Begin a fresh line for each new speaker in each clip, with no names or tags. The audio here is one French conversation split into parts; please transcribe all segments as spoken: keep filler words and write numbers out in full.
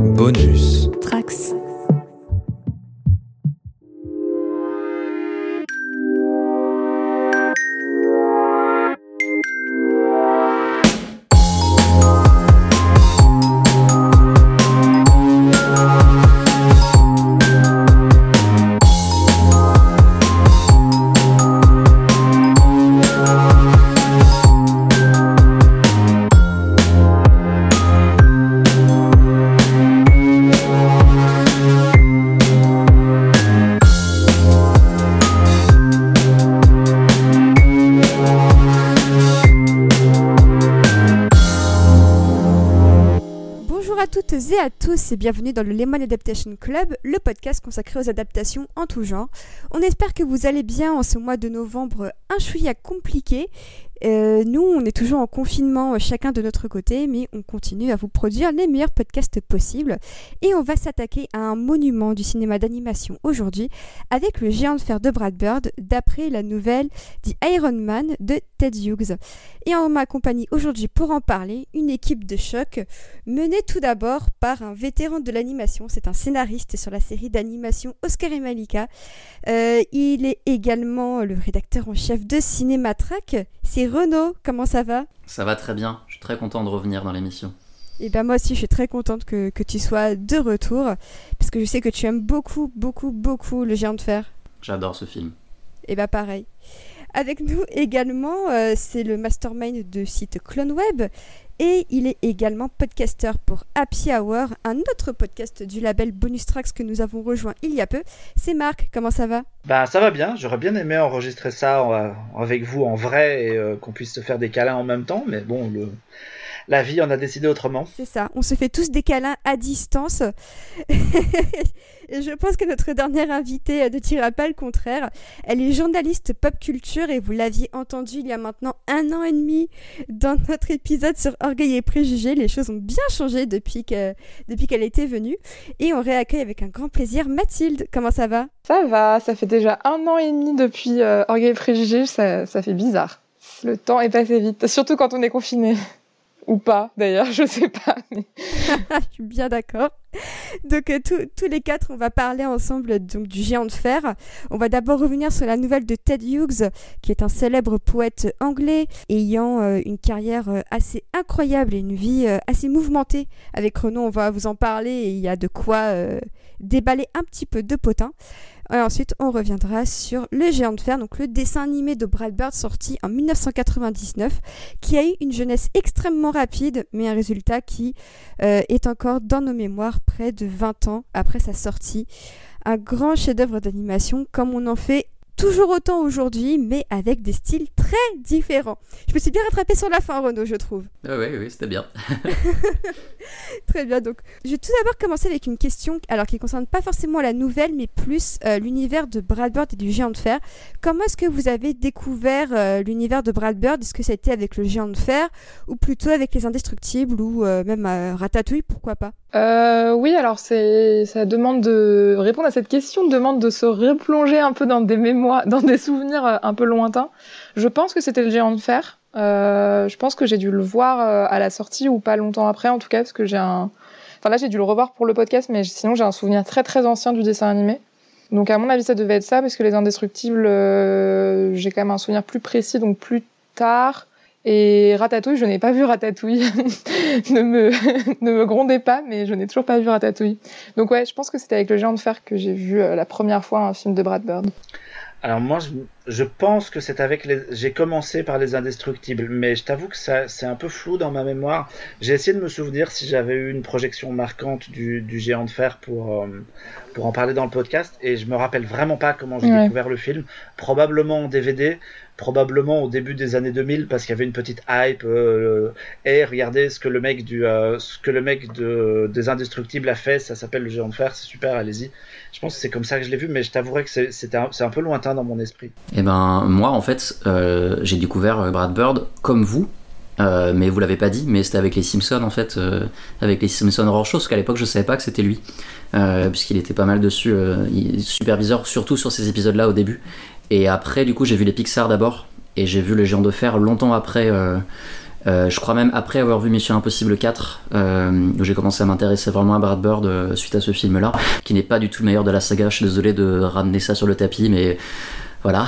Bonus
Trax.
Et à tous et bienvenue dans le Lemon Adaptation Club, le podcast consacré aux adaptations en tout genre. On espère que vous allez bien en ce mois de novembre un chouïa compliqué. Euh, nous, on est toujours en confinement, euh, chacun de notre côté, mais on continue à vous produire les meilleurs podcasts possibles. Et on va s'attaquer à un monument du cinéma d'animation aujourd'hui, avec le géant de fer de Brad Bird, d'après la nouvelle The Iron Man de Ted Hughes. Et on m'accompagne aujourd'hui pour en parler, une équipe de choc, menée tout d'abord par un vétéran de l'animation. C'est un scénariste sur la série d'animation Oscar et Malika. Euh, il est également le rédacteur en chef de Cinématrack. C'est Renaud, comment ça va ?
Ça va très bien, je suis très content de revenir dans l'émission.
Et ben moi aussi je suis très contente que, que tu sois de retour, parce que je sais que tu aimes beaucoup, beaucoup, beaucoup le géant de fer.
J'adore ce film.
Et ben pareil. Avec nous également, euh, c'est le mastermind de site CloneWeb, et il est également podcasteur pour Happy Hour, un autre podcast du label Bonus Trax que nous avons rejoint il y a peu. C'est Marc, comment ça va ?
Bah ça va bien, j'aurais bien aimé enregistrer ça en, avec vous en vrai et euh, qu'on puisse se faire des câlins en même temps, mais bon, le... la vie en a décidé autrement.
C'est ça, on se fait tous des câlins à distance. Et je pense que notre dernière invitée ne dira pas le contraire. Elle est journaliste pop culture et vous l'aviez entendu il y a maintenant un an et demi dans notre épisode sur Orgueil et Préjugés. Les choses ont bien changé depuis, que, depuis qu'elle était venue. Et on réaccueille avec un grand plaisir Mathilde. Comment ça va ?
Ça va, ça fait déjà un an et demi depuis euh, Orgueil et Préjugés, ça, ça fait bizarre. Le temps est passé vite, surtout quand on est confiné. Ou pas, d'ailleurs, je sais pas. Mais...
je suis bien d'accord. Donc, euh, tous les quatre, on va parler ensemble donc, du géant de fer. On va d'abord revenir sur la nouvelle de Ted Hughes, qui est un célèbre poète anglais, ayant euh, une carrière euh, assez incroyable et une vie euh, assez mouvementée. Avec Renaud, on va vous en parler et il y a de quoi euh, déballer un petit peu de potin. Et ensuite, on reviendra sur Le Géant de Fer, donc le dessin animé de Brad Bird sorti en dix-neuf cent quatre-vingt-dix-neuf, qui a eu une jeunesse extrêmement rapide, mais un résultat qui euh, est encore dans nos mémoires près de vingt ans après sa sortie. Un grand chef-d'œuvre d'animation, comme on en fait toujours autant aujourd'hui, mais avec des styles très différents. Je me suis bien rattrapée sur la fin, Renaud, je trouve.
Ah oui, oui, c'était bien.
Très bien, donc je vais tout d'abord commencer avec une question, alors qui ne concerne pas forcément la nouvelle, mais plus euh, l'univers de Brad Bird et du Géant de Fer. Comment est-ce que vous avez découvert euh, l'univers de Brad Bird ? Est-ce que ça a été avec le Géant de Fer, ou plutôt avec les Indestructibles, ou euh, même euh, Ratatouille, pourquoi pas ?
euh, Oui, alors c'est, ça demande de répondre à cette question, demande de se replonger un peu dans des mémoires, dans des souvenirs un peu lointains. Je pense que c'était le Géant de Fer. Euh, je pense que j'ai dû le voir euh, à la sortie ou pas longtemps après, en tout cas, parce que j'ai un... Enfin là, j'ai dû le revoir pour le podcast, mais sinon, j'ai un souvenir très très ancien du dessin animé. Donc à mon avis, ça devait être ça, parce que les Indestructibles, euh, j'ai quand même un souvenir plus précis, donc plus tard. Et Ratatouille, je n'ai pas vu Ratatouille. ne, me, ne me grondez pas, mais je n'ai toujours pas vu Ratatouille. Donc ouais, je pense que c'était avec le Géant de Fer que j'ai vu euh, la première fois un film de Brad Bird.
Alors moi, je, je pense que c'est avec les... J'ai commencé par les Indestructibles, mais je t'avoue que ça, c'est un peu flou dans ma mémoire. J'ai essayé de me souvenir si j'avais eu une projection marquante du, du Géant de Fer pour, euh, pour en parler dans le podcast, et je me rappelle vraiment pas comment j'ai ouais. découvert le film. Probablement en D V D, probablement au début des années deux mille, parce qu'il y avait une petite hype. Euh, et regardez ce que le mec, du, euh, ce que le mec de, des Indestructibles a fait, ça s'appelle le Géant de Fer, c'est super, allez-y. Je pense que c'est comme ça que je l'ai vu, mais je t'avouerai que c'est, c'était un, c'est un peu lointain dans mon esprit.
Eh ben, moi, en fait, euh, j'ai découvert Brad Bird comme vous, euh, mais vous l'avez pas dit, mais c'était avec les Simpsons, en fait, euh, avec les Simpsons Horror Show, parce qu'à l'époque, je savais pas que c'était lui, euh, puisqu'il était pas mal dessus, euh, il, superviseur, surtout sur ces épisodes-là au début. Et après, du coup, j'ai vu les Pixar d'abord, et j'ai vu Le Géant de Fer longtemps après, euh, Euh, je crois même après avoir vu Mission Impossible quatre, euh, où j'ai commencé à m'intéresser vraiment à Brad Bird euh, suite à ce film-là, qui n'est pas du tout le meilleur de la saga. Je suis désolé de ramener ça sur le tapis, mais voilà.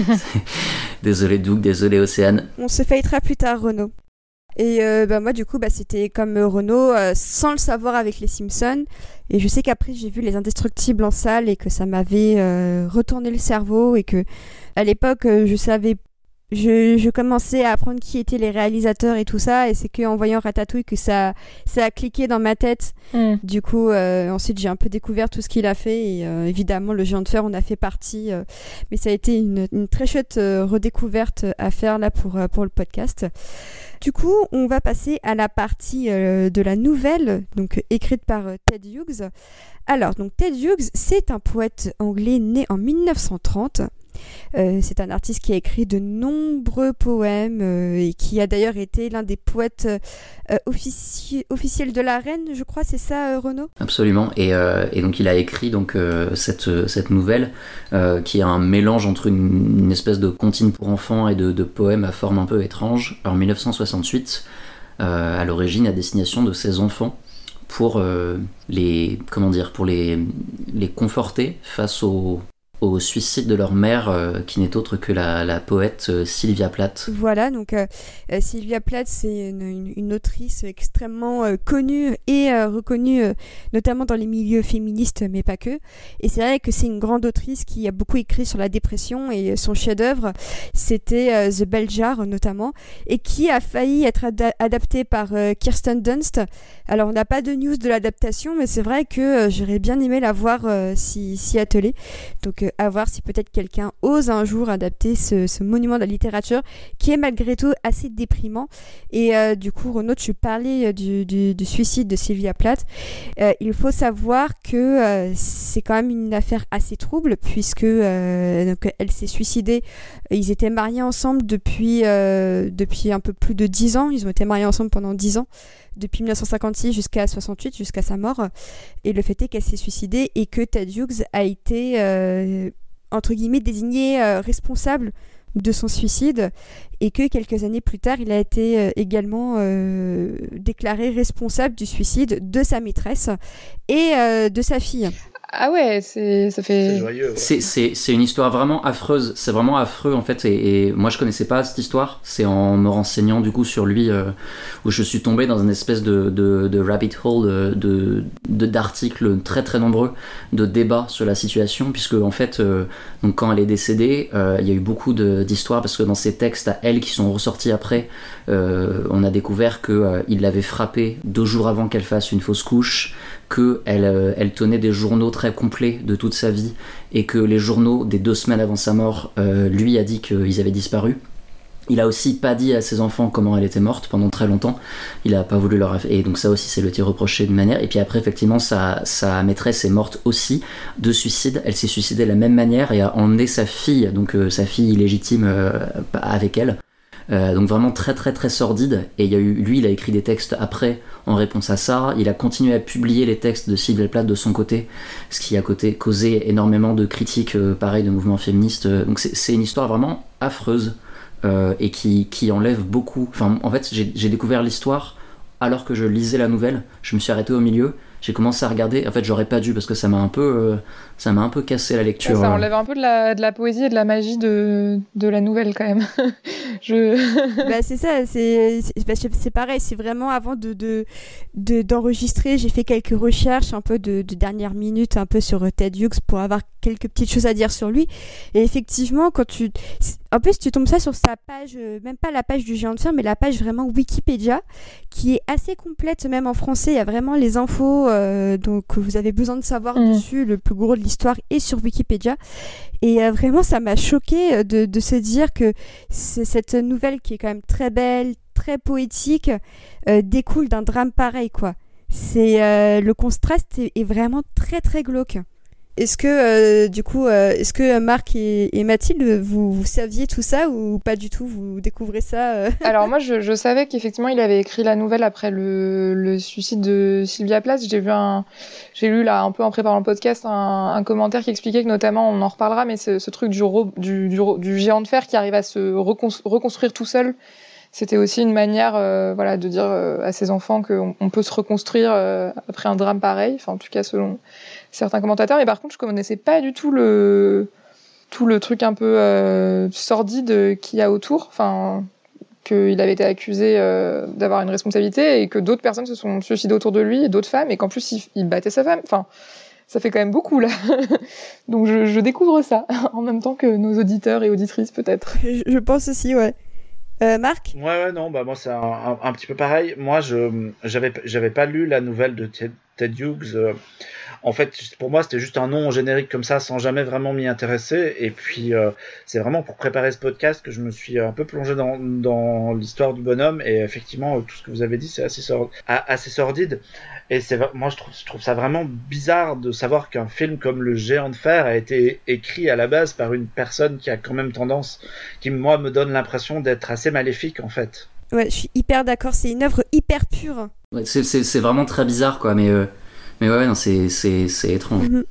Désolé Doug, désolé Océane.
On se fêtera plus tard, Renaud. Et euh, bah, moi, du coup, bah, c'était comme euh, Renaud, euh, sans le savoir avec les Simpsons. Et je sais qu'après, j'ai vu Les Indestructibles en salle et que ça m'avait euh, retourné le cerveau. Et que à l'époque, euh, je savais. Je, je commençais à apprendre qui étaient les réalisateurs et tout ça, et c'est qu'en voyant Ratatouille que ça, ça a cliqué dans ma tête. Mm. Du coup, euh, ensuite j'ai un peu découvert tout ce qu'il a fait, et euh, évidemment le Géant de Fer en a fait partie, euh, mais ça a été une, une très chouette euh, redécouverte à faire là pour, euh, pour le podcast. Du coup, on va passer à la partie euh, de la nouvelle, donc euh, écrite par euh, Ted Hughes. Alors, donc Ted Hughes, c'est un poète anglais né en dix-neuf cent trente. Euh, c'est un artiste qui a écrit de nombreux poèmes euh, et qui a d'ailleurs été l'un des poètes euh, offici- officiels de la reine, je crois, c'est ça, euh, Renaud ?
Absolument, et, euh, et donc il a écrit donc, euh, cette, cette nouvelle euh, qui est un mélange entre une, une espèce de comptine pour enfants et de, de poèmes à forme un peu étrange, en dix-neuf cent soixante-huit, euh, à l'origine à destination de ses enfants, pour euh, les, comment dire, pour les, les conforter face au au suicide de leur mère, euh, qui n'est autre que la, la poète euh, Sylvia Plath.
Voilà, donc euh, Sylvia Plath, c'est une, une, une autrice extrêmement euh, connue et euh, reconnue, euh, notamment dans les milieux féministes, mais pas que. Et c'est vrai que c'est une grande autrice qui a beaucoup écrit sur la dépression, et son chef-d'œuvre, c'était euh, The Bell Jar, notamment, et qui a failli être ad- adapté par euh, Kirsten Dunst. Alors, on n'a pas de news de l'adaptation, mais c'est vrai que euh, j'aurais bien aimé la voir euh, s'y, s'y atteler. Donc, euh, à voir si peut-être quelqu'un ose un jour adapter ce, ce monument de la littérature qui est malgré tout assez déprimant. Et euh, du coup, Renaud, tu parlais du, du, du suicide de Sylvia Plath. Euh, il faut savoir que euh, c'est quand même une affaire assez trouble, puisque euh, donc, elle s'est suicidée. Ils étaient mariés ensemble depuis, euh, depuis un peu plus de dix ans. Ils ont été mariés ensemble pendant dix ans. Depuis dix-neuf cent cinquante-six jusqu'à soixante-huit, jusqu'à sa mort. Et le fait est qu'elle s'est suicidée et que Ted Hughes a été, euh, entre guillemets, désigné euh, responsable de son suicide, et que quelques années plus tard, il a été euh, également euh, déclaré responsable du suicide de sa maîtresse et euh, de sa fille.
Ah ouais, c'est ça fait.
C'est joyeux. Ouais.
C'est, c'est, c'est une histoire vraiment affreuse. C'est vraiment affreux en fait. Et, et moi je connaissais pas cette histoire. C'est en me renseignant du coup sur lui euh, où je suis tombé dans une espèce de, de, de rabbit hole de, de, de, d'articles très très nombreux, de débats sur la situation. Puisque en fait, euh, donc quand elle est décédée, euh, il y a eu beaucoup de, d'histoires parce que dans ces textes à elle qui sont ressortis après, euh, on a découvert que euh, il l'avait frappée deux jours avant qu'elle fasse une fausse couche. Qu'elle euh, elle tenait des journaux très complets de toute sa vie et que les journaux des deux semaines avant sa mort euh, lui a dit qu'ils avaient disparu. Il a aussi pas dit à ses enfants comment elle était morte pendant très longtemps. Il a pas voulu leur... Et donc ça aussi c'est le tir reproché d'une manière. Et puis après effectivement sa, sa maîtresse est morte aussi de suicide. Elle s'est suicidée de la même manière et a emmené sa fille, donc euh, sa fille illégitime euh, avec elle. Euh, donc vraiment très très très sordide. Et il y a eu, lui il a écrit des textes après en réponse à ça. Il a continué à publier les textes de Sylvia Plath de son côté, ce qui a côté, causé énormément de critiques euh, pareil de mouvements féministes. Donc c'est, c'est une histoire vraiment affreuse euh, et qui, qui enlève beaucoup. Enfin en fait j'ai, j'ai découvert l'histoire alors que je lisais la nouvelle. Je me suis arrêté au milieu. J'ai commencé à regarder, en fait j'aurais pas dû parce que ça m'a un peu, euh, ça m'a un peu cassé la lecture.
Ça enlève un peu de la, de la poésie et de la magie de, de la nouvelle quand même. Je...
bah c'est ça, c'est, c'est, bah, c'est pareil, c'est vraiment avant de, de, de, d'enregistrer, j'ai fait quelques recherches un peu de, de dernière minute un peu sur Ted Hughes pour avoir quelques petites choses à dire sur lui. Et effectivement, quand tu... En plus, tu tombes ça sur sa page, même pas la page du Géant de Fer, mais la page vraiment Wikipédia, qui est assez complète, même en français. Il y a vraiment les infos euh, donc, que vous avez besoin de savoir mmh. dessus. Le plus gros de l'histoire est sur Wikipédia. Et euh, vraiment, ça m'a choquée de, de se dire que c'est cette nouvelle qui est quand même très belle, très poétique, euh, découle d'un drame pareil, quoi. C'est, euh, le contraste est, est vraiment très, très glauque. Est-ce que, euh, du coup, euh, est-ce que Marc et, et Mathilde, vous, vous saviez tout ça ou pas du tout? Vous découvrez ça euh...
Alors moi, je, je savais qu'effectivement, il avait écrit la nouvelle après le, le suicide de Sylvia Plath. J'ai vu un, j'ai lu là un peu en préparant le podcast un, un commentaire qui expliquait que notamment, on en reparlera, mais ce, ce truc du, ro, du, du, du géant de fer qui arrive à se recon, reconstruire tout seul, c'était aussi une manière euh, voilà, de dire euh, à ses enfants qu'on on peut se reconstruire euh, après un drame pareil, enfin, en tout cas selon certains commentateurs. Mais par contre, je connaissais pas du tout le, tout le truc un peu euh, sordide qu'il y a autour. Enfin, qu'il avait été accusé euh, d'avoir une responsabilité et que d'autres personnes se sont suicidées autour de lui, et d'autres femmes, et qu'en plus, il, il battait sa femme. Enfin, ça fait quand même beaucoup, là. Donc, je, je découvre ça, en même temps que nos auditeurs et auditrices, peut-être.
Je, je pense aussi, ouais. Euh, Marc ?
Ouais, ouais, non, bah moi c'est un, un, un petit peu pareil. Moi, je j'avais j'avais pas lu la nouvelle de Ted, Ted Hughes. Euh, en fait, pour moi, c'était juste un nom générique comme ça, sans jamais vraiment m'y intéresser. Et puis, euh, c'est vraiment pour préparer ce podcast que je me suis un peu plongé dans, dans l'histoire du bonhomme. Et effectivement, tout ce que vous avez dit, c'est assez, sord... assez sordide. Et c'est, moi, je trouve, je trouve ça vraiment bizarre de savoir qu'un film comme Le Géant de Fer a été écrit à la base par une personne qui a quand même tendance, qui, moi, me donne l'impression d'être assez maléfique, en fait.
Ouais, je suis hyper d'accord. C'est une œuvre hyper pure.
Ouais, c'est, c'est, c'est vraiment très bizarre, quoi, mais... Euh... Mais ouais, non, c'est, c'est, c'est étrange.
Mmh.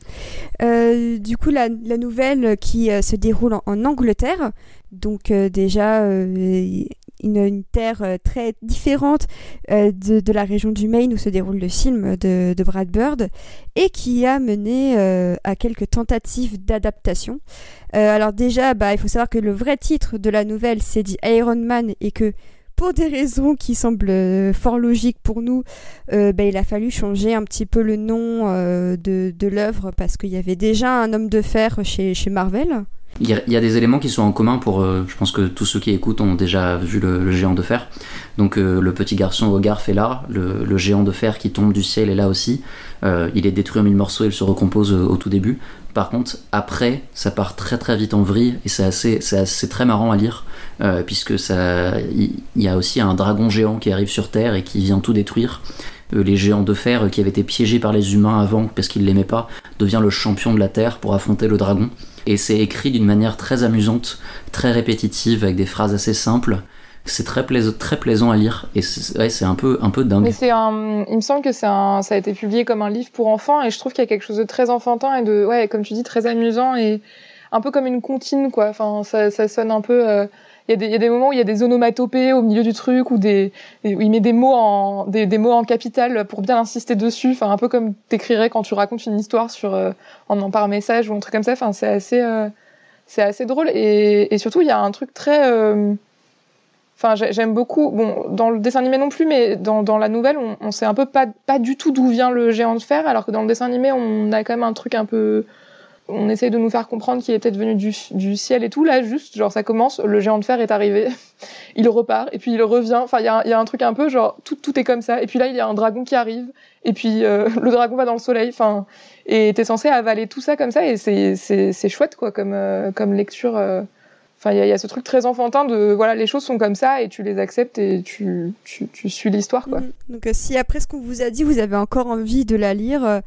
Euh, du coup, la, la nouvelle qui euh, se déroule en, en Angleterre, donc euh, déjà euh, une, une terre euh, très différente euh, de, de la région du Maine où se déroule le film de, de Brad Bird, et qui a mené euh, à quelques tentatives d'adaptation. Euh, alors déjà, bah, il faut savoir que le vrai titre de la nouvelle, c'est dit Iron Man, et que pour des raisons qui semblent fort logiques pour nous, euh, bah, il a fallu changer un petit peu le nom euh, de, de l'œuvre parce qu'il y avait déjà un homme de fer chez, chez Marvel.
Il y, a, il y a des éléments qui sont en commun pour... Euh, je pense que tous ceux qui écoutent ont déjà vu le, le géant de fer. Donc euh, le petit garçon Hogarth est là, le, le géant de fer qui tombe du ciel est là aussi. Euh, il est détruit en mille morceaux et il se recompose euh, au tout début. Par contre, après, ça part très très vite en vrille et c'est assez, c'est assez très marrant à lire euh, puisque ça, il y, y a aussi un dragon géant qui arrive sur Terre et qui vient tout détruire. Euh, les géants de fer euh, qui avaient été piégés par les humains avant parce qu'ils l'aimaient pas devient le champion de la Terre pour affronter le dragon. Et c'est écrit d'une manière très amusante, très répétitive, avec des phrases assez simples. C'est très, plais- très plaisant à lire et c'est, ouais, c'est un peu, un peu dingue.
Mais c'est un, il me semble que c'est un, ça a été publié comme un livre pour enfants et je trouve qu'il y a quelque chose de très enfantin et de, ouais, comme tu dis, très amusant et un peu comme une comptine, quoi. Enfin, ça, ça sonne un peu. Euh, il y a des, il y a des moments où il y a des onomatopées au milieu du truc ou des, où il met des mots en, des, des mots en capital pour bien insister dessus. Enfin, un peu comme t'écrirais quand tu racontes une histoire sur, euh, en, en par message ou un truc comme ça. Enfin, c'est assez, euh, c'est assez drôle et, et surtout il y a un truc très. Euh, Enfin, j'aime beaucoup. Bon, dans le dessin animé non plus, mais dans, dans la nouvelle, on, on sait un peu pas, pas du tout d'où vient le géant de fer, alors que dans le dessin animé, on a quand même un truc un peu. On essaye de nous faire comprendre qu'il est peut-être venu du, du ciel et tout. Là, juste, genre, ça commence, le géant de fer est arrivé, il repart, et puis il revient. Enfin, il y a, y a un truc un peu, genre, tout, tout est comme ça. Et puis là, il y a un dragon qui arrive, et puis euh, le dragon va dans le soleil. Enfin, et t'es censé avaler tout ça comme ça, et c'est, c'est, c'est chouette, quoi, comme, euh, comme lecture. Euh... Enfin, il y, y a ce truc très enfantin de voilà, les choses sont comme ça et tu les acceptes et tu, tu, tu suis l'histoire, quoi.
Mmh. Donc, euh, si après ce qu'on vous a dit, vous avez encore envie de la lire, euh,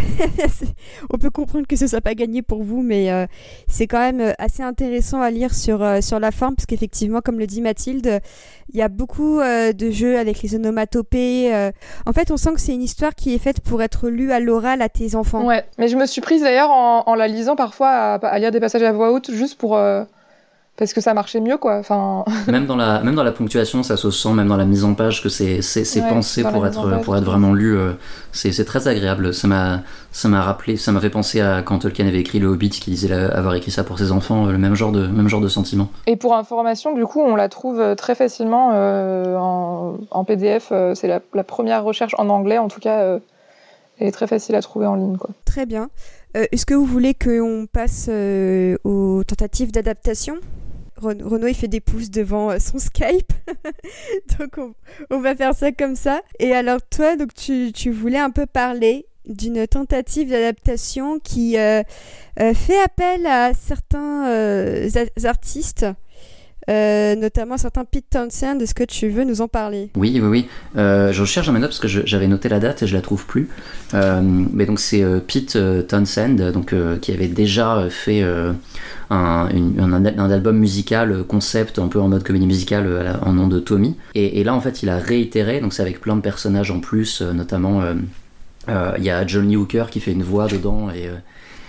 on peut comprendre que ce soit pas gagné pour vous, mais euh, c'est quand même assez intéressant à lire sur, euh, sur la forme, parce qu'effectivement, comme le dit Mathilde, il y a beaucoup euh, de jeux avec les onomatopées. Euh. En fait, on sent que c'est une histoire qui est faite pour être lue à l'oral à tes enfants.
Ouais, mais je me suis prise d'ailleurs en, en la lisant parfois à, à lire des passages à voix haute juste pour. Euh... Parce que ça marchait mieux, quoi. Enfin...
même, dans la, même dans la ponctuation, ça se sent, même dans la mise en page, que c'est, c'est, c'est ouais, pensé pour être, page, pour être vraiment lu. Euh, c'est, c'est très agréable. Ça m'a, ça m'a rappelé, ça m'a fait penser à quand Tolkien avait écrit Le Hobbit, qui disait la, avoir écrit ça pour ses enfants, euh, le même genre, de, même genre de sentiment.
Et pour information, du coup, on la trouve très facilement euh, en, en P D F. Euh, c'est la, la première recherche en anglais, en tout cas. Euh, elle est très facile à trouver en ligne, quoi.
Très bien. Euh, est-ce que vous voulez qu'on passe euh, aux tentatives d'adaptation ? Renaud, il fait des pouces devant son Skype. Donc, on, on va faire ça comme ça. Et alors, toi, donc, tu, tu voulais un peu parler d'une tentative d'adaptation qui euh, euh, fait appel à certains euh, artistes, euh, notamment certains Pete Townshend. Est-ce que tu veux nous en parler ?
Oui, oui, oui. Euh, je cherche dans mes notes parce que je, j'avais noté la date et je la trouve plus. Euh, mais donc, c'est euh, Pete Townshend, donc, euh, qui avait déjà fait... Euh, Un, une, un, un album musical concept un peu en mode comédie musicale en nom de Tommy et, et là en fait il a réitéré, donc c'est avec plein de personnages en plus, euh, notamment il euh, euh, y a John Lee Hooker qui fait une voix dedans et, euh,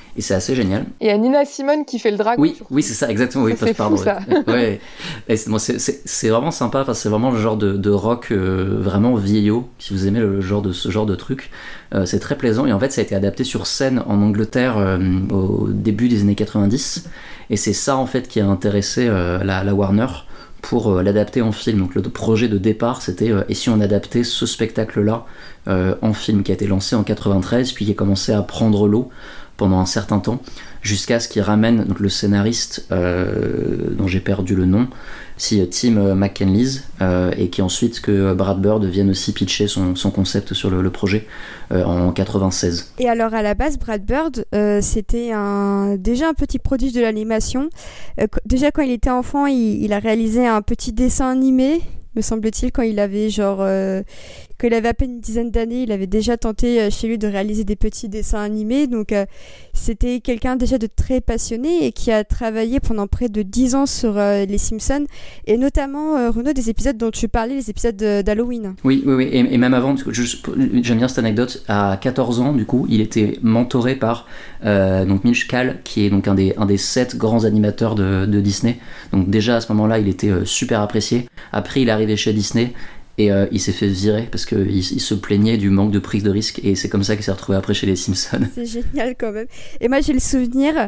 Et c'est assez génial.
Et il y a Nina Simone qui fait le dragon.
Oui, oui, c'est ça, exactement. Oui,
ça, c'est
pardon.
fou, ça.
Ouais. Et c'est, bon, c'est, c'est, c'est vraiment sympa. Enfin, c'est vraiment le genre de, de rock euh, vraiment vieillot. Si vous aimez le genre de ce genre de truc, euh, c'est très plaisant. Et en fait, ça a été adapté sur scène en Angleterre euh, au début des années quatre-vingt-dix. Et c'est ça en fait qui a intéressé euh, la, la Warner pour euh, l'adapter en film. Donc le projet de départ, c'était euh, et si on adaptait ce spectacle-là euh, en film, qui a été lancé en quatre-vingt-treize, puis qui a commencé à prendre l'eau pendant un certain temps, jusqu'à ce qu'il ramène donc, le scénariste euh, dont j'ai perdu le nom, si Tim McKinley, euh, et qui ensuite que Brad Bird vienne aussi pitcher son, son concept sur le, le projet euh, en quatre-vingt-seize.
Et alors à la base, Brad Bird, euh, c'était un, déjà un petit prodige de l'animation. Euh, déjà quand il était enfant, il, il a réalisé un petit dessin animé, me semble-t-il, quand il avait genre... Euh, quand il avait à peine une dizaine d'années, il avait déjà tenté euh, chez lui de réaliser des petits dessins animés. Donc euh, c'était quelqu'un déjà de très passionné et qui a travaillé pendant près de dix ans sur euh, les Simpsons. Et notamment, euh, Renaud, des épisodes dont tu parlais, les épisodes de, d'Halloween.
Oui, oui, oui. Et, et même avant, juste, j'aime bien cette anecdote, à quatorze ans, du coup, il était mentoré par euh, donc Mitch Kahl, qui est donc un des, un des sept grands animateurs de, de Disney. Donc déjà, à ce moment-là, il était euh, super apprécié. Après, il est arrivé chez Disney. Et euh, il s'est fait virer parce qu'il il se plaignait du manque de prise de risque. Et c'est comme ça qu'il s'est retrouvé après chez les Simpsons.
C'est génial quand même. Et moi j'ai le souvenir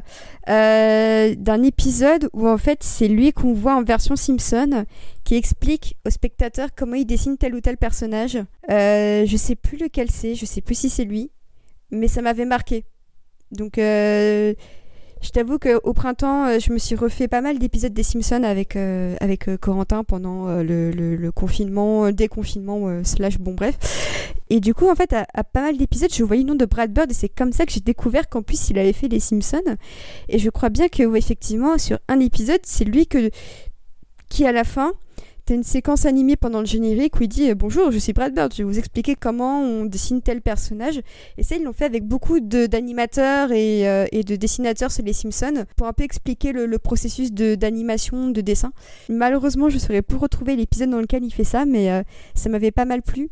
euh, d'un épisode où en fait c'est lui qu'on voit en version Simpson qui explique aux spectateurs comment il dessine tel ou tel personnage. Euh, je sais plus lequel c'est, je sais plus si c'est lui. Mais ça m'avait marqué. Donc... Euh, Je t'avoue qu'au printemps, je me suis refait pas mal d'épisodes des Simpsons avec, euh, avec euh, Corentin pendant euh, le, le, le confinement, euh, déconfinement, euh, slash bon bref. Et du coup, en fait, à, à pas mal d'épisodes, je voyais le nom de Brad Bird et c'est comme ça que j'ai découvert qu'en plus, il avait fait les Simpsons. Et je crois bien que, ouais, effectivement, sur un épisode, c'est lui que, qui, à la fin... T'as une séquence animée pendant le générique où il dit « Bonjour, je suis Brad Bird, je vais vous expliquer comment on dessine tel personnage. » Et ça, ils l'ont fait avec beaucoup de, d'animateurs et, euh, et de dessinateurs sur les Simpsons pour un peu expliquer le, le processus de, d'animation, de dessin. Malheureusement, je ne saurais plus retrouver l'épisode dans lequel il fait ça, mais euh, ça m'avait pas mal plu.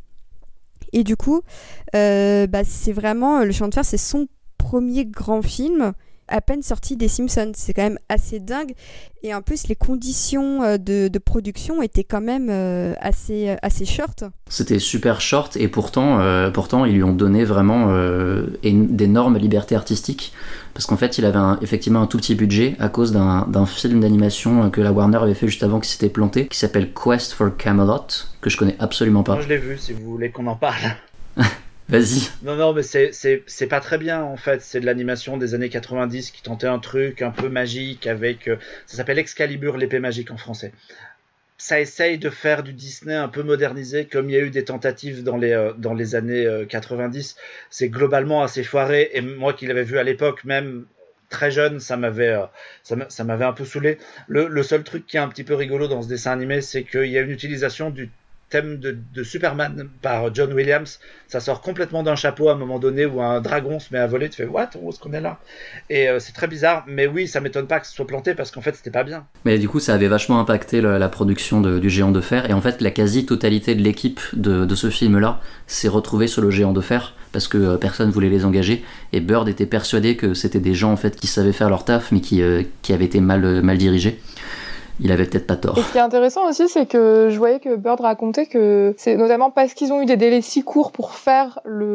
Et du coup, euh, bah, c'est vraiment... Le Géant de Fer, c'est son premier grand film à peine sorti des Simpsons. C'est quand même assez dingue. Et en plus, les conditions de, de production étaient quand même euh, assez, assez short.
C'était super short et pourtant, euh, pourtant ils lui ont donné vraiment euh, d'énormes libertés artistiques. Parce qu'en fait, il avait un, effectivement un tout petit budget à cause d'un, d'un film d'animation que la Warner avait fait juste avant qu'il s'était planté, qui s'appelle Quest for Camelot, que je connais absolument pas.
Moi, je l'ai vu, si vous voulez qu'on en parle.
Vas-y.
Non, non, mais c'est, c'est, c'est pas très bien en fait. C'est de l'animation des années quatre-vingt-dix qui tentait un truc un peu magique avec. Euh, ça s'appelle Excalibur, l'épée magique en français. Ça essaye de faire du Disney un peu modernisé, comme il y a eu des tentatives dans les, euh, dans les années euh, quatre-vingt-dix. C'est globalement assez foiré. Et moi qui l'avais vu à l'époque, même très jeune, ça m'avait, euh, ça, ça m'avait un peu saoulé. Le, le seul truc qui est un petit peu rigolo dans ce dessin animé, c'est qu'il y a une utilisation du thème de, de Superman par John Williams. Ça sort complètement d'un chapeau à un moment donné où un dragon se met à voler. Tu fais what, où est-ce qu'on est là? Et euh, c'est très bizarre, mais oui, ça m'étonne pas que ce soit planté parce qu'en fait c'était pas bien.
Mais du coup, ça avait vachement impacté le, la production de, du Géant de Fer. Et en fait, la quasi-totalité de l'équipe de, de ce film-là s'est retrouvée sur le Géant de Fer parce que euh, personne voulait les engager. Et Bird était persuadé que c'était des gens en fait qui savaient faire leur taf, mais qui, euh, qui avaient été mal, mal dirigés. Il avait peut-être pas tort.
Et ce qui est intéressant aussi, c'est que je voyais que Bird racontait que c'est notamment parce qu'ils ont eu des délais si courts pour faire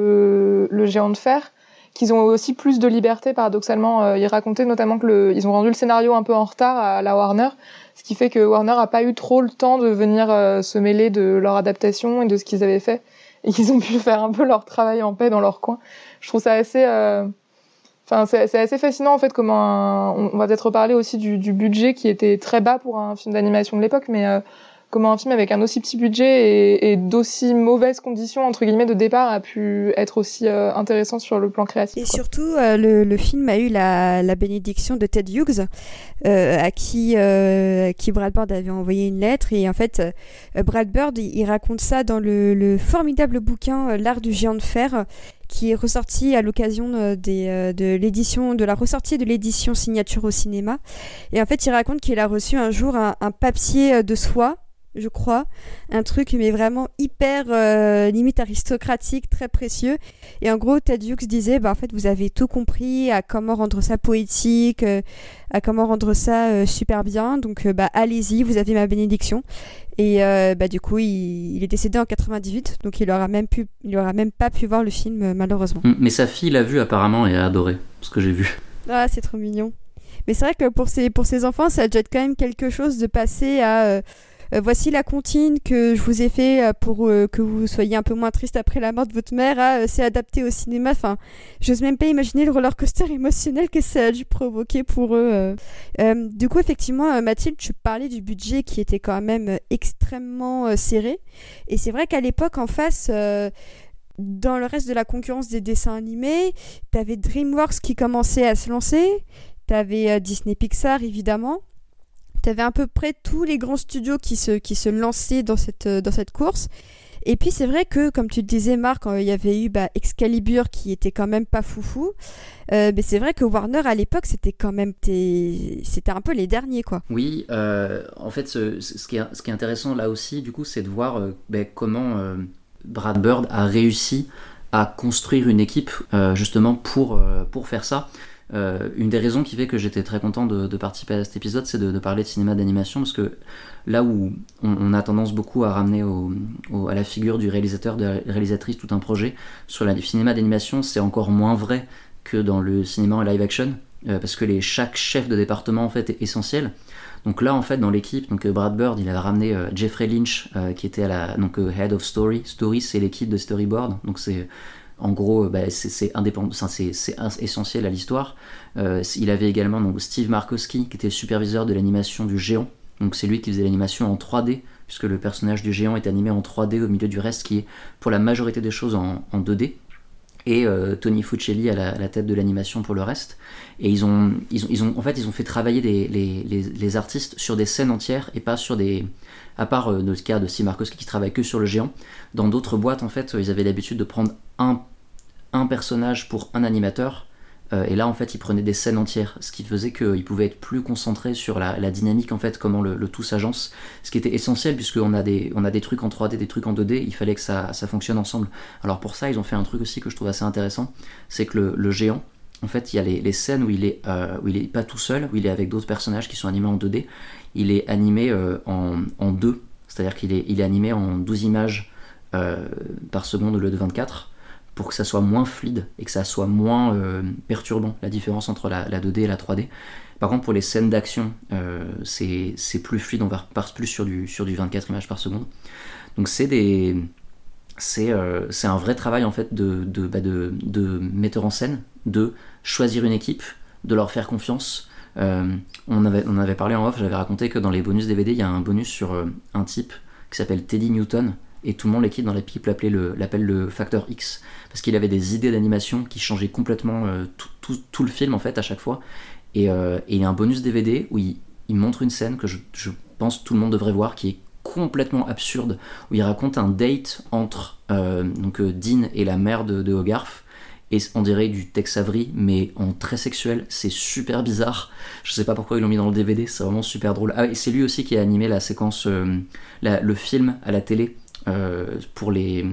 le, le Géant de Fer qu'ils ont aussi plus de liberté, paradoxalement. Euh, il racontait notamment que le, ils ont rendu le scénario un peu en retard à la Warner, ce qui fait que Warner a pas eu trop le temps de venir euh, se mêler de leur adaptation et de ce qu'ils avaient fait, et qu'ils ont pu faire un peu leur travail en paix dans leur coin. Je trouve ça assez... Euh, Enfin, c'est, c'est assez fascinant en fait comment un, on va peut-être reparler aussi du, du budget qui était très bas pour un film d'animation de l'époque, mais euh, comment un film avec un aussi petit budget et, et d'aussi mauvaises conditions entre guillemets de départ a pu être aussi euh, intéressant sur le plan créatif.
Et
quoi.
surtout, euh, le, le film a eu la, la bénédiction de Ted Hughes, euh, à qui, euh, qui Brad Bird avait envoyé une lettre. Et en fait, euh, Brad Bird, il, il raconte ça dans le, le formidable bouquin euh, L'Art du Géant de Fer, qui est ressorti à l'occasion euh, des, euh, de l'édition, de la ressortie de l'édition signature au cinéma. Et en fait, il raconte qu'il a reçu un jour un, un papier de soie je crois. Un truc, mais vraiment hyper, euh, limite aristocratique, très précieux. Et en gros, Ted Hughes disait, bah, en fait, vous avez tout compris à comment rendre ça poétique, euh, à comment rendre ça euh, super bien. Donc, euh, bah, allez-y, vous avez ma bénédiction. Et euh, bah, du coup, il, il est décédé en quatre-vingt-dix-huit, donc il aura même pu, il aura même pas pu voir le film, euh, malheureusement.
Mais sa fille l'a vu apparemment et a adoré, ce que j'ai vu.
Ah, c'est trop mignon. Mais c'est vrai que pour ces, pour ces enfants, ça doit être quand même quelque chose de passer à... Euh, euh, voici la comptine que je vous ai fait euh, pour euh, que vous soyez un peu moins triste après la mort de votre mère. Ah, euh, c'est adapté au cinéma. Enfin, j'ose même pas imaginer le roller coaster émotionnel que ça a dû provoquer pour eux. Euh. Euh, du coup, effectivement, euh, Mathilde, tu parlais du budget qui était quand même euh, extrêmement euh, serré. Et c'est vrai qu'à l'époque, en face... Euh, dans le reste de la concurrence des dessins animés, t'avais DreamWorks qui commençait à se lancer, t'avais euh, Disney Pixar évidemment, t'avais à peu près tous les grands studios qui se, qui se lançaient dans cette, euh, dans cette course. Et puis c'est vrai que, comme tu le disais Marc, il euh, y avait eu bah, Excalibur qui était quand même pas foufou, euh, mais c'est vrai que Warner à l'époque c'était quand même t'es... c'était un peu les derniers quoi.
Oui, euh, en fait ce, ce, qui est, ce qui est intéressant là aussi du coup c'est de voir euh, bah, comment... Euh... Brad Bird a réussi à construire une équipe euh, justement pour, euh, pour faire ça. Euh, une des raisons qui fait que j'étais très content de, de participer à cet épisode, c'est de, de parler de cinéma d'animation, parce que là où on, on a tendance beaucoup à ramener au, au, à la figure du réalisateur, de la réalisatrice tout un projet, sur le cinéma d'animation, c'est encore moins vrai que dans le cinéma en live action, euh, parce que les, chaque chef de département en fait est essentiel. Donc là, en fait, dans l'équipe, donc Brad Bird, il a ramené euh, Jeffrey Lynch, euh, qui était à la donc euh, Head of Story. Story, c'est l'équipe de storyboard. Donc c'est, en gros, bah, c'est, c'est indépendant, c'est, c'est essentiel à l'histoire. Euh, il avait également donc Steve Markowski, qui était le superviseur de l'animation du géant. Donc c'est lui qui faisait l'animation en trois D, puisque le personnage du géant est animé en trois D au milieu du reste, qui est pour la majorité des choses en, en deux D. Et euh, Tony Fuccelli à la, à la tête de l'animation pour le reste. Et ils ont, ils ont, ils ont, en fait, ils ont fait travailler les, les, les, les artistes sur des scènes entières et pas sur des... À part euh, le cas de Steve Markowski qui travaille que sur le géant. Dans d'autres boîtes, en fait, ils avaient l'habitude de prendre un, un personnage pour un animateur. Euh, et là, en fait, ils prenaient des scènes entières, ce qui faisait qu'ils pouvaient être plus concentrés sur la, la dynamique, en fait, comment le, le tout s'agence. Ce qui était essentiel, puisqu'on a des, on a des trucs en trois D, des trucs en deux D, il fallait que ça, ça fonctionne ensemble. Alors pour ça, ils ont fait un truc aussi que je trouve assez intéressant, c'est que le, le géant, en fait, il y a les, les scènes où il est, euh, où il est pas tout seul, où il est avec d'autres personnages qui sont animés en deux D. Il est animé euh, en, en deux, c'est-à-dire qu'il est, il est animé en douze images euh, par seconde au lieu de vingt-quatre, pour que ça soit moins fluide et que ça soit moins euh, perturbant, la différence entre la, la deux D et la trois D. Par contre, pour les scènes d'action, euh, c'est, c'est plus fluide, on va part plus sur du, sur du vingt-quatre images par seconde. Donc c'est des... C'est, euh, c'est un vrai travail en fait de, de, bah de, de metteur en scène, de choisir une équipe, de leur faire confiance. Euh, on, avait, on avait parlé en off, j'avais raconté que dans les bonus D V D, il y a un bonus sur euh, un type qui s'appelle Teddy Newton, et tout le monde, l'équipe dans l'équipe l'appelait le, l'appelle le Facteur X, parce qu'il avait des idées d'animation qui changeaient complètement euh, tout, tout, tout le film en fait à chaque fois. Et, euh, et il y a un bonus D V D où il, il montre une scène que je, je pense tout le monde devrait voir, qui est complètement absurde, où il raconte un date entre euh, donc, euh, Dean et la mère de, de Hogarth, et on dirait du Tex Avery, mais en très sexuel, c'est super bizarre. Je sais pas pourquoi ils l'ont mis dans le D V D, c'est vraiment super drôle. Ah, et c'est lui aussi qui a animé la séquence, euh, la, le film à la télé, euh, pour, les,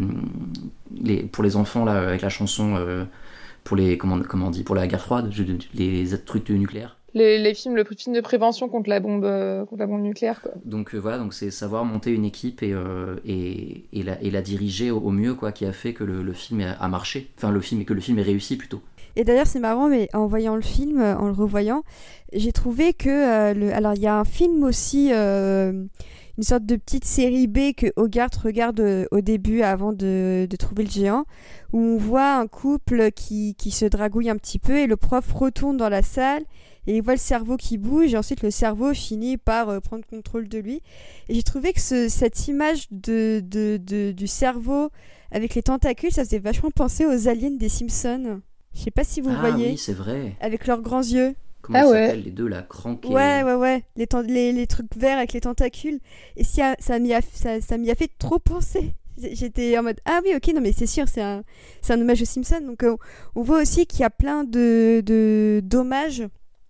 les, pour les enfants, là, avec la chanson, euh, pour les, comment, comment on dit, pour la guerre froide, les trucs nucléaires.
Les, les films, le film de prévention contre la bombe, euh, contre la bombe nucléaire, quoi.
Donc euh, voilà, donc c'est savoir monter une équipe et, euh, et, et, la, et la diriger au, au mieux, quoi, qui a fait que le, le film a, a marché. Enfin, le film, que le film est réussi plutôt.
Et d'ailleurs, c'est marrant, mais en voyant le film, en le revoyant, j'ai trouvé que... Euh, le... Alors, il y a un film aussi, euh, une sorte de petite série B que Hogarth regarde euh, au début, avant de, de trouver le géant, où on voit un couple qui, qui se dragouille un petit peu, et le prof retourne dans la salle, et il voit le cerveau qui bouge, et ensuite le cerveau finit par euh, prendre contrôle de lui. Et j'ai trouvé que ce, cette image de, de, de, du cerveau avec les tentacules, ça faisait vachement penser aux aliens des Simpsons. Je sais pas si vous
ah,
voyez.
Ah oui, c'est vrai.
Avec leurs grands yeux.
Comment
ah
ils
ouais.
s'appellent les deux là, Crank et...
Ouais, ouais, ouais. Les, ten- les, les trucs verts avec les tentacules. Et ça, ça, m'y a, ça, ça m'y a fait trop penser. J'étais en mode, ah oui, ok, non mais c'est sûr, c'est un, c'est un hommage aux Simpsons. Donc euh, on voit aussi qu'il y a plein de, de, d'hommages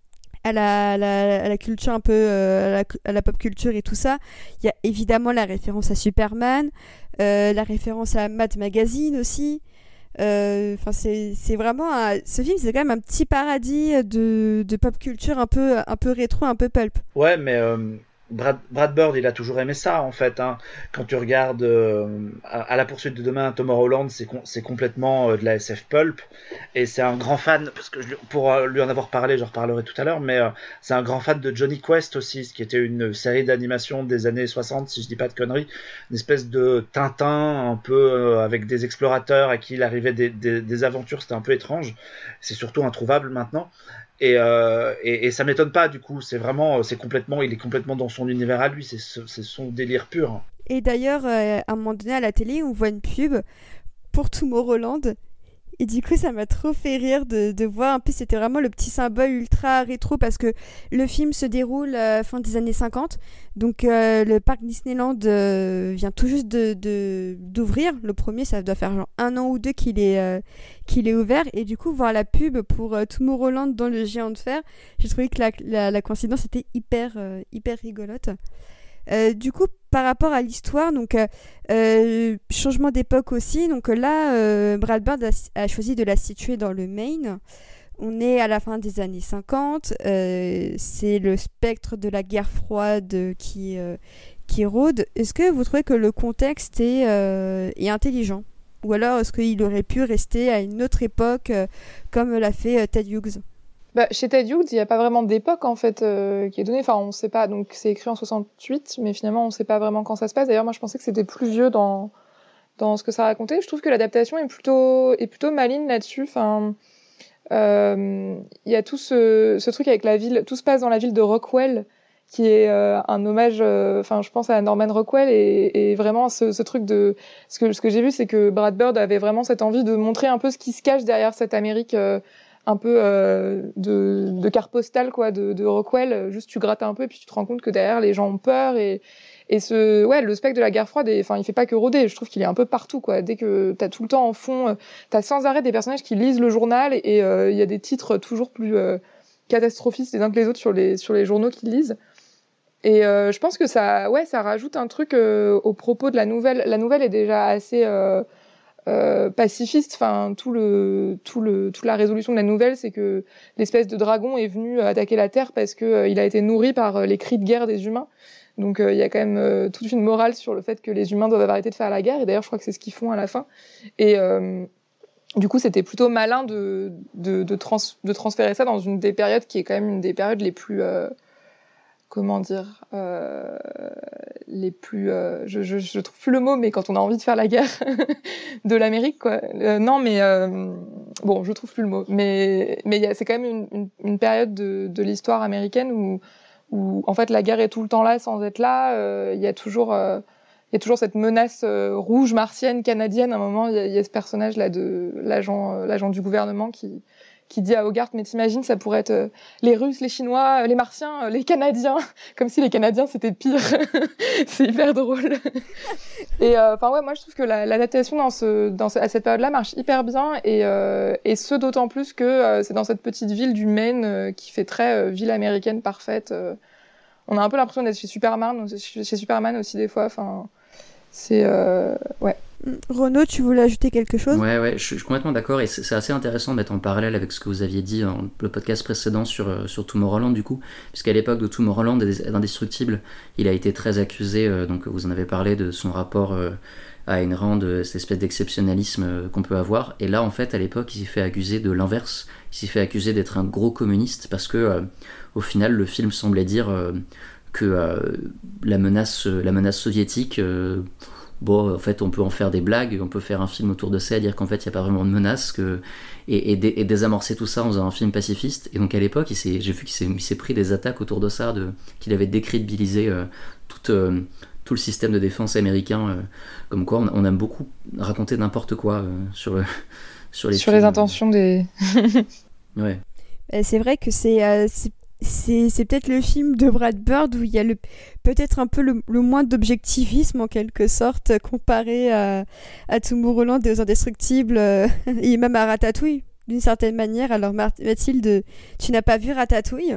à la, à la, à la culture un peu, euh, à, la, à la pop culture et tout ça, il y a évidemment la référence à Superman, euh, la référence à Mad Magazine aussi. Enfin, euh, c'est, c'est vraiment un... ce film, c'est quand même un petit paradis de, de pop culture un peu, un peu rétro, un peu pulp.
Ouais, mais euh, Brad, Brad Bird, il a toujours aimé ça, en fait. Hein. Quand tu regardes euh, à, à la poursuite de demain, Tomorrowland, c'est, com- c'est complètement euh, de la S F pulp. Et c'est un grand fan, parce que je, pour euh, lui en avoir parlé, j'en reparlerai tout à l'heure, mais euh, c'est un grand fan de Johnny Quest aussi, ce qui était une série d'animation des années soixante, si je dis pas de conneries. Une espèce de Tintin, un peu euh, avec des explorateurs à qui il arrivait des, des, des aventures, c'était un peu étrange. C'est surtout introuvable maintenant. Et, euh, et, et ça m'étonne pas du coup, c'est vraiment, c'est complètement, il est complètement dans son univers à lui, c'est, c'est son délire pur.
Et d'ailleurs, euh, à un moment donné à la télé, on voit une pub pour Tomorrowland. Et du coup, ça m'a trop fait rire de, de voir un peu, c'était vraiment le petit symbole ultra rétro parce que le film se déroule à euh, fin des années cinquante. Donc euh, le parc Disneyland euh, vient tout juste de, de, d'ouvrir. Le premier, ça doit faire genre un an ou deux qu'il est, euh, qu'il est ouvert. Et du coup, voir la pub pour euh, Tomorrowland dans le géant de fer, j'ai trouvé que la, la, la coïncidence était hyper, euh, hyper rigolote. Euh, du coup, par rapport à l'histoire, donc euh, euh, changement d'époque aussi. Donc là, euh, Brad Bird a, a choisi de la situer dans le Maine. On est à la fin des années cinquante. Euh, c'est le spectre de la guerre froide qui, euh, qui rôde. Est-ce que vous trouvez que le contexte est, euh, est intelligent ? Ou alors est-ce qu'il aurait pu rester à une autre époque euh, comme l'a fait euh, Ted Hughes ?
Bah, chez Ted Hughes, il n'y a pas vraiment d'époque en fait euh, qui est donnée. Enfin, on sait pas. Donc, c'est écrit en soixante-huit, mais finalement, on ne sait pas vraiment quand ça se passe. D'ailleurs, moi, je pensais que c'était plus vieux dans dans ce que ça racontait. Je trouve que l'adaptation est plutôt est plutôt maligne là-dessus. Enfin, il euh, y a tout ce ce truc avec la ville. Tout se passe dans la ville de Rockwell, qui est euh, un hommage. Enfin, euh, je pense à Norman Rockwell et, et vraiment ce, ce truc de ce que ce que j'ai vu, c'est que Brad Bird avait vraiment cette envie de montrer un peu ce qui se cache derrière cette Amérique. Euh, un peu euh, de, de carte postale quoi, de, de Rockwell. Juste tu grattes un peu et puis tu te rends compte que derrière les gens ont peur et, et ce, ouais, le spectre de la guerre froide, enfin, il fait pas que rôder, je trouve qu'il est un peu partout quoi. Dès que t'as tout le temps en fond, t'as sans arrêt des personnages qui lisent le journal et il euh, y a des titres toujours plus euh, catastrophistes les uns que les autres sur les, sur les journaux qu'ils lisent. Et euh, je pense que ça, ouais, ça rajoute un truc euh, au propos de la nouvelle. La nouvelle est déjà assez... Euh, Euh, pacifiste, enfin tout le tout le toute la résolution de la nouvelle, c'est que l'espèce de dragon est venu attaquer la Terre parce que euh, il a été nourri par euh, les cris de guerre des humains. Donc il euh, y a quand même euh, toute une morale sur le fait que les humains doivent arrêter de faire la guerre. Et d'ailleurs, je crois que c'est ce qu'ils font à la fin. Et euh, du coup, c'était plutôt malin de de de, trans, de transférer ça dans une des périodes qui est quand même une des périodes les plus euh, comment dire, euh, les plus, euh, je, je, je trouve plus le mot, mais quand on a envie de faire la guerre de l'Amérique, quoi. Euh, non, mais euh, bon, je trouve plus le mot, mais mais y a, c'est quand même une, une, une période de, de l'histoire américaine où où en fait la guerre est tout le temps là sans être là. Il euh, y a toujours euh, il y a toujours cette menace euh, rouge martienne canadienne. À un moment, il y, y a ce personnage là de l'agent euh, l'agent du gouvernement qui qui dit à Hogarth, mais t'imagines, ça pourrait être euh, les Russes, les Chinois, euh, les Martiens, euh, les Canadiens, comme si les Canadiens c'était pire. C'est hyper drôle. Et enfin euh, ouais, moi je trouve que la, l'adaptation dans ce, dans ce, à cette période-là marche hyper bien, et, euh, et ce d'autant plus que euh, c'est dans cette petite ville du Maine euh, qui fait très euh, ville américaine parfaite. Euh, on a un peu l'impression d'être chez Superman, chez Superman aussi des fois. Enfin, c'est euh, ouais.
Renaud, tu voulais ajouter quelque chose ?
Ouais, ouais, je suis complètement d'accord, et c'est, c'est assez intéressant de mettre en parallèle avec ce que vous aviez dit dans le podcast précédent sur, sur Tomorrowland, du coup, puisqu'à l'époque de Tomorrowland d'Indestructible, il a été très accusé, euh, donc vous en avez parlé, de son rapport euh, à Ayn Rand, de cette espèce d'exceptionnalisme euh, qu'on peut avoir, et là, en fait, à l'époque, il s'est fait accuser de l'inverse, il s'est fait accuser d'être un gros communiste, parce que, euh, au final, le film semblait dire euh, que euh, la, menace, la menace soviétique... Euh, Bon, en fait, on peut en faire des blagues, on peut faire un film autour de ça, dire qu'en fait, il n'y a pas vraiment de menace, que... et, et, dé- et désamorcer tout ça en faisant un film pacifiste. Et donc, à l'époque, il s'est... j'ai vu qu'il s'est... Il s'est pris des attaques autour de ça, de... qu'il avait décrédibilisé euh, tout, euh, tout le système de défense américain. Euh, comme quoi, on, on aime beaucoup raconter n'importe quoi euh, sur, le... sur les
Sur
films.
les intentions des...
Ouais.
C'est vrai que c'est... Euh, c'est... C'est, c'est peut-être le film de Brad Bird où il y a le, peut-être un peu le, le moins d'objectivisme en quelque sorte comparé à, à Tomorrowland et aux Indestructibles euh, et même à Ratatouille. d'une certaine manière. Alors Mathilde, tu n'as pas vu Ratatouille,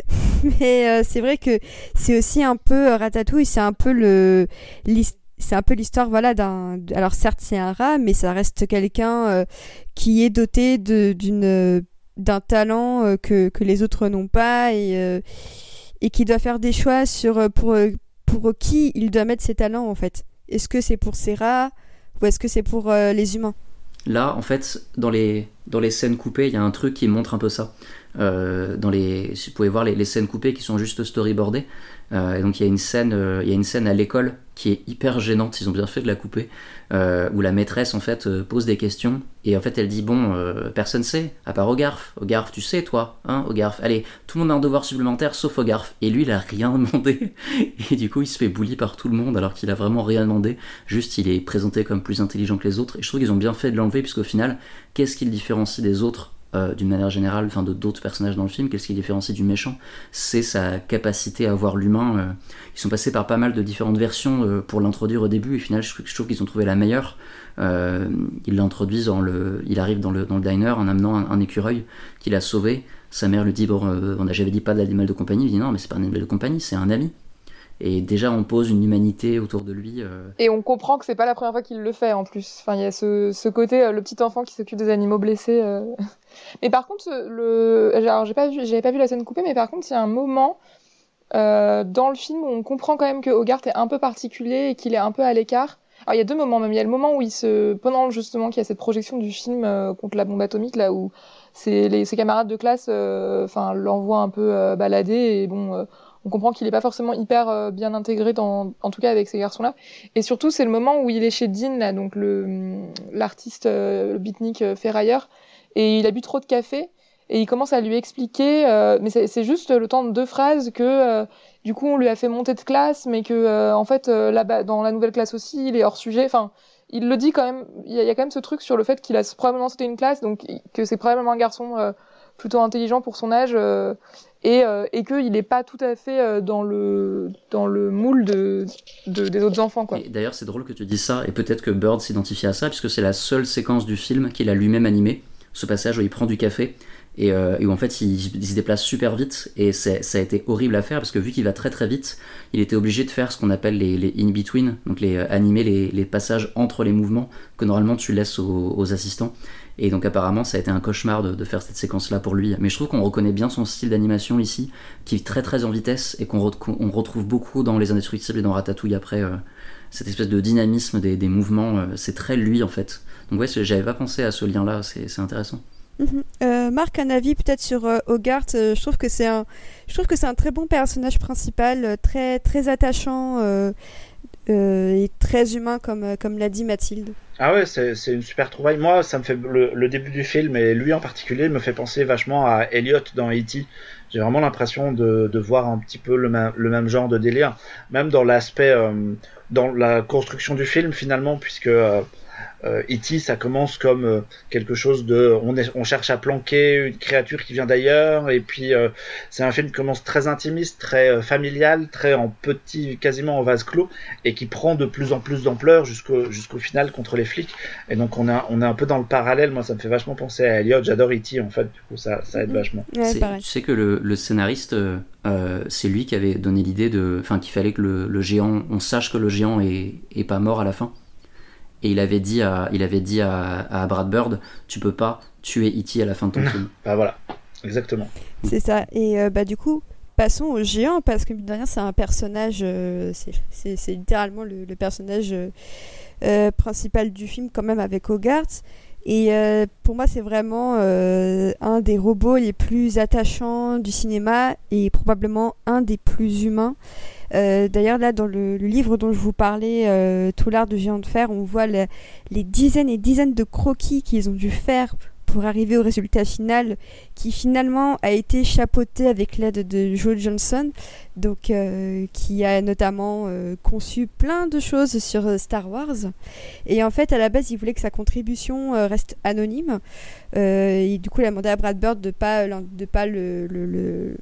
mais euh, c'est vrai que c'est aussi un peu euh, Ratatouille, c'est un peu le c'est un peu l'histoire voilà d'un. Alors certes c'est un rat, mais ça reste quelqu'un euh, qui est doté de d'une d'un talent euh, que que les autres n'ont pas et euh, et qui doit faire des choix sur pour pour qui il doit mettre ses talents en fait. Est-ce que c'est pour ces rats ou est-ce que c'est pour euh, les humains?
Là, en fait, dans les, dans les scènes coupées, il y a un truc qui montre un peu ça. Euh, dans les, si vous pouvez voir les, les scènes coupées qui sont juste storyboardées. Euh, et donc, il y a une scène, euh, il y a une scène à l'école qui est hyper gênante, ils ont bien fait de la couper, euh, où la maîtresse, en fait, euh, pose des questions. Et en fait, elle dit, bon, euh, personne sait, à part Hogarth. Hogarth, tu sais, toi, hein, Hogarth. Allez, tout le monde a un devoir supplémentaire, sauf Hogarth. Et lui, il a rien demandé. Et du coup, il se fait bully par tout le monde, alors qu'il a vraiment rien demandé. Juste, il est présenté comme plus intelligent que les autres. Et je trouve qu'ils ont bien fait de l'enlever, puisqu'au final, qu'est-ce qui le différencie des autres euh, d'une manière générale, enfin de d'autres personnages dans le film, qu'est-ce qui le différencie du méchant? C'est sa capacité à voir l'humain. Euh, ils sont passés par pas mal de différentes versions euh, pour l'introduire au début, et au final, je, je trouve qu'ils ont trouvé la meilleure. Euh, ils l'introduisent dans le, il arrive dans le, dans le diner en amenant un, un écureuil qu'il a sauvé. Sa mère lui dit, bon, euh, on a, j'avais dit pas d'animal de compagnie. Il dit non, mais c'est pas un animal de compagnie, c'est un ami. Et déjà, on pose une humanité autour de lui. Euh...
Et on comprend que c'est pas la première fois qu'il le fait en plus. Enfin, il y a ce, ce côté, euh, le petit enfant qui s'occupe des animaux blessés. Euh... Mais par contre, le, alors j'ai pas vu, j'avais pas vu la scène coupée, mais par contre, il y a un moment euh, dans le film où on comprend quand même que Hogarth est un peu particulier et qu'il est un peu à l'écart. Alors il y a deux moments même. Il y a le moment où il se, pendant justement qu'il y a cette projection du film euh, contre la bombe atomique, là où c'est les, ses camarades de classe, enfin, euh, l'envoient un peu euh, balader et bon. Euh, On comprend qu'il n'est pas forcément hyper euh, bien intégré, dans, en tout cas avec ces garçons-là. Et surtout, c'est le moment où il est chez Dean, là, donc le, l'artiste, euh, le beatnik euh, ferrailleur, et il a bu trop de café, et il commence à lui expliquer, euh, mais c'est, c'est juste le temps de deux phrases, que euh, du coup, on lui a fait monter de classe, mais que euh, en fait, euh, là, dans la nouvelle classe aussi, il est hors sujet. Enfin, il le dit quand même, il y, y a quand même ce truc sur le fait qu'il a probablement sauté une classe, donc que c'est probablement un garçon euh, plutôt intelligent pour son âge, euh, et, euh, et qu'il n'est pas tout à fait euh, dans, le, dans le moule de, de, des autres enfants, quoi.
Et d'ailleurs, c'est drôle que tu dises ça, et peut-être que Bird s'identifie à ça, puisque c'est la seule séquence du film qu'il a lui-même animée, ce passage où il prend du café, et, euh, et où en fait il, il se déplace super vite, et c'est, ça a été horrible à faire, parce que vu qu'il va très très vite, il était obligé de faire ce qu'on appelle les, les in-between, donc les, euh, animer les, les passages entre les mouvements, que normalement tu laisses aux, aux assistants. Et donc apparemment ça a été un cauchemar de, de faire cette séquence là pour lui, mais je trouve qu'on reconnaît bien son style d'animation ici, qui est très très en vitesse et qu'on re- on retrouve beaucoup dans Les Indestructibles et dans Ratatouille après, euh, cette espèce de dynamisme des, des mouvements, euh, c'est très lui en fait. Donc ouais, j'avais pas pensé à ce lien là, c'est, c'est intéressant.
Mmh. Euh, Marc, un avis peut-être sur euh, Hogarth. euh, je trouve que c'est un je trouve que c'est un très bon personnage principal, euh, très très attachant euh, euh, et très humain comme euh, comme l'a dit Mathilde.
Ah ouais, c'est, c'est une super trouvaille. Moi, ça me fait le, le début du film, et lui en particulier, me fait penser vachement à Elliot dans E T. J'ai vraiment l'impression de, de voir un petit peu le même, le même genre de délire, même dans l'aspect, euh, dans la construction du film finalement, puisque euh, euh, E T, ça commence comme euh, quelque chose de, on, est, on cherche à planquer une créature qui vient d'ailleurs, et puis euh, c'est un film qui commence très intimiste, très euh, familial, très en petit, quasiment en vase clos, et qui prend de plus en plus d'ampleur jusqu'au, jusqu'au final contre les flics. Et donc on est, on est un peu dans le parallèle. Moi, ça me fait vachement penser à Elliot. J'adore E T en fait. Du coup, ça, ça aide vachement.
Ouais,
c'est,
pareil.
tu sais que le, le scénariste, euh, euh, c'est lui qui avait donné l'idée de, enfin, qu'il fallait que le, le géant, on sache que le géant est, est pas mort à la fin. Et il avait dit à, il avait dit à, à Brad Bird, tu peux pas tuer E T à la fin de ton film.
Bah voilà, exactement.
C'est ça. Et euh, bah du coup, passons au géant, parce que mine de rien, c'est un personnage, euh, c'est, c'est, c'est littéralement le, le personnage euh, euh, principal du film, quand même, avec Hogarth. Et euh, pour moi, c'est vraiment euh, un des robots les plus attachants du cinéma et probablement un des plus humains. Euh, d'ailleurs, là, dans le, le livre dont je vous parlais, euh, Tout l'art du géant de fer, on voit le, les dizaines et dizaines de croquis qu'ils ont dû faire pour arriver au résultat final, qui finalement a été chapeauté avec l'aide de Joe Johnston, donc, euh, qui a notamment euh, conçu plein de choses sur euh, Star Wars. Et en fait, à la base, il voulait que sa contribution euh, reste anonyme. Euh, et du coup, il a demandé à Brad Bird de ne pas, de pas le... le, le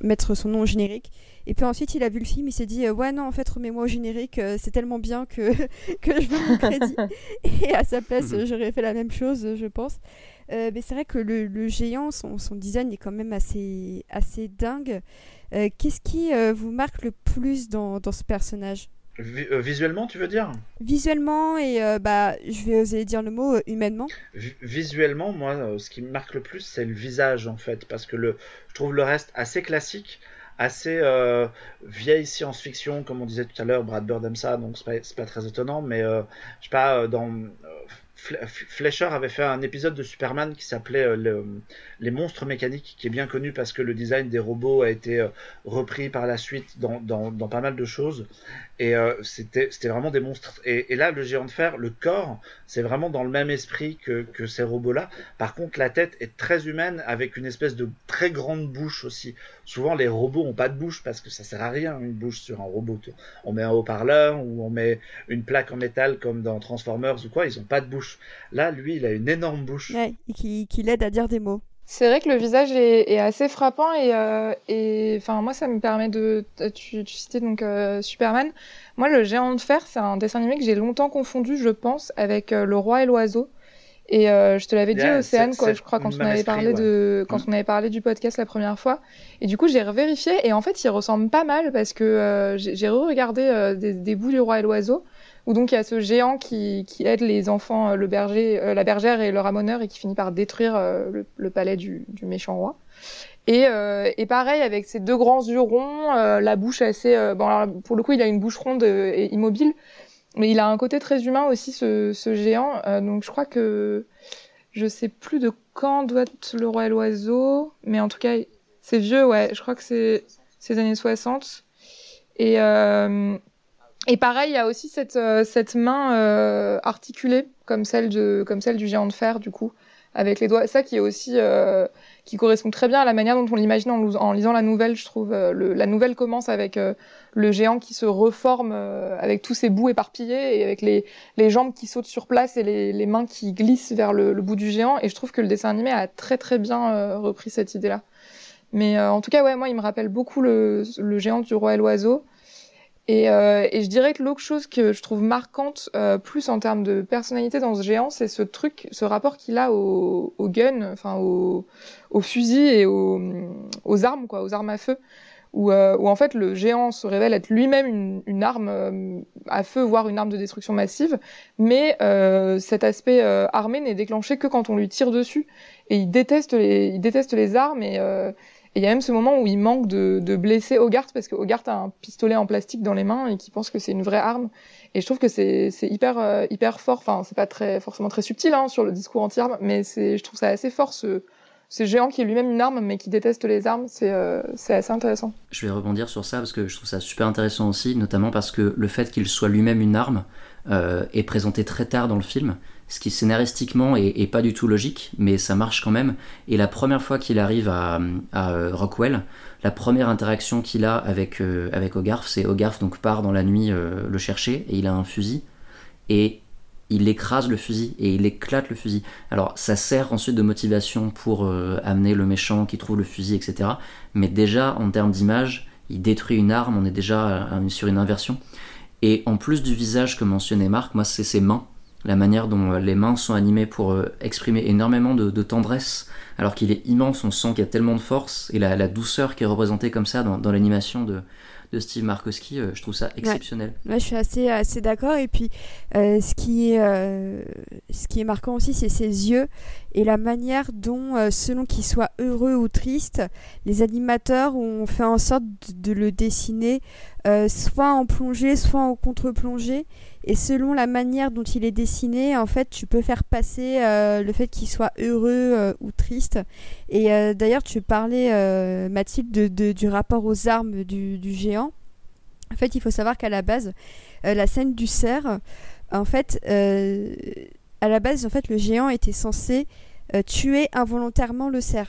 mettre son nom au générique. Et puis ensuite, il a vu le film, il s'est dit euh, ouais non en fait remets-moi au générique, euh, c'est tellement bien que que je veux mon crédit. Et à sa place, euh, j'aurais fait la même chose, je pense. Euh, mais c'est vrai que le, le géant, son, son design est quand même assez assez dingue. Euh, qu'est-ce qui euh, vous marque le plus dans dans ce personnage?
Vi- euh, visuellement, tu veux dire?
Visuellement et euh, bah je vais oser dire le mot euh, humainement.
Vi- Visuellement, moi, euh, ce qui me marque le plus, c'est le visage, en fait, parce que le, je trouve le reste assez classique, assez euh, vieille science-fiction, comme on disait tout à l'heure. Brad Bird aime ça, donc c'est pas, c'est pas très étonnant, mais euh, je sais pas, euh, dans euh, Fle- F- Fleischer avait fait un épisode de Superman qui s'appelait euh, le- Les monstres mécaniques, qui est bien connu parce que le design des robots a été euh, repris par la suite dans, dans, dans pas mal de choses. Et euh, c'était, c'était vraiment des monstres. Et, et là, le géant de fer, le corps, c'est vraiment dans le même esprit que, que ces robots-là. Par contre, la tête est très humaine avec une espèce de très grande bouche aussi. Souvent, les robots ont pas de bouche parce que ça sert à rien, une bouche sur un robot. On met un haut-parleur ou on met une plaque en métal comme dans Transformers ou quoi, ils ont pas de bouche. Là, lui, il a une énorme bouche.
Ouais, et qui, qui l'aide à dire des mots.
C'est vrai que le visage est, est assez frappant et, euh, et enfin moi ça me permet de tu, tu citais donc euh, Superman. Moi le géant de fer c'est un dessin animé que j'ai longtemps confondu je pense avec euh, Le Roi et l'Oiseau et euh, je te l'avais dit
Yeah,
Océane
c'est-
quoi,
c'est
je crois quand
le
on
même
avait
esprit,
parlé
ouais.
de quand
Mm.
on avait parlé du podcast la première fois et du coup j'ai revérifié et en fait il ressemble pas mal parce que euh, j'ai, j'ai re-regardé euh, des, des bouts du Roi et l'Oiseau où donc il y a ce géant qui, qui aide les enfants, euh, le berger, euh, la bergère et le ramoneur et qui finit par détruire euh, le, le palais du, du méchant roi. Et, euh, et pareil avec ses deux grands yeux ronds, euh, la bouche assez, euh, bon alors, pour le coup il a une bouche ronde euh, et immobile, mais il a un côté très humain aussi ce, ce géant. Euh, donc je crois que je sais plus de quand doit être Le Roi et l'Oiseau, mais en tout cas c'est vieux ouais, je crois que c'est c'est les années soixante. Et euh, Et pareil, il y a aussi cette, euh, cette main euh, articulée, comme celle, de, comme celle du géant de fer, du coup, avec les doigts. Ça qui est aussi, euh, qui correspond très bien à la manière dont on l'imagine en, lou- en lisant la nouvelle, je trouve. Euh, le, la nouvelle commence avec euh, le géant qui se reforme, euh, avec tous ses bouts éparpillés, et avec les, les jambes qui sautent sur place et les, les mains qui glissent vers le, le bout du géant. Et je trouve que le dessin animé a très très bien euh, repris cette idée-là. Mais euh, en tout cas, ouais, moi, il me rappelle beaucoup le, le géant du Roi et l'Oiseau. Et, euh, et je dirais que l'autre chose que je trouve marquante, euh, plus en termes de personnalité dans ce géant, c'est ce truc, ce rapport qu'il a au, au gun, enfin au, au fusil et au, aux armes, quoi, aux armes à feu, où, euh, où en fait le géant se révèle être lui-même une, une arme euh, à feu, voire une arme de destruction massive, mais euh, cet aspect euh, armé n'est déclenché que quand on lui tire dessus, et il déteste les, il déteste les armes et euh, Et il y a même ce moment où il manque de, de blesser Hogarth parce que Hogarth a un pistolet en plastique dans les mains et qui pense que c'est une vraie arme. Et je trouve que c'est, c'est hyper, euh, hyper fort. Enfin, c'est pas très, forcément très subtil hein, sur le discours anti-armes, mais c'est, je trouve ça assez fort ce, ce géant qui est lui-même une arme mais qui déteste les armes. C'est, euh, c'est assez intéressant.
Je vais rebondir sur ça parce que je trouve ça super intéressant aussi, notamment parce que le fait qu'il soit lui-même une arme euh, est présenté très tard dans le film, ce qui scénaristiquement est, est pas du tout logique, mais ça marche quand même. Et la première fois qu'il arrive à, à Rockwell, la première interaction qu'il a avec, euh, avec Hogarth, c'est Hogarth donc part dans la nuit euh, le chercher et il a un fusil et il écrase le fusil et il éclate le fusil. Alors ça sert ensuite de motivation pour euh, amener le méchant qui trouve le fusil, et cetera. Mais déjà en termes d'image, il détruit une arme, on est déjà euh, sur une inversion. Et en plus du visage que mentionnait Marc, moi c'est ses mains. La manière dont les mains sont animées pour euh, exprimer énormément de, de tendresse, alors qu'il est immense, on sent qu'il y a tellement de force, et la, la douceur qui est représentée comme ça dans, dans l'animation de, de Steve Markowski, euh, je trouve ça exceptionnel.
Ouais, je suis assez, assez d'accord. Et puis, euh, ce, qui est, euh, ce qui est marquant aussi, c'est ses yeux et la manière dont, euh, selon qu'il soit heureux ou triste, les animateurs ont fait en sorte de, de le dessiner euh, soit en plongée, soit en contre-plongée. Et selon la manière dont il est dessiné, en fait, tu peux faire passer euh, le fait qu'il soit heureux euh, ou triste. Et euh, d'ailleurs, tu parlais, euh, Mathilde, de, de, du rapport aux armes du, du géant. En fait, il faut savoir qu'à la base, euh, la scène du cerf, en fait, euh, à la base, en fait, le géant était censé euh, tuer involontairement le cerf.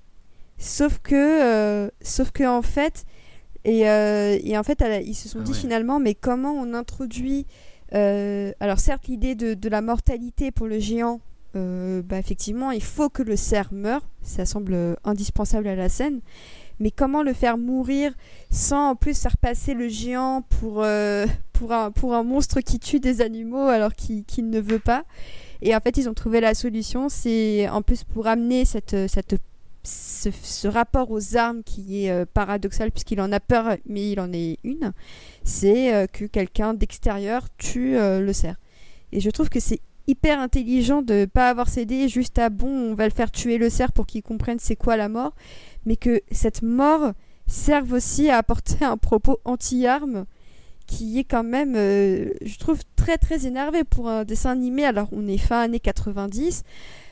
Sauf que, euh, sauf que en fait, et, euh, et en fait, la, ils se sont
Ah
dit
ouais.
finalement, mais comment on introduit Euh, alors certes l'idée de, de la mortalité pour le géant, euh, bah, effectivement il faut que le cerf meure, ça semble indispensable à la scène, mais comment le faire mourir sans en plus faire passer le géant pour, euh, pour, un, pour un monstre qui tue des animaux alors qu'il, qu'il ne veut pas. Et en fait, ils ont trouvé la solution, c'est en plus pour amener cette, cette, ce, ce rapport aux armes qui est euh, paradoxal puisqu'il en a peur, mais il en est une, c'est euh, que quelqu'un d'extérieur tue euh, le cerf. Et je trouve que c'est hyper intelligent de ne pas avoir cédé juste à bon, on va le faire tuer le cerf pour qu'il comprenne c'est quoi la mort, mais que cette mort serve aussi à apporter un propos anti-armes qui est quand même, euh, je trouve, très très énervé pour un dessin animé. Alors on est fin années quatre-vingt-dix,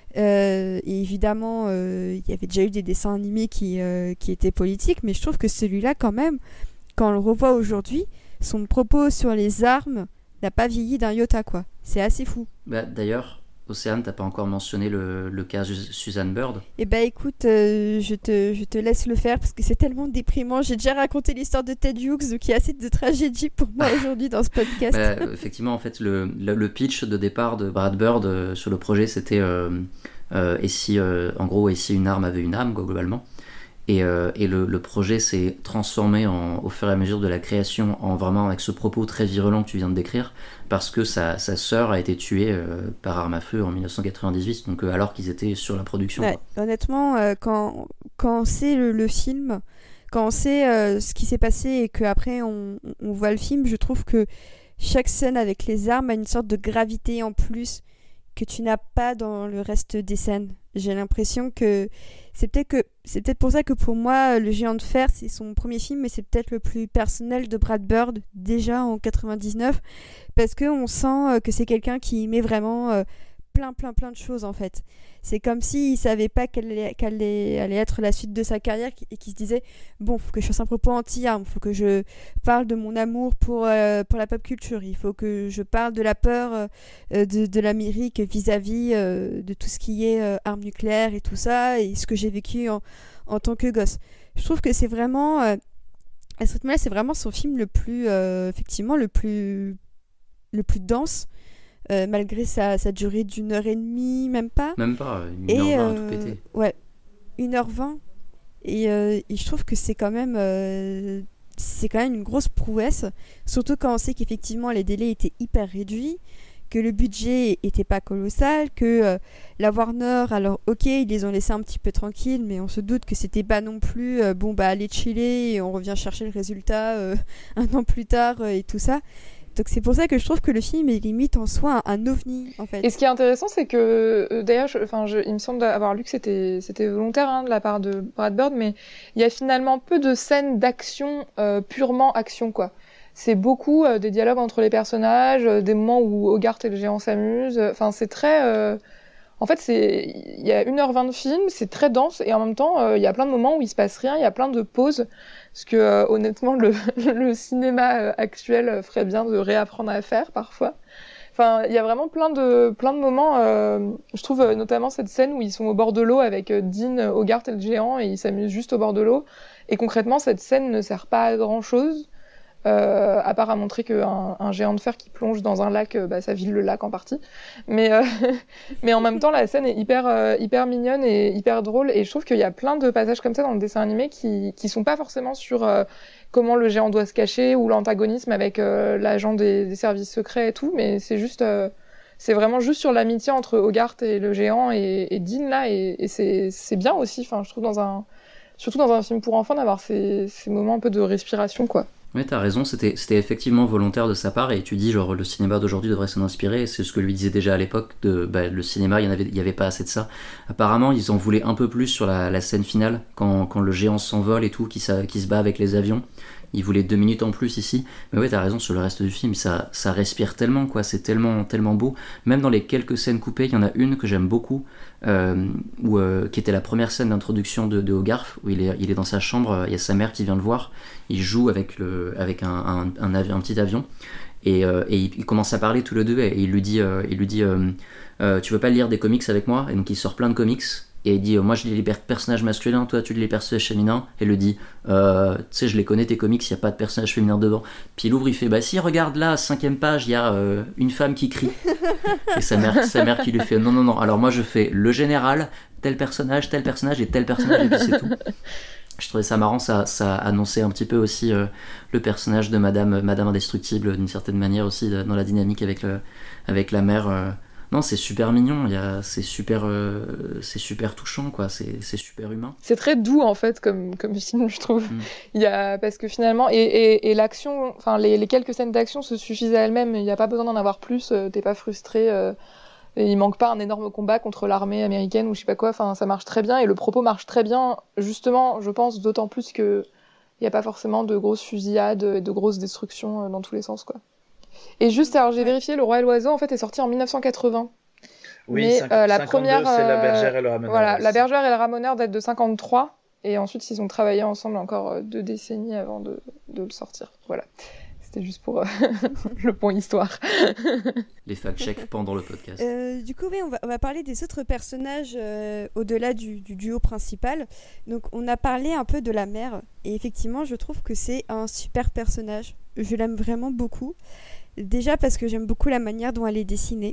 euh, et évidemment euh, il y avait déjà eu des dessins animés qui, euh, qui étaient politiques, mais je trouve que celui-là quand même, quand on le revoit aujourd'hui, son propos sur les armes n'a pas vieilli d'un iota, quoi. C'est assez fou.
Bah, d'ailleurs, Océane, t'as pas encore mentionné le, le cas Susan Bird.
Eh ben écoute, euh, je, te, je te laisse le faire parce que c'est tellement déprimant. J'ai déjà raconté l'histoire de Ted Hughes, donc il y a assez de tragédie pour moi aujourd'hui dans ce podcast.
Bah, effectivement, en fait, le, le, le pitch de départ de Brad Bird euh, sur le projet, c'était euh, euh, et si, euh, en gros, et si une arme avait une âme, quoi, globalement. Et, euh, et le, le projet s'est transformé en, au fur et à mesure de la création en vraiment avec ce propos très virulent que tu viens de décrire, parce que sa, sa sœur a été tuée euh, par arme à feu en dix-neuf cent quatre-vingt-dix-huit, donc euh, alors qu'ils étaient sur la production.
Ouais, honnêtement, euh, quand, quand on sait le, le film, quand on sait euh, ce qui s'est passé et qu'après on, on voit le film, je trouve que chaque scène avec les armes a une sorte de gravité en plus que tu n'as pas dans le reste des scènes. J'ai l'impression que c'est peut-être que c'est peut-être pour ça que pour moi Le Géant de Fer c'est son premier film, mais c'est peut-être le plus personnel de Brad Bird déjà en quatre-vingt-dix-neuf, parce que on sent que c'est quelqu'un qui met vraiment euh, plein plein plein de choses en fait. C'est comme s'il savait pas quelle allait, quelle allait être la suite de sa carrière et qu'il se disait bon, faut que je fasse un propos anti-armes, faut que je parle de mon amour pour, euh, pour la pop culture, il faut que je parle de la peur euh, de, de l'Amérique vis-à-vis euh, de tout ce qui est euh, armes nucléaires et tout ça, et ce que j'ai vécu en, en tant que gosse. Je trouve que c'est vraiment euh, à ce rythme-là, c'est vraiment son film le plus euh, effectivement le plus le plus dense. Euh, malgré sa, sa durée d'une heure et demie, même pas.
Même pas, une
et,
heure vingt
euh,
tout pété.
Ouais, une heure vingt. Et, euh, et je trouve que c'est quand même euh, c'est quand même une grosse prouesse, surtout quand on sait qu'effectivement les délais étaient hyper réduits, que le budget était pas colossal, que euh, la Warner, alors ok, ils les ont laissés un petit peu tranquilles, mais on se doute que c'était pas non plus euh, bon bah allez chiller et on revient chercher le résultat euh, un an plus tard euh, et tout ça. Donc c'est pour ça que je trouve que le film est limite en soi un, un ovni en fait.
Et ce qui est intéressant, c'est que euh, d'ailleurs, je, enfin, je, il me semble avoir lu que c'était, c'était volontaire hein, de la part de Brad Bird, mais il y a finalement peu de scènes d'action euh, purement action quoi. C'est beaucoup euh, des dialogues entre les personnages, euh, des moments où Hogarth et le géant s'amusent. Enfin, c'est très. Euh... En fait, c'est il y a une heure vingt de film, c'est très dense et en même temps, euh, il y a plein de moments où il se passe rien, il y a plein de pauses. Parce que euh, honnêtement, le, le cinéma euh, actuel ferait bien de réapprendre à faire parfois. Enfin, il y a vraiment plein de plein de moments. Euh, je trouve euh, notamment cette scène où ils sont au bord de l'eau avec euh, Dean, Hogarth et le géant et ils s'amusent juste au bord de l'eau. Et concrètement, cette scène ne sert pas à grand chose. Euh, à part à montrer qu'un un géant de fer qui plonge dans un lac, euh, bah, ça vide le lac en partie. Mais, euh, mais en même temps, la scène est hyper, euh, hyper mignonne et hyper drôle. Et je trouve qu'il y a plein de passages comme ça dans le dessin animé qui qui sont pas forcément sur euh, comment le géant doit se cacher ou l'antagonisme avec euh, l'agent des, des services secrets et tout. Mais c'est juste, euh, c'est vraiment juste sur l'amitié entre Hogarth et le géant et, et Dean là. Et, et c'est, c'est bien aussi. Enfin, je trouve dans un, surtout dans un film pour enfants d'avoir ces, ces moments un peu de respiration quoi.
Oui, t'as raison, c'était, c'était effectivement volontaire de sa part, et tu dis genre le cinéma d'aujourd'hui devrait s'en inspirer, et c'est ce que lui disait déjà à l'époque, de, bah, le cinéma, il n'y avait, il y avait pas assez de ça. Apparemment, ils en voulaient un peu plus sur la, la scène finale, quand, quand le géant s'envole et tout, qui, ça, qui se bat avec les avions. Ils voulaient deux minutes en plus ici, mais ouais, t'as raison, sur le reste du film, ça, ça respire tellement, quoi, c'est tellement, tellement beau. Même dans les quelques scènes coupées, il y en a une que j'aime beaucoup, euh, où, euh, qui était la première scène d'introduction de, de Hogarth, où il est, il est dans sa chambre, il y a sa mère qui vient le voir, il joue avec, le, avec un, un, un, avion, un petit avion, et, euh, et ils commencent à parler tous les deux, et il lui dit, euh, il lui dit euh, euh, tu veux pas lire des comics avec moi? Et donc il sort plein de comics, et il dit, moi je lis les personnages masculins, toi tu lis les personnages féminins. Et il le dit, euh, tu sais, je les connais tes comics, il n'y a pas de personnages féminins dedans. Puis il ouvre, il fait, bah si, regarde là, cinquième page, il y a euh, une femme qui crie. Et sa mère, sa mère qui lui fait, non, non, non, alors moi je fais le général, tel personnage, tel personnage et tel personnage, et puis c'est tout. je trouvais ça marrant, ça, ça annonçait un petit peu aussi euh, le personnage de Madame, Madame Indestructible d'une certaine manière aussi, dans la dynamique avec, le, avec la mère. Euh. Non, c'est super mignon, il y a, c'est, super, euh, c'est super touchant, quoi. C'est, c'est super humain.
C'est très doux en fait comme, comme film, je trouve. Mm. Il y a, parce que finalement, et, et, et l'action, enfin les, les quelques scènes d'action se suffisent à elles-mêmes, il n'y a pas besoin d'en avoir plus, euh, t'es pas frustré. Euh, Et il manque pas un énorme combat contre l'armée américaine ou je sais pas quoi, enfin ça marche très bien et le propos marche très bien, justement, je pense, d'autant plus que il y a pas forcément de grosses fusillades et de grosses destructions dans tous les sens, quoi. Et juste, alors j'ai vérifié, Le Roi et l'Oiseau en fait est sorti en dix-neuf cent quatre-vingts.
Oui,
mais
cinquante,
euh, la première,
c'est
euh,
La Bergère et le Ramoneur.
Voilà,
aussi.
La Bergère et le Ramoneur date de cinquante-trois et ensuite ils ont travaillé ensemble encore deux décennies avant de, de le sortir. Voilà. C'était juste pour euh, le point histoire.
Les fact-checks pendant le podcast.
Euh, du coup, oui, on va, on va parler des autres personnages euh, au-delà du, du duo principal. Donc, on a parlé un peu de la mère. Et effectivement, je trouve que c'est un super personnage. Je l'aime vraiment beaucoup. Déjà parce que j'aime beaucoup la manière dont elle est dessinée.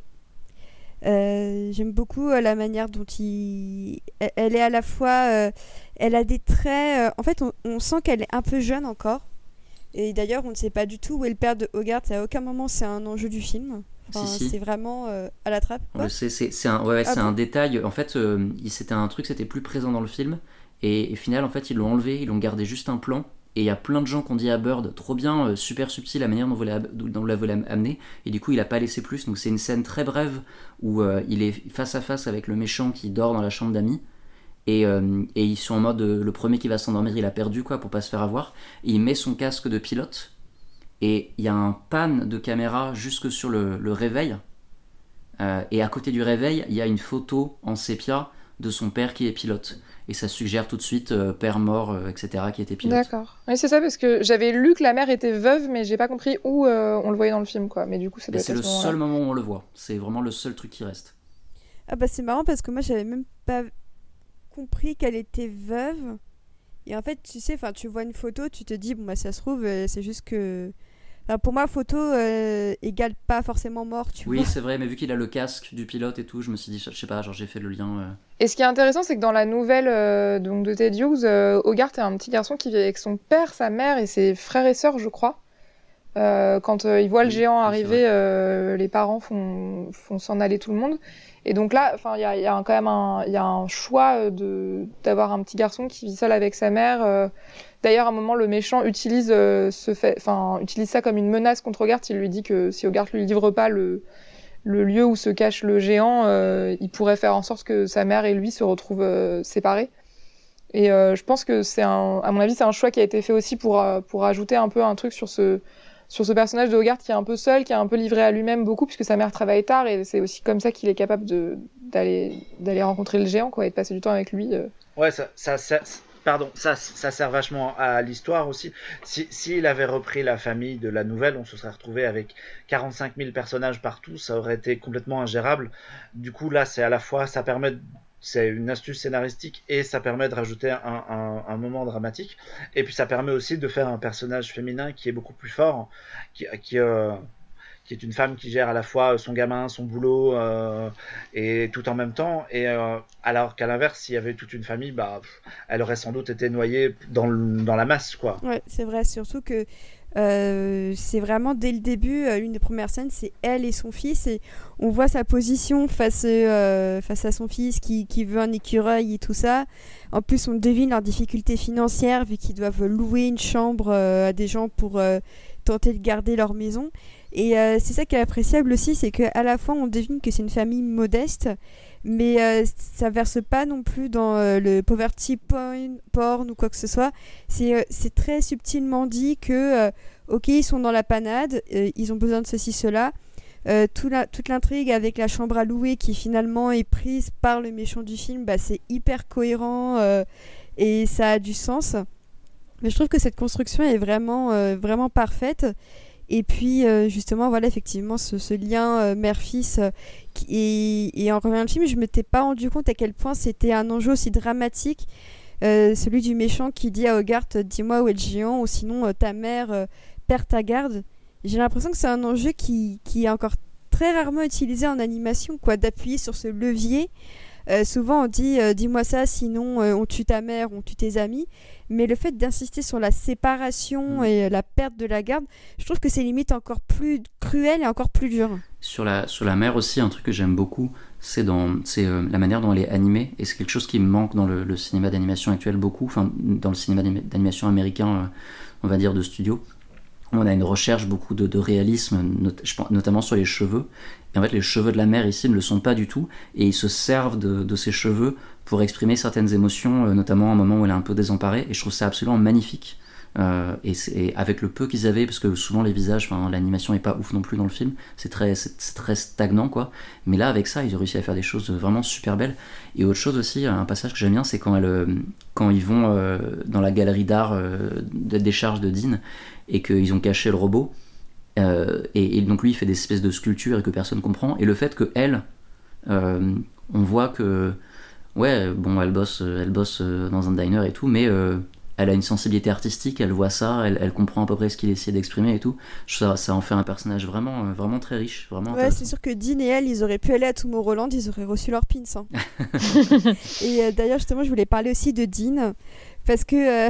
Euh, j'aime beaucoup euh, la manière dont il... Elle, elle est à la fois... Euh, elle a des traits... Euh, en fait, on, on sent qu'elle est un peu jeune encore. Et d'ailleurs, on ne sait pas du tout où est le père de Hogarth. À aucun moment, c'est un enjeu du film. Enfin,
si, si.
C'est vraiment euh, à la trappe.
On le sait, c'est, c'est, un, ouais, ouais, ah c'est bon un détail. En fait, euh, c'était un truc, c'était plus présent dans le film. Et, et final, en fait, ils l'ont enlevé, ils l'ont gardé juste un plan. Et il y a plein de gens qui ont dit à Bird, trop bien, euh, super subtil la manière dont vous, dont vous l'avez amené. Et du coup, il a pas laissé plus. Donc c'est une scène très brève où euh, il est face à face avec le méchant qui dort dans la chambre d'amis. Et, euh, et ils sont en mode, euh, le premier qui va s'endormir, il a perdu, quoi, pour pas se faire avoir. Et il met son casque de pilote. Et il y a un pan de caméra jusque sur le, le réveil. Euh, et à côté du réveil, il y a une photo en sépia de son père qui est pilote. Et ça suggère tout de suite euh, père mort, euh, et cetera, qui était pilote.
D'accord. Oui, c'est ça, parce que j'avais lu que la mère était veuve, mais j'ai pas compris où euh, on le voyait dans le film, quoi. Mais du coup, ça doit être
c'est
à
le
ce moment-là.
seul moment où on le voit. C'est vraiment le seul truc qui reste.
Ah bah c'est marrant parce que moi, j'avais même pas compris qu'elle était veuve. Et en fait, tu sais, enfin, tu vois une photo, tu te dis, bon bah ça se trouve, euh, c'est juste que... Alors pour moi, photo euh, égale pas forcément mort, tu
oui,
vois.
Oui, c'est vrai, mais vu qu'il a le casque du pilote et tout, je me suis dit, je sais pas, genre j'ai fait le lien. Euh...
Et ce qui est intéressant, c'est que dans la nouvelle euh, donc de Ted Hughes, euh, Hogarth est un petit garçon qui vit avec son père, sa mère et ses frères et sœurs, je crois. Euh, quand euh, il voit oui, le géant oui, arriver, euh, les parents font, font s'en aller tout le monde. Et donc là, enfin, il y a, y a quand même un, y a un choix de d'avoir un petit garçon qui vit seul avec sa mère. Euh, D'ailleurs, à un moment, le méchant utilise, euh, ce fait, enfin, utilise ça comme une menace contre Hogarth. Il lui dit que si Hogarth lui livre pas le, le lieu où se cache le géant, euh, il pourrait faire en sorte que sa mère et lui se retrouvent euh, séparés. Et euh, je pense que c'est un, à mon avis, c'est un choix qui a été fait aussi pour, euh, pour ajouter un peu un truc sur ce, sur ce personnage de Hogarth qui est un peu seul, qui est un peu livré à lui-même beaucoup, puisque sa mère travaille tard, et c'est aussi comme ça qu'il est capable de, d'aller, d'aller rencontrer le géant, quoi, et de passer du temps avec lui. Euh.
Ouais, ça, ça, ça, pardon, ça, ça sert vachement à l'histoire aussi. Si, s'il avait repris la famille de la nouvelle, on se serait retrouvé avec quarante-cinq mille personnages partout, ça aurait été complètement ingérable. Du coup, là, c'est à la fois, ça permet de c'est une astuce scénaristique et ça permet de rajouter un, un, un moment dramatique. Et puis ça permet aussi de faire un personnage féminin qui est beaucoup plus fort, qui, qui, euh, qui est une femme qui gère à la fois son gamin, son boulot, euh, et tout en même temps. Et euh, alors qu'à l'inverse, s'il y avait toute une famille, bah, elle aurait sans doute été noyée dans, le, dans la masse, quoi.
Ouais, c'est vrai. Surtout que Euh, c'est vraiment dès le début, euh, une des premières scènes, c'est elle et son fils, et on voit sa position face, euh, face à son fils qui, qui veut un écureuil et tout ça. En plus, on devine leurs difficultés financières vu qu'ils doivent louer une chambre euh, à des gens pour euh, tenter de garder leur maison. Et euh, c'est ça qui est appréciable aussi, c'est qu'à la fois on devine que c'est une famille modeste, mais euh, ça verse pas non plus dans euh, le poverty porn, porn ou quoi que ce soit. C'est, euh, c'est très subtilement dit que, euh, ok, ils sont dans la panade, euh, ils ont besoin de ceci, cela. Euh, tout la, toute l'intrigue avec la chambre à louer qui finalement est prise par le méchant du film, bah, c'est hyper cohérent euh, et ça a du sens. Mais je trouve que cette construction est vraiment, euh, vraiment parfaite. Et puis euh, justement voilà effectivement ce, ce lien euh, mère-fils euh, qui, et, et en revoyant le film je ne m'étais pas rendu compte à quel point c'était un enjeu aussi dramatique, euh, celui du méchant qui dit à Hogarth dis-moi où est le géant ou sinon euh, ta mère euh, perd ta garde. J'ai l'impression que c'est un enjeu qui, qui est encore très rarement utilisé en animation, quoi, d'appuyer sur ce levier Euh, souvent on dit euh, dis-moi ça, sinon euh, on tue ta mère, on tue tes amis. Mais le fait d'insister sur la séparation mmh. et euh, la perte de la garde, je trouve que c'est limite encore plus cruel et encore plus dur.
Sur la, sur la mère aussi, un truc que j'aime beaucoup, c'est, dans, c'est euh, la manière dont elle est animée. Et c'est quelque chose qui me manque dans le, le cinéma d'animation actuel beaucoup, enfin dans le cinéma d'animation américain, euh, on va dire, de studio. On a une recherche beaucoup de, de réalisme, not, je pense, notamment sur les cheveux. Et en fait, les cheveux de la mère ici ne le sont pas du tout. Et ils se servent de, de ces cheveux pour exprimer certaines émotions, euh, notamment à un moment où elle est un peu désemparée. Et je trouve ça absolument magnifique. Euh, et, et avec le peu qu'ils avaient, parce que souvent les visages, enfin l'animation est pas ouf non plus dans le film, c'est très, c'est, c'est très stagnant quoi. Mais là, avec ça, ils ont réussi à faire des choses vraiment super belles. Et autre chose aussi, un passage que j'aime bien, c'est quand, elle, quand ils vont euh, dans la galerie d'art euh, de décharge de Dean et qu'ils ont caché le robot. Euh, et, et donc lui il fait des espèces de sculptures et que personne comprend, et le fait que elle euh, on voit que ouais bon elle bosse elle bosse dans un diner et tout, mais euh, elle a une sensibilité artistique, elle voit ça, elle, elle comprend à peu près ce qu'il essaie d'exprimer et tout. Ça, ça en fait un personnage vraiment vraiment très riche, vraiment
ouais, c'est sûr que Dean et elle ils auraient pu aller à Tomorrowland, ils auraient reçu leur pins hein. Et euh, d'ailleurs justement je voulais parler aussi de Dean parce que euh,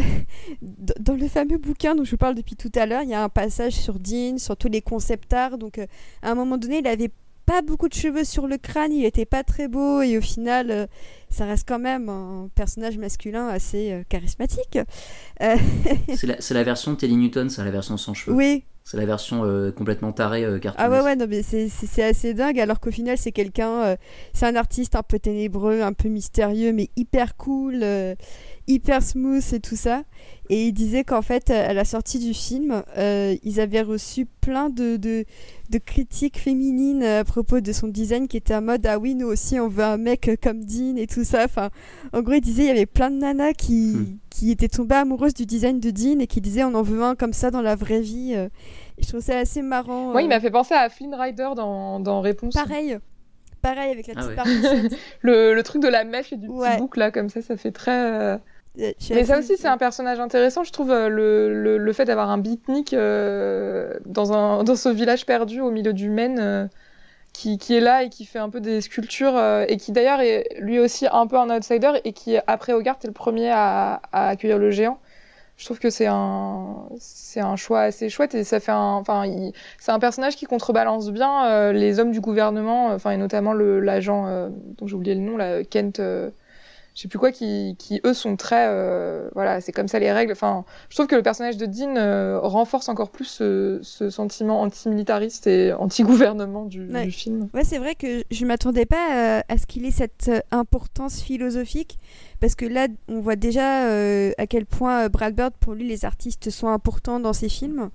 dans le fameux bouquin dont je vous parle depuis tout à l'heure, il y a un passage sur Dean, sur tous les concept art. Donc euh, à un moment donné, il avait pas beaucoup de cheveux sur le crâne, il était pas très beau et au final, euh, ça reste quand même un personnage masculin assez euh, charismatique. Euh...
c'est, la, c'est la version Telly Newton, c'est la version sans cheveux.
Oui.
C'est la version euh, complètement tarée euh, cartooniste.
Ah ouais, ouais, non, mais c'est, c'est, c'est assez dingue, alors qu'au final, c'est quelqu'un, euh, c'est un artiste un peu ténébreux, un peu mystérieux, mais hyper cool, euh, hyper smooth et tout ça. Et il disait qu'en fait, à la sortie du film, euh, ils avaient reçu plein de, de, de critiques féminines à propos de son design qui étaient en mode « Ah oui, nous aussi, on veut un mec comme Dean et tout ça. » Enfin, en gros, il disait il y avait plein de nanas qui, hmm. qui étaient tombées amoureuses du design de Dean et qui disaient « On en veut un comme ça dans la vraie vie. » Et je trouve ça assez marrant.
Moi,
euh...
il m'a fait penser à Flynn Rider dans, dans Réponse.
Pareil. Pareil, avec la
ah
petite
ouais.
partie.
le, le truc de la mèche et du
ouais.
petit boucle, là, comme ça, ça fait très... Euh...
Euh,
Mais ça aussi, c'est un personnage intéressant. Je trouve euh, le, le, le fait d'avoir un beatnik euh, dans, un, dans ce village perdu au milieu du Maine euh, qui, qui est là et qui fait un peu des sculptures euh, et qui d'ailleurs est lui aussi un peu un outsider et qui, après Hogarth, est le premier à, à accueillir le géant. Je trouve que c'est un, c'est un choix assez chouette et ça fait un, enfin, il, c'est un personnage qui contrebalance bien euh, les hommes du gouvernement, enfin, et notamment le, l'agent, euh, dont j'ai oublié le nom, là, Kent, euh, je sais plus quoi, qui, qui eux sont très, euh, voilà, c'est comme ça les règles. Enfin, je trouve que le personnage de Dean euh, renforce encore plus ce, ce sentiment anti-militariste et anti-gouvernement du,
ouais.
du film.
Ouais, c'est vrai que je m'attendais pas à, à ce qu'il ait cette importance philosophique. Parce que là, on voit déjà euh, à quel point Brad Bird, pour lui, les artistes sont importants dans ses films.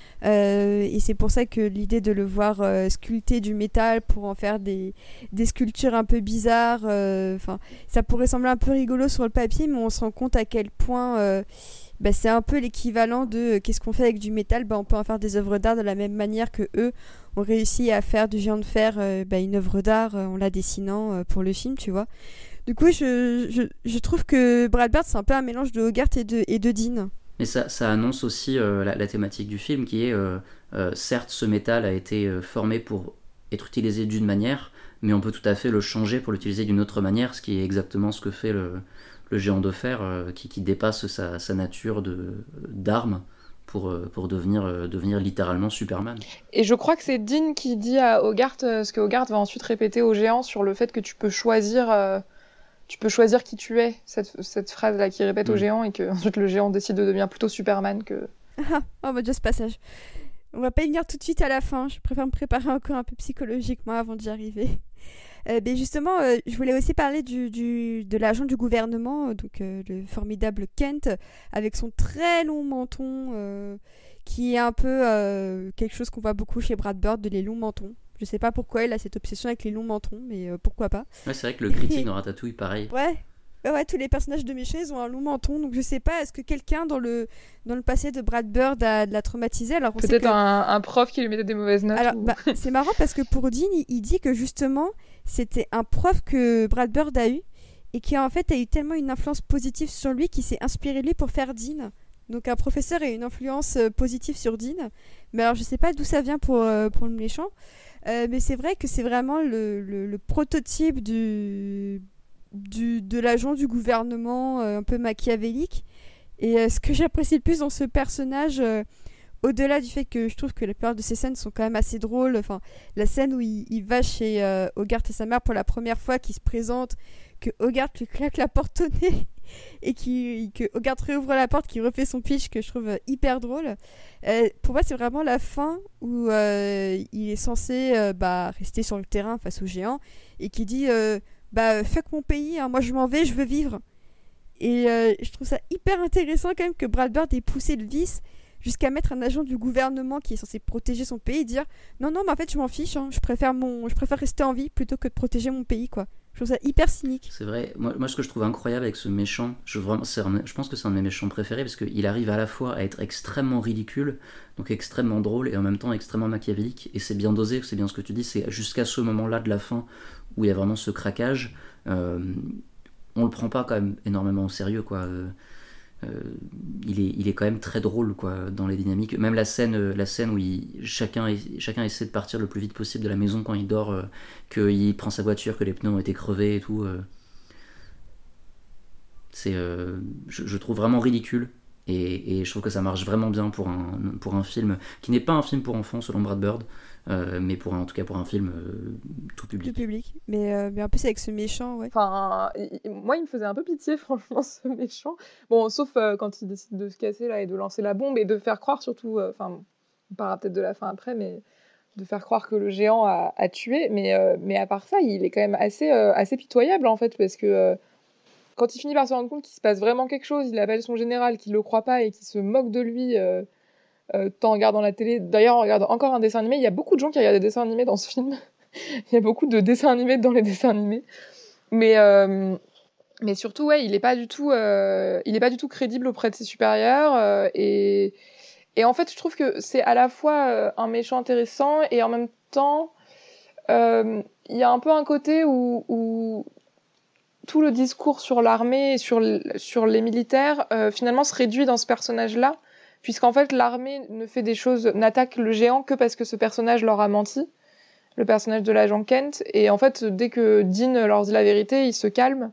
Euh, et c'est pour ça que l'idée de le voir euh, sculpter du métal pour en faire des, des sculptures un peu bizarres, euh, ça pourrait sembler un peu rigolo sur le papier, mais on se rend compte à quel point euh, bah, c'est un peu l'équivalent de euh, qu'est-ce qu'on fait avec du métal, bah, on peut en faire des œuvres d'art de la même manière que eux ont réussi à faire du géant de fer euh, bah, une œuvre d'art euh, en la dessinant euh, pour le film, tu vois. Du coup, je, je, je trouve que Brad Bird, c'est un peu un mélange de Hogarth et de, et de Dean.
Mais ça, ça annonce aussi euh, la, la thématique du film qui est, euh, euh, certes, ce métal a été euh, formé pour être utilisé d'une manière, mais on peut tout à fait le changer pour l'utiliser d'une autre manière, ce qui est exactement ce que fait le, le géant de fer, euh, qui, qui dépasse sa, sa nature de, d'arme pour, euh, pour devenir, euh, devenir littéralement Superman.
Et je crois que c'est Dean qui dit à Hogarth, euh, ce que Hogarth va ensuite répéter au géant sur le fait que tu peux choisir... Euh... Tu peux choisir qui tu es, cette, cette phrase-là qui répète mmh. au géant, et que ensuite le géant décide de devenir plutôt Superman que...
Ah, oh mon dieu, ce passage. On va pas y venir tout de suite à la fin, je préfère me préparer encore un peu psychologiquement avant d'y arriver. Euh, mais justement, euh, je voulais aussi parler du, du, de l'agent du gouvernement, donc euh, le formidable Kent, avec son très long menton, euh, qui est un peu euh, quelque chose qu'on voit beaucoup chez Brad Bird, de les longs mentons. Je sais pas pourquoi il a cette obsession avec les longs mentons, mais euh, pourquoi pas.
Ouais, c'est vrai que le critique dans Ratatouille, pareil.
Ouais. Ouais, ouais, tous les personnages de méchants, ils ont un long menton, donc je sais pas, est-ce que quelqu'un dans le, dans le passé de Brad Bird a, l'a traumatisé? Alors, on
Peut-être
sait que...
un, un prof qui lui mettait des mauvaises notes.
Alors,
ou...
bah, c'est marrant parce que pour Dean, il, il dit que justement, c'était un prof que Brad Bird a eu, et qui en fait a eu tellement une influence positive sur lui qu'il s'est inspiré de lui pour faire Dean. Donc un professeur a une influence euh, positive sur Dean, mais alors je sais pas d'où ça vient pour, euh, pour le méchant. Euh, mais c'est vrai que c'est vraiment le, le, le prototype du, du, de l'agent du gouvernement euh, un peu machiavélique. Et euh, ce que j'apprécie le plus dans ce personnage, euh, au-delà du fait que je trouve que la plupart de ces scènes sont quand même assez drôles, enfin, la scène où il, il va chez euh, Hogarth et sa mère pour la première fois, qui se présente, que Hogarth lui claque la porte au nez et qui, que Hogarth réouvre la porte, qui refait son pitch, que je trouve euh, hyper drôle. Euh, pour moi, c'est vraiment la fin où euh, il est censé euh, bah, rester sur le terrain face aux géants et qui dit euh, bah fuck mon pays, hein, moi je m'en vais, je veux vivre. Et euh, je trouve ça hyper intéressant quand même que Brad Bird ait poussé le vice jusqu'à mettre un agent du gouvernement qui est censé protéger son pays et dire non non mais en fait je m'en fiche, hein, je préfère mon je préfère rester en vie plutôt que de protéger mon pays, quoi. Je trouve ça hyper cynique.
C'est vrai. Moi, moi ce que je trouve incroyable avec ce méchant, je, vraiment, c'est un, je pense que c'est un de mes méchants préférés parce qu'il arrive à la fois à être extrêmement ridicule, donc extrêmement drôle, et en même temps extrêmement machiavélique. Et c'est bien dosé, c'est bien ce que tu dis, c'est jusqu'à ce moment-là de la fin où il y a vraiment ce craquage. Euh, on le prend pas quand même énormément au sérieux, quoi. Euh, euh, il, est, il est quand même très drôle, quoi, dans les dynamiques. Même la scène, euh, la scène où il, chacun, chacun essaie de partir le plus vite possible de la maison quand il dort, euh, qu'il prend sa voiture, que les pneus ont été crevés et tout. Euh, c'est, euh, je, je trouve vraiment ridicule. Et, et je trouve que ça marche vraiment bien pour un, pour un film qui n'est pas un film pour enfants selon Brad Bird, euh, mais pour un, en tout cas pour un film euh, tout public.
Tout public. Mais, euh, mais en plus avec ce méchant, ouais.
Enfin, il- il- moi, il me faisait un peu pitié, franchement, ce méchant. Bon, sauf euh, quand il décide de se casser là et de lancer la bombe et de faire croire surtout, euh, enfin, on parlera peut-être de la fin après, mais de faire croire que le géant a, a tué. Mais, euh, mais à part ça, il est quand même assez, euh, assez pitoyable en fait, parce que euh, quand il finit par se rendre compte qu'il se passe vraiment quelque chose, il appelle son général qui le croit pas et qui se moque de lui. Euh, euh, tant en regardant la télé. D'ailleurs, en regardant encore un dessin animé, il y a beaucoup de gens qui regardent des dessins animés dans ce film. Il y a beaucoup de dessins animés dans les dessins animés. Mais, euh, mais surtout, ouais, il n'est pas du tout, euh, il est pas du tout crédible auprès de ses supérieurs. euh, et, et en fait, je trouve que c'est à la fois euh, un méchant intéressant et en même temps, euh, il y a un peu un côté où, où tout le discours sur l'armée et sur, l- sur les militaires, euh, finalement, se réduit dans ce personnage-là, puisqu'en fait, l'armée ne fait des choses, n'attaque le géant que parce que ce personnage leur a menti, le personnage de l'agent Kent. Et en fait, dès que Dean leur dit la vérité, ils se calment.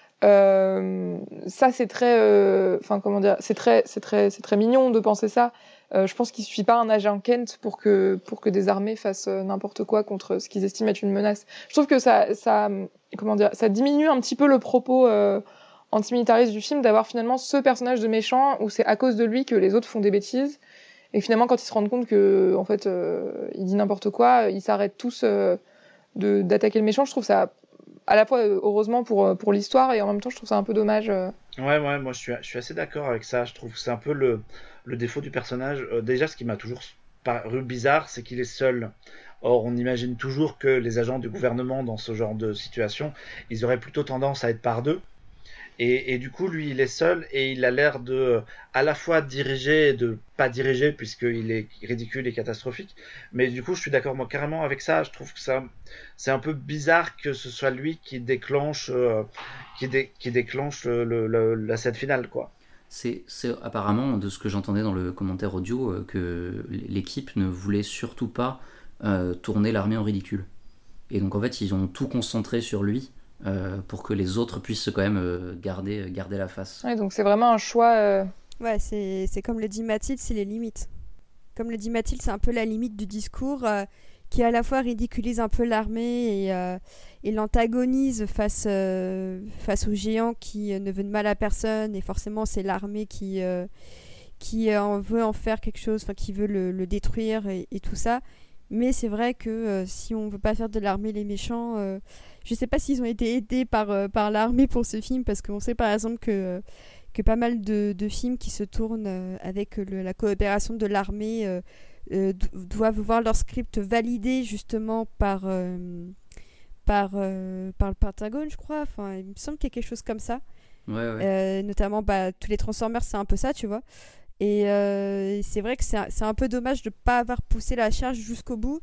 Euh, ça, c'est très, euh, enfin, comment dire, c'est très, c'est très, c'est très mignon de penser ça. Euh, je pense qu'il suffit pas un agent Kent pour que, pour que des armées fassent euh, n'importe quoi contre ce qu'ils estiment être une menace. Je trouve que ça, ça, comment dire, ça diminue un petit peu le propos euh, antimilitariste du film d'avoir finalement ce personnage de méchant où c'est à cause de lui que les autres font des bêtises. Et finalement, quand ils se rendent compte que, en fait, euh, il dit n'importe quoi, ils s'arrêtent tous euh, de, d'attaquer le méchant. Je trouve ça à la fois euh, heureusement pour, pour l'histoire et en même temps, je trouve ça un peu dommage. euh.
Ouais, ouais, moi je suis, je suis assez d'accord avec ça. Je trouve que c'est un peu le, le défaut du personnage. Euh, déjà, ce qui m'a toujours paru bizarre, c'est qu'il est seul. Or, on imagine toujours que les agents du gouvernement, dans ce genre de situation, ils auraient plutôt tendance à être par deux. Et, et du coup, lui, il est seul et il a l'air de à la fois diriger et de pas diriger puisqu'il est ridicule et catastrophique. Mais du coup, je suis d'accord moi carrément avec ça. Je trouve que ça, c'est un peu bizarre que ce soit lui qui déclenche, euh, qui, dé, qui déclenche le, le, le, la scène finale, quoi.
C'est, c'est apparemment, de ce que j'entendais dans le commentaire audio, euh, que l'équipe ne voulait surtout pas euh, tourner l'armée en ridicule. Et donc en fait, ils ont tout concentré sur lui. Euh, pour que les autres puissent quand même euh, garder, garder la face.
Ouais, donc c'est vraiment un choix. Euh...
Ouais, c'est, c'est comme le dit Mathilde, c'est les limites. Comme le dit Mathilde, c'est un peu la limite du discours euh, qui à la fois ridiculise un peu l'armée et, euh, et l'antagonise face, euh, face aux géants qui euh, ne veulent de mal à personne. Et forcément, c'est l'armée qui, euh, qui euh, en veut en faire quelque chose, qui veut le, le détruire et, et tout ça. Mais c'est vrai que euh, si on veut pas faire de l'armée les méchants, euh, je sais pas s'ils ont été aidés par, euh, par l'armée pour ce film, parce qu'on sait par exemple que, euh, que pas mal de, de films qui se tournent euh, avec le, la coopération de l'armée euh, euh, doivent voir leur script validé justement par, euh, par, euh, par le Pentagone, je crois. Enfin, il me semble qu'il y a quelque chose comme ça.
Ouais, ouais.
Euh, notamment, bah, tous les Transformers, c'est un peu ça, tu vois. Et euh, c'est vrai que c'est un, c'est un peu dommage de ne pas avoir poussé la charge jusqu'au bout.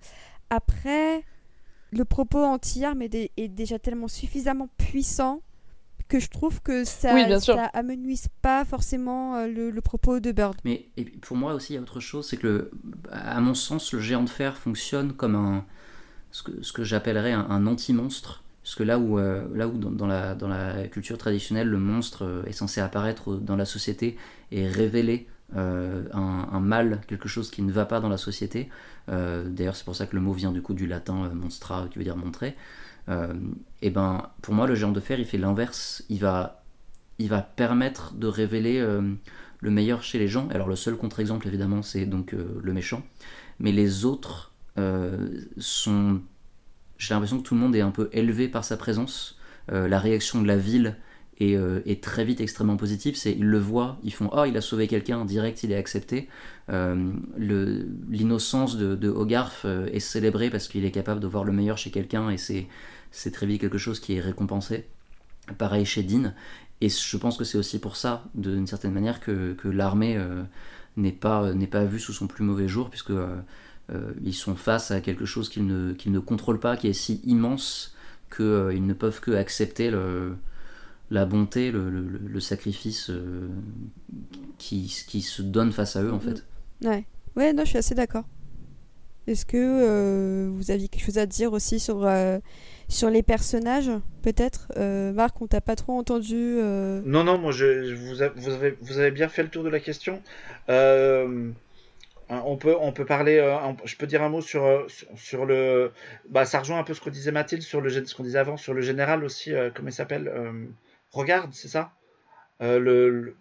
Après, le propos anti-armes est, dé- est déjà tellement suffisamment puissant que je trouve que ça,
Oui, bien sûr.
ça amenuise pas forcément euh, le, le propos de Bird.
Mais et puis, pour moi aussi, il y a autre chose, c'est que, le, à mon sens, le géant de fer fonctionne comme un, ce que, ce que j'appellerais un, un anti-monstre Parce que là où, euh, là où dans, dans, la, dans la culture traditionnelle, le monstre euh, est censé apparaître dans la société et révéler euh, un, un mal, quelque chose qui ne va pas dans la société. Euh, d'ailleurs, c'est pour ça que le mot vient du coup du latin euh, monstra, qui veut dire montrer. Euh, et ben, pour moi, le géant de fer, il fait l'inverse. Il va, il va permettre de révéler euh, le meilleur chez les gens. Alors, le seul contre-exemple, évidemment, c'est donc euh, le méchant. Mais les autres euh, sont... J'ai l'impression que tout le monde est un peu élevé par sa présence. Euh, la réaction de la ville est, euh, est très vite extrêmement positive. C'est, ils le voient, ils font « Oh, il a sauvé quelqu'un, direct, il est accepté euh, ». L'innocence de, de Hogarth euh, est célébrée parce qu'il est capable de voir le meilleur chez quelqu'un et c'est, c'est très vite quelque chose qui est récompensé. Pareil chez Dean. Et je pense que c'est aussi pour ça, d'une certaine manière, que, que l'armée euh, n'est pas, n'est pas vue sous son plus mauvais jour, puisque... Euh, Euh, ils sont face à quelque chose qu'ils ne, qu'ils ne contrôlent pas, qui est si immense qu'ils euh, ne peuvent que accepter le, la bonté, le, le, le sacrifice euh, qui, qui se donne face à eux, en fait.
Ouais, ouais, non, je suis assez d'accord. Est-ce que euh, vous aviez quelque chose à dire aussi sur, euh, sur les personnages, peut-être euh, Marc, on t'a pas trop entendu euh...
Non, non, moi, je, je vous, a, vous, avez, vous avez bien fait le tour de la question. Euh... On peut, on peut parler. Euh, je peux dire un mot sur, sur, sur le. Bah, ça rejoint un peu ce que disait Mathilde sur le, ce qu'on disait avant sur le général aussi. Euh, comment il s'appelle euh, Regarde, c'est ça euh, le,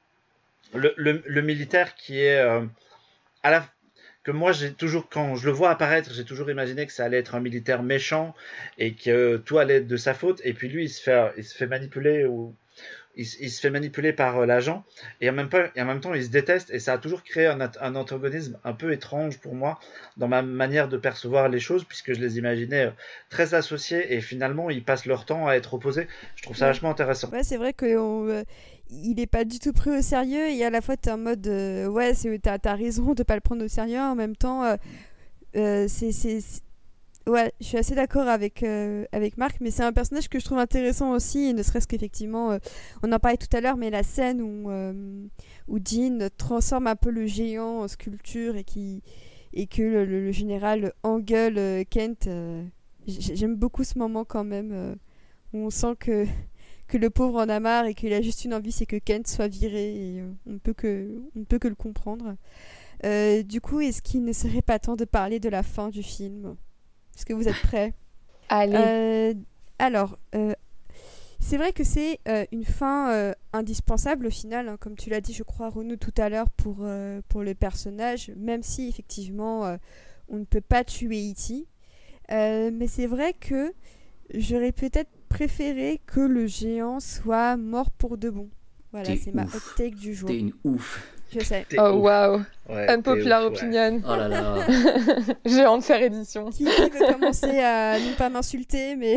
le, le, le militaire qui est euh, à la. Que moi, j'ai toujours, quand je le vois apparaître, j'ai toujours imaginé que ça allait être un militaire méchant et que tout allait être de sa faute. Et puis lui, il se fait, il se fait manipuler ou. Il, il se fait manipuler par euh, l'agent et en, même pas, et en même temps il se déteste et ça a toujours créé un, un antagonisme un peu étrange pour moi dans ma manière de percevoir les choses puisque je les imaginais euh, très associés et finalement ils passent leur temps à être opposés. Je trouve ça
ouais.
vachement intéressant.
Ouais, c'est vrai qu'il euh, est pas du tout pris au sérieux et à la fois t'es en mode euh, ouais c'est, t'as, t'as raison de pas le prendre au sérieux, en même temps euh, euh, c'est, c'est, c'est... Ouais, je suis assez d'accord avec, euh, avec Marc, mais c'est un personnage que je trouve intéressant aussi, ne serait-ce qu'effectivement, euh, on en parlait tout à l'heure, mais la scène où, euh, où Dean transforme un peu le géant en sculpture et, qui, et que le, le, le général engueule euh, Kent, euh, j'aime beaucoup ce moment quand même, euh, où on sent que, que le pauvre en a marre et qu'il a juste une envie, c'est que Kent soit viré, et euh, on ne peut que, on ne peut que le comprendre. Euh, du coup, est-ce qu'il ne serait pas temps de parler de la fin du film ? Est-ce que vous êtes prêts ?
Allez.
Euh, alors, euh, c'est vrai que c'est euh, une fin euh, indispensable au final, hein, comme tu l'as dit, je crois, Renaud, tout à l'heure, pour, euh, pour le personnage, même si effectivement euh, on ne peut pas tuer E T. Euh, mais c'est vrai que j'aurais peut-être préféré que le géant soit mort pour de bon. Voilà,
T'es
c'est
ouf.
ma hot take du jour.
T'es une ouf.
Je sais.
T'es
Oh
ouf.
waouh.
Ouais,
Unpopular
ouf,
opinion.
ouais.
Oh là là.
Géant de faire édition.
Qui, qui veut commencer à non pas m'insulter, mais...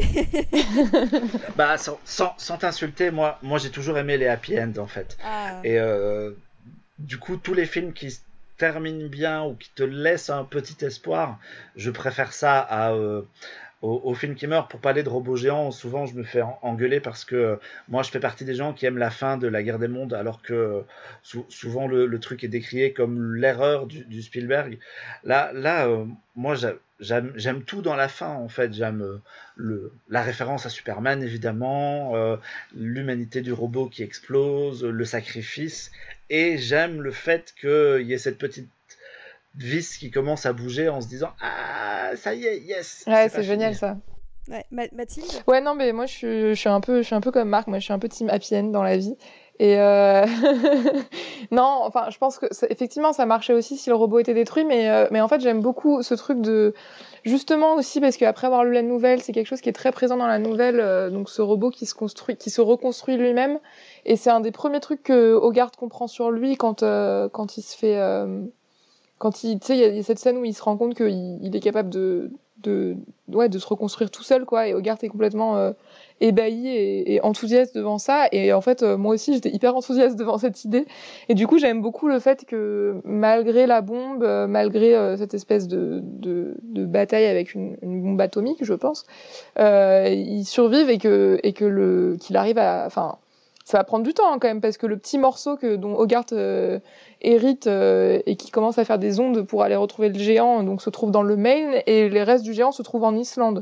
Bah, sans, sans, sans t'insulter, moi, moi j'ai toujours aimé les happy ends en fait.
Ah.
Et euh, du coup, tous les films qui se terminent bien ou qui te laissent un petit espoir, je préfère ça à, euh, aux, aux films qui meurent. Pour parler de robots géants, souvent je me fais en- engueuler parce que euh, moi je fais partie des gens qui aiment la fin de la guerre des mondes, alors que euh, sou- souvent le, le truc est décrié comme l'erreur du, du Spielberg. Là, là euh, moi j'a- j'aime, j'aime tout dans la fin en fait. J'aime euh, le, la référence à Superman évidemment, euh, l'humanité du robot qui explose, le sacrifice, et j'aime le fait qu'il y ait cette petite vis qui commence à bouger en se disant ah ça y est, yes.
Ouais,
pas
c'est génial
fini.
ça.
Ouais, Ma- Mathilde.
Ouais, non, mais moi je suis, je suis un peu, je suis un peu comme Marc. Moi, je suis un peu team happy end dans la vie. Et euh... non, enfin, je pense que ça- effectivement, ça marchait aussi si le robot était détruit, mais euh, mais en fait, j'aime beaucoup ce truc de justement aussi parce qu'après avoir lu la nouvelle, c'est quelque chose qui est très présent dans la nouvelle. euh, donc ce robot qui se construit, qui se reconstruit lui-même, et c'est un des premiers trucs que Hogarth comprend sur lui quand euh, quand il se fait euh, quand il, tu sais, il y, a- il y a cette scène où il se rend compte qu'il il est capable de, de, ouais, de se reconstruire tout seul, quoi. Et Hogarth est complètement euh, ébahi et, et enthousiaste devant ça. Et en fait, euh, moi aussi, j'étais hyper enthousiaste devant cette idée. Et du coup, j'aime beaucoup le fait que malgré la bombe, euh, malgré euh, cette espèce de, de, de bataille avec une, une bombe atomique, je pense, euh, ils survivent et que, et que le, qu'il arrive à, enfin. Ça va prendre du temps hein, quand même parce que le petit morceau que dont Hogarth euh, hérite euh, et qui commence à faire des ondes pour aller retrouver le géant donc se trouve dans le Maine et les restes du géant se trouvent en Islande.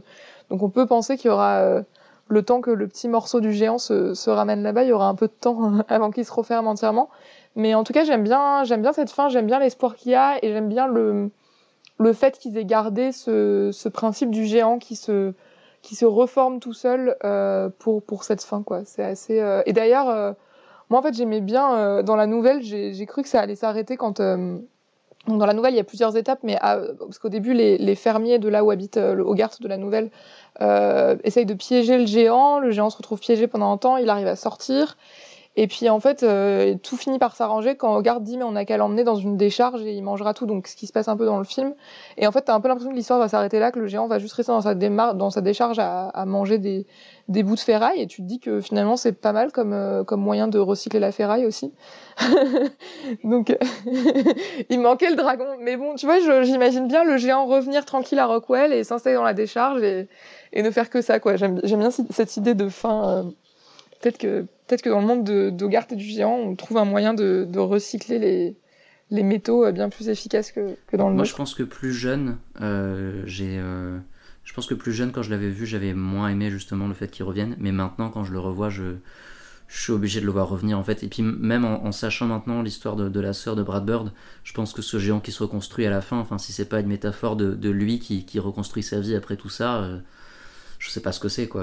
Donc on peut penser qu'il y aura euh, le temps que le petit morceau du géant se, se ramène là-bas, il y aura un peu de temps avant qu'il se referme entièrement. Mais en tout cas, j'aime bien, j'aime bien cette fin, j'aime bien l'espoir qu'il y a, et j'aime bien le, le fait qu'ils aient gardé ce, ce principe du géant qui se, qui se reforme tout seul euh, pour, pour cette fin, quoi. C'est assez... Euh... Et d'ailleurs, euh, moi, en fait, j'aimais bien, euh, dans la nouvelle, j'ai, j'ai cru que ça allait s'arrêter quand... Euh... Dans la nouvelle, il y a plusieurs étapes, mais à, parce qu'au début, les, les fermiers de là où habite euh, le Hogarth de la nouvelle euh, essayent de piéger le géant. Le géant se retrouve piégé pendant un temps, il arrive à sortir. Et puis, en fait, euh, tout finit par s'arranger quand Hogarth dit « mais on n'a qu'à l'emmener dans une décharge et il mangera tout ». Donc, ce qui se passe un peu dans le film. Et en fait, t'as un peu l'impression que l'histoire va s'arrêter là, que le géant va juste rester dans sa, démar- dans sa décharge à, à manger des, des bouts de ferraille. Et tu te dis que finalement, c'est pas mal comme, euh, comme moyen de recycler la ferraille aussi. Donc, il manquait le dragon. Mais bon, tu vois, je, j'imagine bien le géant revenir tranquille à Rockwell et s'installer dans la décharge et, et ne faire que ça, quoi. J'aime, j'aime bien cette idée de fin. Euh, peut-être que, peut-être que dans le monde de, d'Hogarth et du géant, on trouve un moyen de, de recycler les, les métaux bien plus efficaces que, que dans le
Moi,
nôtre.
je pense que plus jeune, euh, j'ai, euh, je pense que plus jeune, quand je l'avais vu, j'avais moins aimé justement le fait qu'il revienne. Mais maintenant, quand je le revois, je, je suis obligé de le voir revenir en fait. Et puis même en, en sachant maintenant l'histoire de, de la sœur de Brad Bird, je pense que ce géant qui se reconstruit à la fin, enfin si c'est pas une métaphore de, de lui qui, qui reconstruit sa vie après tout ça, euh, je sais pas ce que c'est, quoi.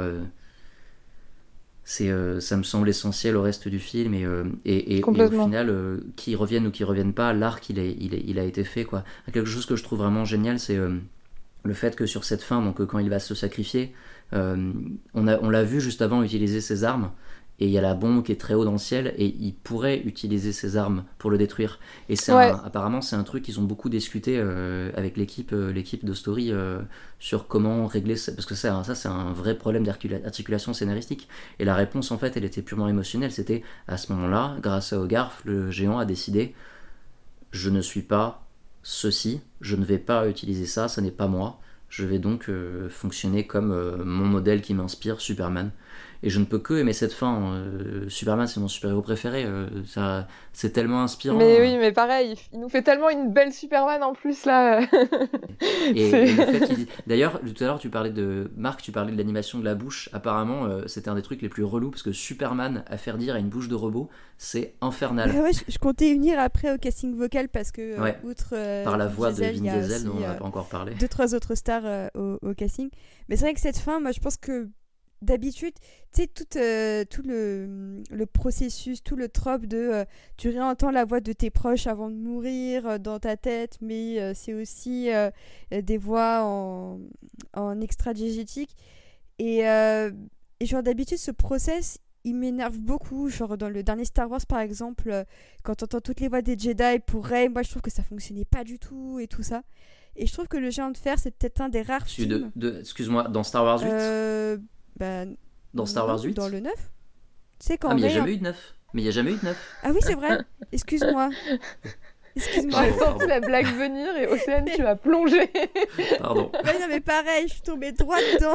C'est, euh, ça me semble essentiel au reste du film, et, euh, et, et, et au final, euh, qu'ils reviennent ou qu'ils reviennent pas, l'arc il, est, il, est, il a été fait, quoi. Quelque chose que je trouve vraiment génial, c'est euh, le fait que sur cette fin, donc euh, quand il va se sacrifier, euh, on, a, on l'a vu juste avant utiliser ses armes, et il y a la bombe qui est très haut dans le ciel, et il pourrait utiliser ses armes pour le détruire. Et c'est
Ouais.
un, apparemment, c'est un truc qu'ils ont beaucoup discuté euh, avec l'équipe, euh, l'équipe de Story euh, sur comment régler ça, parce que ça, ça c'est un vrai problème d'articulation scénaristique. Et la réponse, en fait, elle était purement émotionnelle. C'était, à ce moment-là, grâce à Hogarth, le géant a décidé « Je ne suis pas ceci, je ne vais pas utiliser ça, ça n'est pas moi. Je vais donc euh, fonctionner comme euh, mon modèle qui m'inspire, Superman. » Et je ne peux que aimer cette fin. Euh, Superman, c'est mon super-héros préféré. Euh, ça, c'est tellement inspirant.
Mais oui, mais pareil, il nous fait tellement une belle Superman en plus, là.
et, et le fait qu'il... D'ailleurs, tout à l'heure, tu parlais de... Marc, tu parlais de l'animation de la bouche. Apparemment, euh, c'était un des trucs les plus relous, parce que Superman, à faire dire à une bouche de robot, c'est infernal.
Bah ouais, je, je comptais venir après au casting vocal, parce que, euh,
ouais.
outre... Euh,
Par la voix
Diesel,
de Vin Diesel, dont on n'a pas encore parlé.
Deux, trois autres stars euh, au, au casting. Mais c'est vrai que cette fin, moi, je pense que d'habitude, tu sais, tout, euh, tout le, le processus, tout le trope de euh, tu réentends la voix de tes proches avant de mourir euh, dans ta tête, mais euh, c'est aussi euh, des voix en, en extra-diégétique. Et, euh, et genre d'habitude, ce process, il m'énerve beaucoup. Genre dans le dernier Star Wars, par exemple, euh, quand t'entends toutes les voix des Jedi pour Rey, moi je trouve que ça fonctionnait pas du tout et tout ça. Et je trouve que Le Géant de Fer, c'est peut-être un des rares
de,
films...
de, excuse-moi, dans Star Wars huit
euh, bah,
Dans Star Wars huit
Dans le neuf. Tu sais quand
Ah, mais il n'y a
Rey...
jamais eu de neuf. Mais il n'y a jamais eu de neuf.
Ah oui, c'est vrai. Excuse-moi. Excuse-moi.
J'ai senti la blague venir et Océane, tu as plongé.
Pardon.
Ouais, non, mais pareil, je suis tombée droit dedans.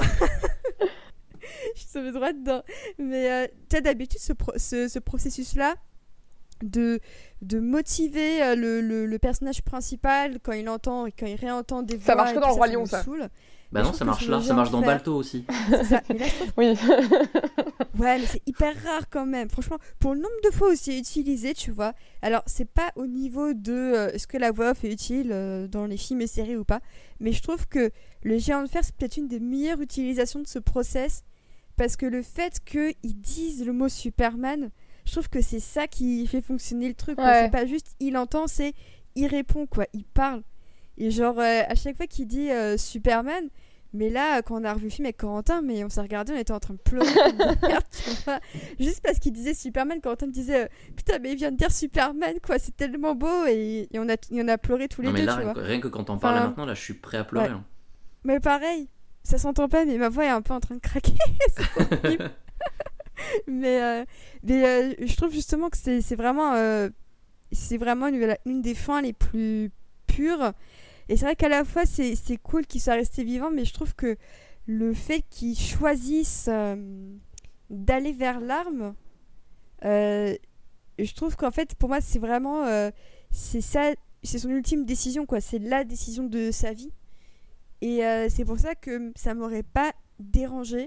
Je suis tombée droit dedans. Mais euh, tu sais, d'habitude, ce, pro- ce, ce processus-là, de, de motiver euh, le, le, le personnage principal quand il entend et quand il réentend des voix.
Ça marche que dans le Roi Lion,
me
ça.
saoule.
Bah
Mais
non,
je
ça
trouve
marche
que
là,
sur
ça
le
marche
Géant
dans
de Fer-
Balto aussi.
C'est ça. Mais là, je trouve...
Oui.
Ouais, mais c'est hyper rare quand même. Franchement, pour le nombre de fois où c'est utilisé, tu vois. Alors, c'est pas au niveau de euh, est-ce que la voix off est utile euh, dans les films et séries ou pas. Mais je trouve que Le Géant de Fer, c'est peut-être une des meilleures utilisations de ce process. Parce que le fait qu'ils disent le mot Superman, je trouve que c'est ça qui fait fonctionner le truc. Quoi.
Ouais.
C'est pas juste il entend, c'est il répond, quoi. Il parle. Et genre, euh, à chaque fois qu'il dit euh, Superman, mais là, quand on a revu le film avec Corentin, mais on s'est regardé, on était en train de pleurer comme des merdes, tu vois. Juste parce qu'il disait Superman, Corentin me disait euh, putain, mais il vient de dire Superman, quoi. C'est tellement beau. Et, et on, a, et on a pleuré tous les
Non, mais
deux,
là,
tu vois.
rien que quand t'en parles
Enfin,
maintenant, là, je suis prêt à pleurer.
ouais.
hein.
Mais pareil, ça s'entend pas, mais ma voix est un peu en train de craquer. C'est horrible. mais euh, mais euh, je trouve justement que c'est, c'est vraiment, euh, c'est vraiment une, une des fins les plus pures. Et c'est vrai qu'à la fois, c'est, c'est cool qu'il soit resté vivant, mais je trouve que le fait qu'il choisisse euh, d'aller vers l'arme, euh, je trouve qu'en fait, pour moi, c'est vraiment... Euh, c'est ça, c'est son ultime décision, quoi. C'est la décision de sa vie. Et euh, c'est pour ça que ça m'aurait pas dérangé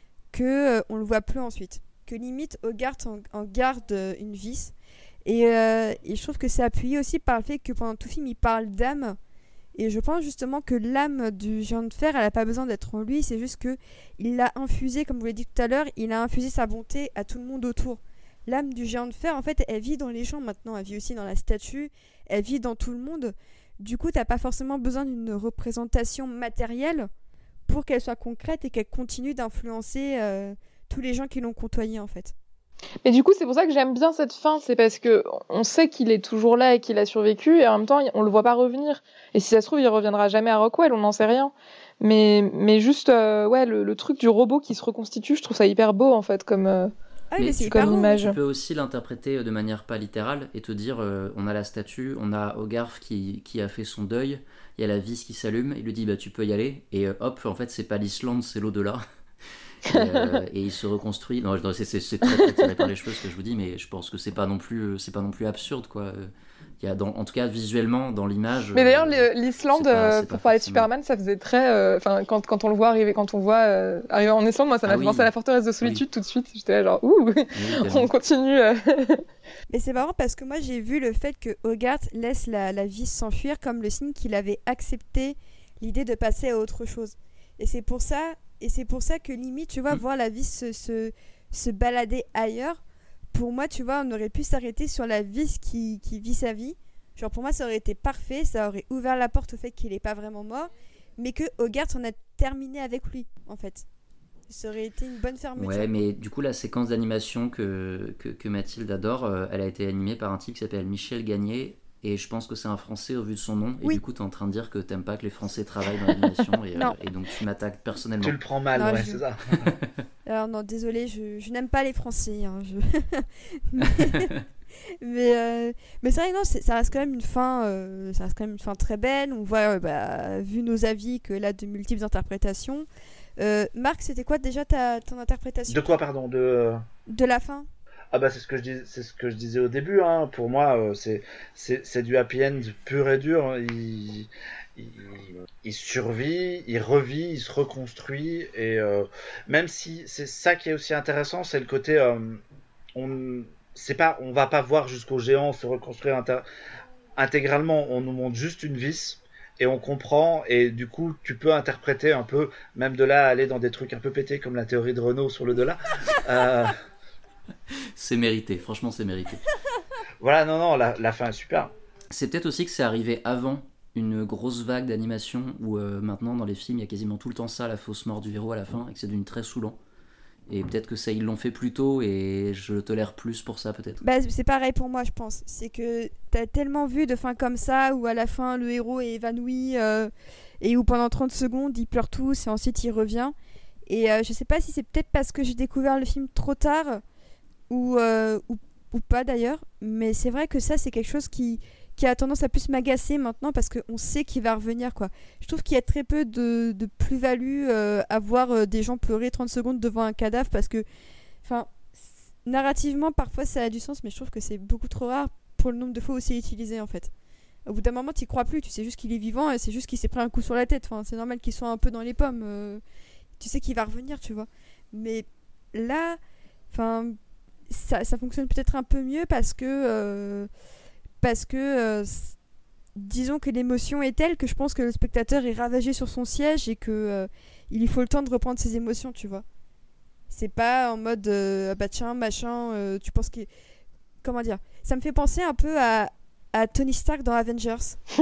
que euh, on le voit plus ensuite. Que limite Hogarth en, en garde euh, une vis. Et, euh, et je trouve que c'est appuyé aussi par le fait que pendant tout le film, il parle d'âme. Et je pense justement que l'âme du géant de fer, elle n'a pas besoin d'être en lui. C'est juste que il l'a infusé, comme vous l'avez dit tout à l'heure, il a infusé sa bonté à tout le monde autour. L'âme du géant de fer, en fait, elle vit dans les gens maintenant. Elle vit aussi dans la statue. Elle vit dans tout le monde. Du coup, t'as pas forcément besoin d'une représentation matérielle pour qu'elle soit concrète et qu'elle continue d'influencer euh, tous les gens qui l'ont côtoyé, en fait.
Mais du coup, c'est pour ça que j'aime bien cette fin, c'est parce que on sait qu'il est toujours là et qu'il a survécu, et en même temps, on le voit pas revenir. Et si ça se trouve, il reviendra jamais à Rockwell, on n'en sait rien. Mais, mais juste, euh, ouais, le, le truc du robot qui se reconstitue, je trouve ça hyper beau, en fait, comme, euh,
Ah oui, mais c'est
comme
hyper beau.
image.
Tu peux aussi l'interpréter de manière pas littérale et te dire euh, on a la statue, on a Hogarth qui, qui a fait son deuil, il y a la vis qui s'allume, il lui dit bah tu peux y aller, et euh, hop, en fait c'est pas l'Islande, c'est l'au-delà. Et, euh, et il se reconstruit. Non, c'est, c'est, c'est très, très tiré par les cheveux ce que je vous dis, mais je pense que c'est pas non plus, c'est pas non plus absurde, quoi. Il y a dans, en tout cas visuellement dans l'image.
Mais d'ailleurs,
euh,
l'Islande,
c'est pas- c'est
euh,
pas
pour parler de
forcément-
Superman, ça faisait très. Enfin, quand, quand on le voit arriver, quand on voit euh, arriver en Islande, moi, ça m'a
Ah
fait
oui.
penser à la forteresse de solitude tout de suite. J'étais là, genre, ouh,
Oui, tellement.
on continue. euh.
Mais c'est marrant parce que moi j'ai vu le fait que Hogarth laisse la, la vis s'enfuir comme le signe qu'il avait accepté l'idée de passer à autre chose. Et c'est pour ça, et c'est pour ça que limite, tu vois,
Mm.
voir la vis se, se, se balader ailleurs, pour moi, tu vois, on aurait pu s'arrêter sur la vis qui, qui vit sa vie. Genre pour moi, ça aurait été parfait, ça aurait ouvert la porte au fait qu'il n'est pas vraiment mort, mais que Hogarth en a terminé avec lui, en fait. Ça aurait été une bonne fermeture.
Ouais, mais du coup, la séquence d'animation que, que, que Mathilde adore, euh, elle a été animée par un type qui s'appelle Michel Gagné, et je pense que c'est un Français au vu de son nom, et
Oui.
du coup, t'es en train de dire que t'aimes pas que les Français travaillent dans l'animation, et, euh,
Non.
et donc tu m'attaques personnellement.
Tu le prends mal,
Non,
ouais,
je-
c'est ça.
Alors non, désolé, je, je n'aime pas les Français. Hein, je... mais mais, euh, mais c'est vrai que non, c'est- ça reste quand même une fin, euh, ça reste quand même une fin très belle. On voit, euh, bah, vu nos avis, que là de multiples interprétations. Euh, Marc, c'était quoi déjà ta ton interprétation
De quoi, pardon de...
de la fin?
Ah bah c'est ce que je dis, c'est ce que je disais au début. Hein. Pour moi, euh, c'est c'est c'est du happy end pur et dur. Il, il, il survit, il revit, il se reconstruit, et euh, même si c'est ça qui est aussi intéressant, c'est le côté euh, on c'est pas on va pas voir jusqu'au géant se reconstruire inter- intégralement. On nous montre juste une vis. Et on comprend, et du coup, tu peux interpréter un peu, même de là, aller dans des trucs un peu pétés, comme la théorie de Renault sur le delà. Euh,
C'est mérité, franchement, c'est mérité.
voilà, non, non, la, la fin est super.
C'est peut-être aussi que c'est arrivé avant une grosse vague d'animation où euh, maintenant dans les films il y a quasiment tout le temps ça, la fausse mort du héros à la fin, et que c'est devenu très saoulant. Et peut-être que ça ils l'ont fait plus tôt et je le tolère plus pour ça peut-être.
Bah, c'est pareil pour moi, je pense. C'est que t'as tellement vu de fins comme ça où à la fin le héros est évanoui euh, et où pendant trente secondes il pleure tous et ensuite il revient. Et euh, je sais pas si c'est peut-être parce que j'ai découvert le film trop tard ou, euh, ou, ou pas d'ailleurs, mais c'est vrai que ça c'est quelque chose qui, qui a tendance à plus m'agacer maintenant parce qu'on sait qu'il va revenir, quoi. Je trouve qu'il y a très peu de, de plus-value euh, à voir euh, des gens pleurer trente secondes devant un cadavre parce que, enfin, narrativement parfois ça a du sens, mais je trouve que c'est beaucoup trop rare pour le nombre de fois où c'est utilisé en fait. Au bout d'un moment t'y crois plus, tu sais juste qu'il est vivant et c'est juste qu'il s'est pris un coup sur la tête, enfin, c'est normal qu'il soit un peu dans les pommes, euh, tu sais qu'il va revenir, tu vois. Mais là, enfin, ça, ça fonctionne peut-être un peu mieux parce que... Euh, parce que euh, disons que l'émotion est telle que je pense que le spectateur est ravagé sur son siège et que euh, il lui faut le temps de reprendre ses émotions, tu vois. C'est pas en mode euh, ah bah tiens machin euh, tu penses que comment dire, ça me fait penser un peu à, à Tony Stark dans Avengers.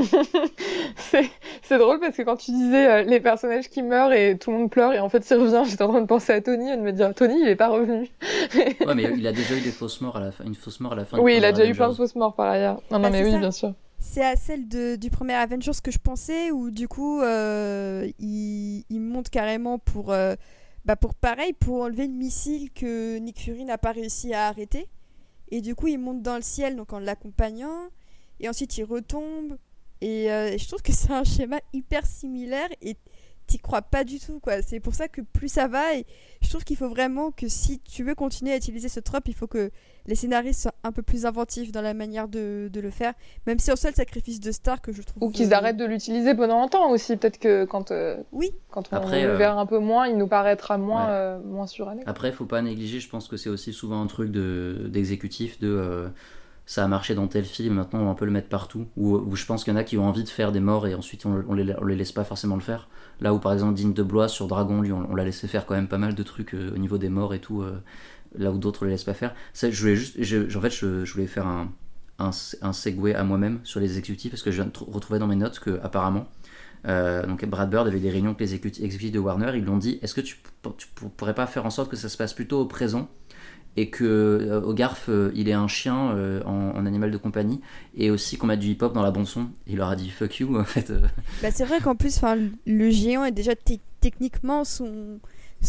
c'est, c'est drôle parce que quand tu disais euh, les personnages qui meurent et tout le monde pleure et en fait il revient, j'étais en train de penser à Tony et de me dire Tony il est pas revenu.
Ouais, mais il a déjà eu des fausses morts à la fin, une fausse mort à la fin.
Oui,
du
il a
premier
déjà eu plein de
Avengers.
fausses morts par ailleurs. Non, non,
Bah,
mais
c'est
oui,
ça.
bien sûr.
C'est à celle de, du premier Avengers que je pensais où du coup euh, il, il monte carrément pour euh, bah pour pareil pour enlever le missile que Nick Fury n'a pas réussi à arrêter et du coup il monte dans le ciel donc en l'accompagnant et ensuite il retombe et, euh, et je trouve que c'est un schéma hyper similaire et t'y crois pas du tout, quoi. C'est pour ça que plus ça va, et je trouve qu'il faut vraiment que si tu veux continuer à utiliser ce trope, il faut que les scénaristes soient un peu plus inventifs dans la manière de, de le faire, même si en soi le sacrifice de Star que je trouve...
Ou qu'ils euh... arrêtent de l'utiliser pendant un temps aussi, peut-être que quand, euh,
oui.
quand on
Après,
le
euh...
verra un peu moins, il nous paraîtra moins,
ouais.
euh, moins suranné.
Après, faut pas négliger, je pense que c'est aussi souvent un truc de, d'exécutif, de... Euh... ça a marché dans tel film, maintenant on va un peu le mettre partout, où, où je pense qu'il y en a qui ont envie de faire des morts et ensuite on, on, les, on les laisse pas forcément le faire. Là où par exemple Digne de Blois sur Dragon, lui on, on l'a laissé faire quand même pas mal de trucs euh, au niveau des morts et tout, euh, là où d'autres le laissent pas faire. Ça, je voulais juste, je, en fait je, je voulais faire un, un, un segue à moi-même sur les exécutifs parce que je viens de retrouver dans mes notes que apparemment euh, donc Brad Bird avait des réunions avec les exécutifs de Warner, ils lui ont dit est-ce que tu, tu pourrais pas faire en sorte que ça se passe plutôt au présent et que euh, Hogarth euh, il est un chien euh, en, en animal de compagnie et aussi qu'on mette du hip-hop dans la bande-son. Il leur a dit fuck you en fait.
Bah, c'est vrai qu'en plus le géant est déjà t- techniquement son,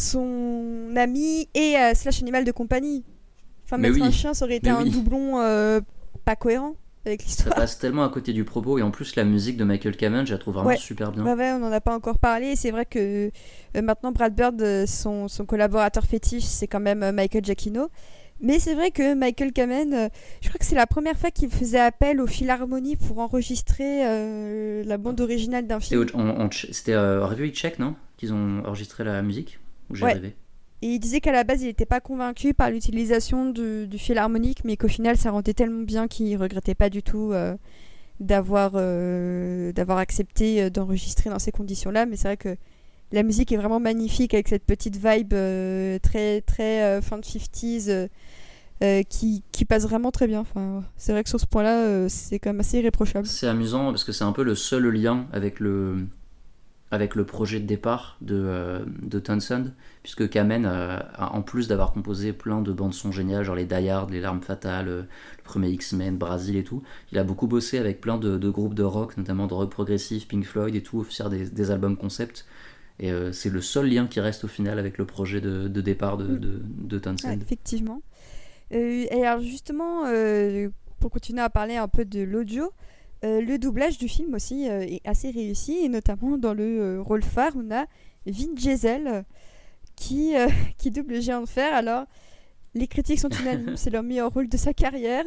son ami et euh, slash animal de compagnie. Enfin, mettre oui. un chien ça aurait été Mais un oui. doublon euh, pas cohérent avec l'histoire.
Ça passe tellement à côté du propos et en plus la musique de Michael Kamen je la trouve vraiment
ouais.
super bien.
Ouais, ouais, on n'en a pas encore parlé et c'est vrai que euh, maintenant Brad Bird, euh, son, son collaborateur fétiche c'est quand même euh, Michael Giacchino. Mais c'est vrai que Michael Kamen, euh, je crois que c'est la première fois qu'il faisait appel aux Philharmonies pour enregistrer euh, la bande originale d'un film.
C'était, on, on, c'était euh, Review Check, non ? Qu'ils ont enregistré la musique ? Ou j'ai
ouais.
rêvé ?
Et il disait qu'à la base, il n'était pas convaincu par l'utilisation du, du philharmonique, mais qu'au final, ça rendait tellement bien qu'il ne regrettait pas du tout euh, d'avoir, euh, d'avoir accepté d'enregistrer dans ces conditions-là. Mais c'est vrai que la musique est vraiment magnifique avec cette petite vibe euh, très, très euh, fin de cinquantaines euh, euh, qui, qui passe vraiment très bien. Enfin, c'est vrai que sur ce point-là, euh, c'est quand même assez irréprochable.
C'est amusant parce que c'est un peu le seul lien avec le... avec le projet de départ de, euh, de Townsend, puisque Kamen, euh, a, en plus d'avoir composé plein de bandes-sons géniales, genre les Die Hard, les Larmes Fatales, euh, le premier X-Men, Brazil et tout, il a beaucoup bossé avec plein de, de groupes de rock, notamment de rock progressif, Pink Floyd et tout, faire des, des albums concept, et euh, c'est le seul lien qui reste au final avec le projet de, de départ de, de, de Townsend.
Ouais, effectivement. Euh, et alors justement, euh, pour continuer à parler un peu de l'audio, Euh, le doublage du film aussi euh, est assez réussi et notamment dans le euh, rôle phare on a Vin Diesel qui, euh, qui double le géant de fer. Alors les critiques sont unanimes, c'est leur meilleur rôle de sa carrière.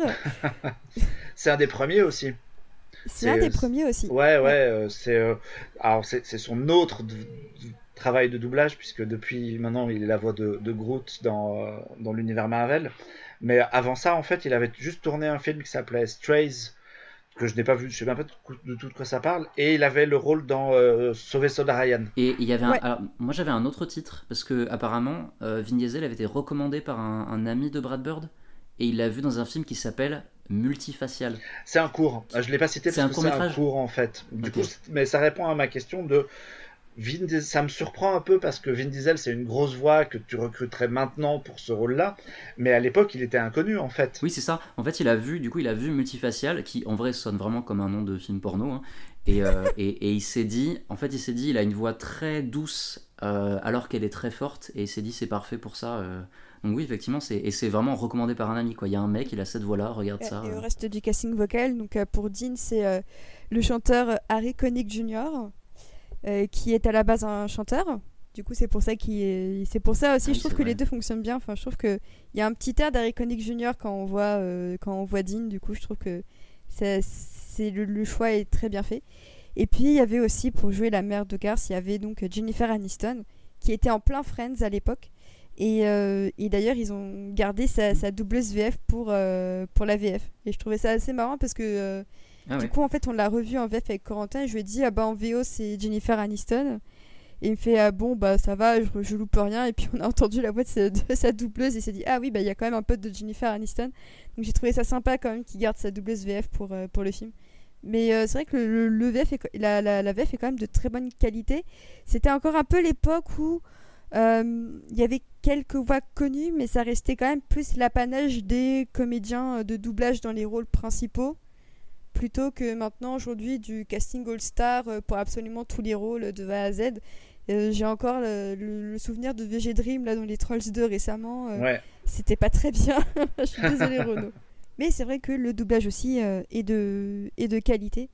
C'est un des premiers aussi.
C'est, c'est un des premiers aussi.
Ouais, ouais, euh, c'est, euh, alors c'est, c'est son autre d- d- travail de doublage puisque depuis maintenant il est la voix de, de Groot dans, euh, dans l'univers Marvel. Mais avant ça en fait il avait juste tourné un film qui s'appelait Strays, que je n'ai pas vu, je sais même pas de tout de quoi ça parle, et il avait le rôle dans euh, Sauver Soldat Ryan.
Et il y avait
ouais.
un, alors, moi j'avais un autre titre, parce que apparemment euh, Vin Diesel avait été recommandé par un, un ami de Brad Bird, et il l'a vu dans un film qui s'appelle Multifacial.
C'est un court, je l'ai pas cité parce
c'est un
que
court-métrage.
C'est un court en fait. Du
okay.
coup, mais ça répond à ma question de... Vin Diesel, ça me surprend un peu parce que Vin Diesel c'est une grosse voix que tu recruterais maintenant pour ce rôle-là, mais à l'époque il était inconnu en fait.
Oui c'est ça. En fait il a vu, du coup il a vu Multifacial qui en vrai sonne vraiment comme un nom de film porno, hein. et, euh, et et il s'est dit, en fait il s'est dit il a une voix très douce euh, alors qu'elle est très forte et il s'est dit c'est parfait pour ça. Euh... Donc oui effectivement c'est et c'est vraiment recommandé par un ami quoi. Il y a un mec il a cette voix-là, regarde
et,
ça.
Et
euh...
au reste du casting vocal donc euh, pour Dean c'est euh, le chanteur Harry Connick junior Euh, qui est à la base un chanteur. Du coup, c'est pour ça qu'il est... c'est pour ça aussi. Ah, je trouve que vrai. Les deux fonctionnent bien. Enfin, je trouve que il y a un petit air d'Harry Connick junior quand on voit euh, quand on voit Dean. Du coup, je trouve que c'est, c'est le, le choix est très bien fait. Et puis il y avait aussi pour jouer la mère de Garth, il y avait donc Jennifer Aniston qui était en plein Friends à l'époque. Et, euh, et d'ailleurs, ils ont gardé sa, sa doubleuse V F pour euh, pour la V F. Et je trouvais ça assez marrant parce que euh, Ah du ouais. coup, en fait, on l'a revu en V F avec Corentin et je lui ai dit, ah bah en V O, c'est Jennifer Aniston. Et il me fait, ah bon, bah ça va, je, je loupe rien. Et puis on a entendu la voix de sa, de sa doubleuse et il s'est dit, ah oui, bah il y a quand même un pote de Jennifer Aniston. Donc j'ai trouvé ça sympa quand même qu'il garde sa doubleuse V F pour, euh, pour le film. Mais euh, c'est vrai que le, le V F est, la, la, la V F est quand même de très bonne qualité. C'était encore un peu l'époque où il euh, y avait quelques voix connues, mais ça restait quand même plus l'apanage des comédiens de doublage dans les rôles principaux. Plutôt que maintenant aujourd'hui du casting all-star pour absolument tous les rôles de A à Z. Euh, j'ai encore le, le, le souvenir de V G Dream là dans les Trolls deux récemment. Euh,
ouais.
C'était pas très bien. Je suis désolée Renaud. Mais c'est vrai que le doublage aussi euh, est, de, est de qualité.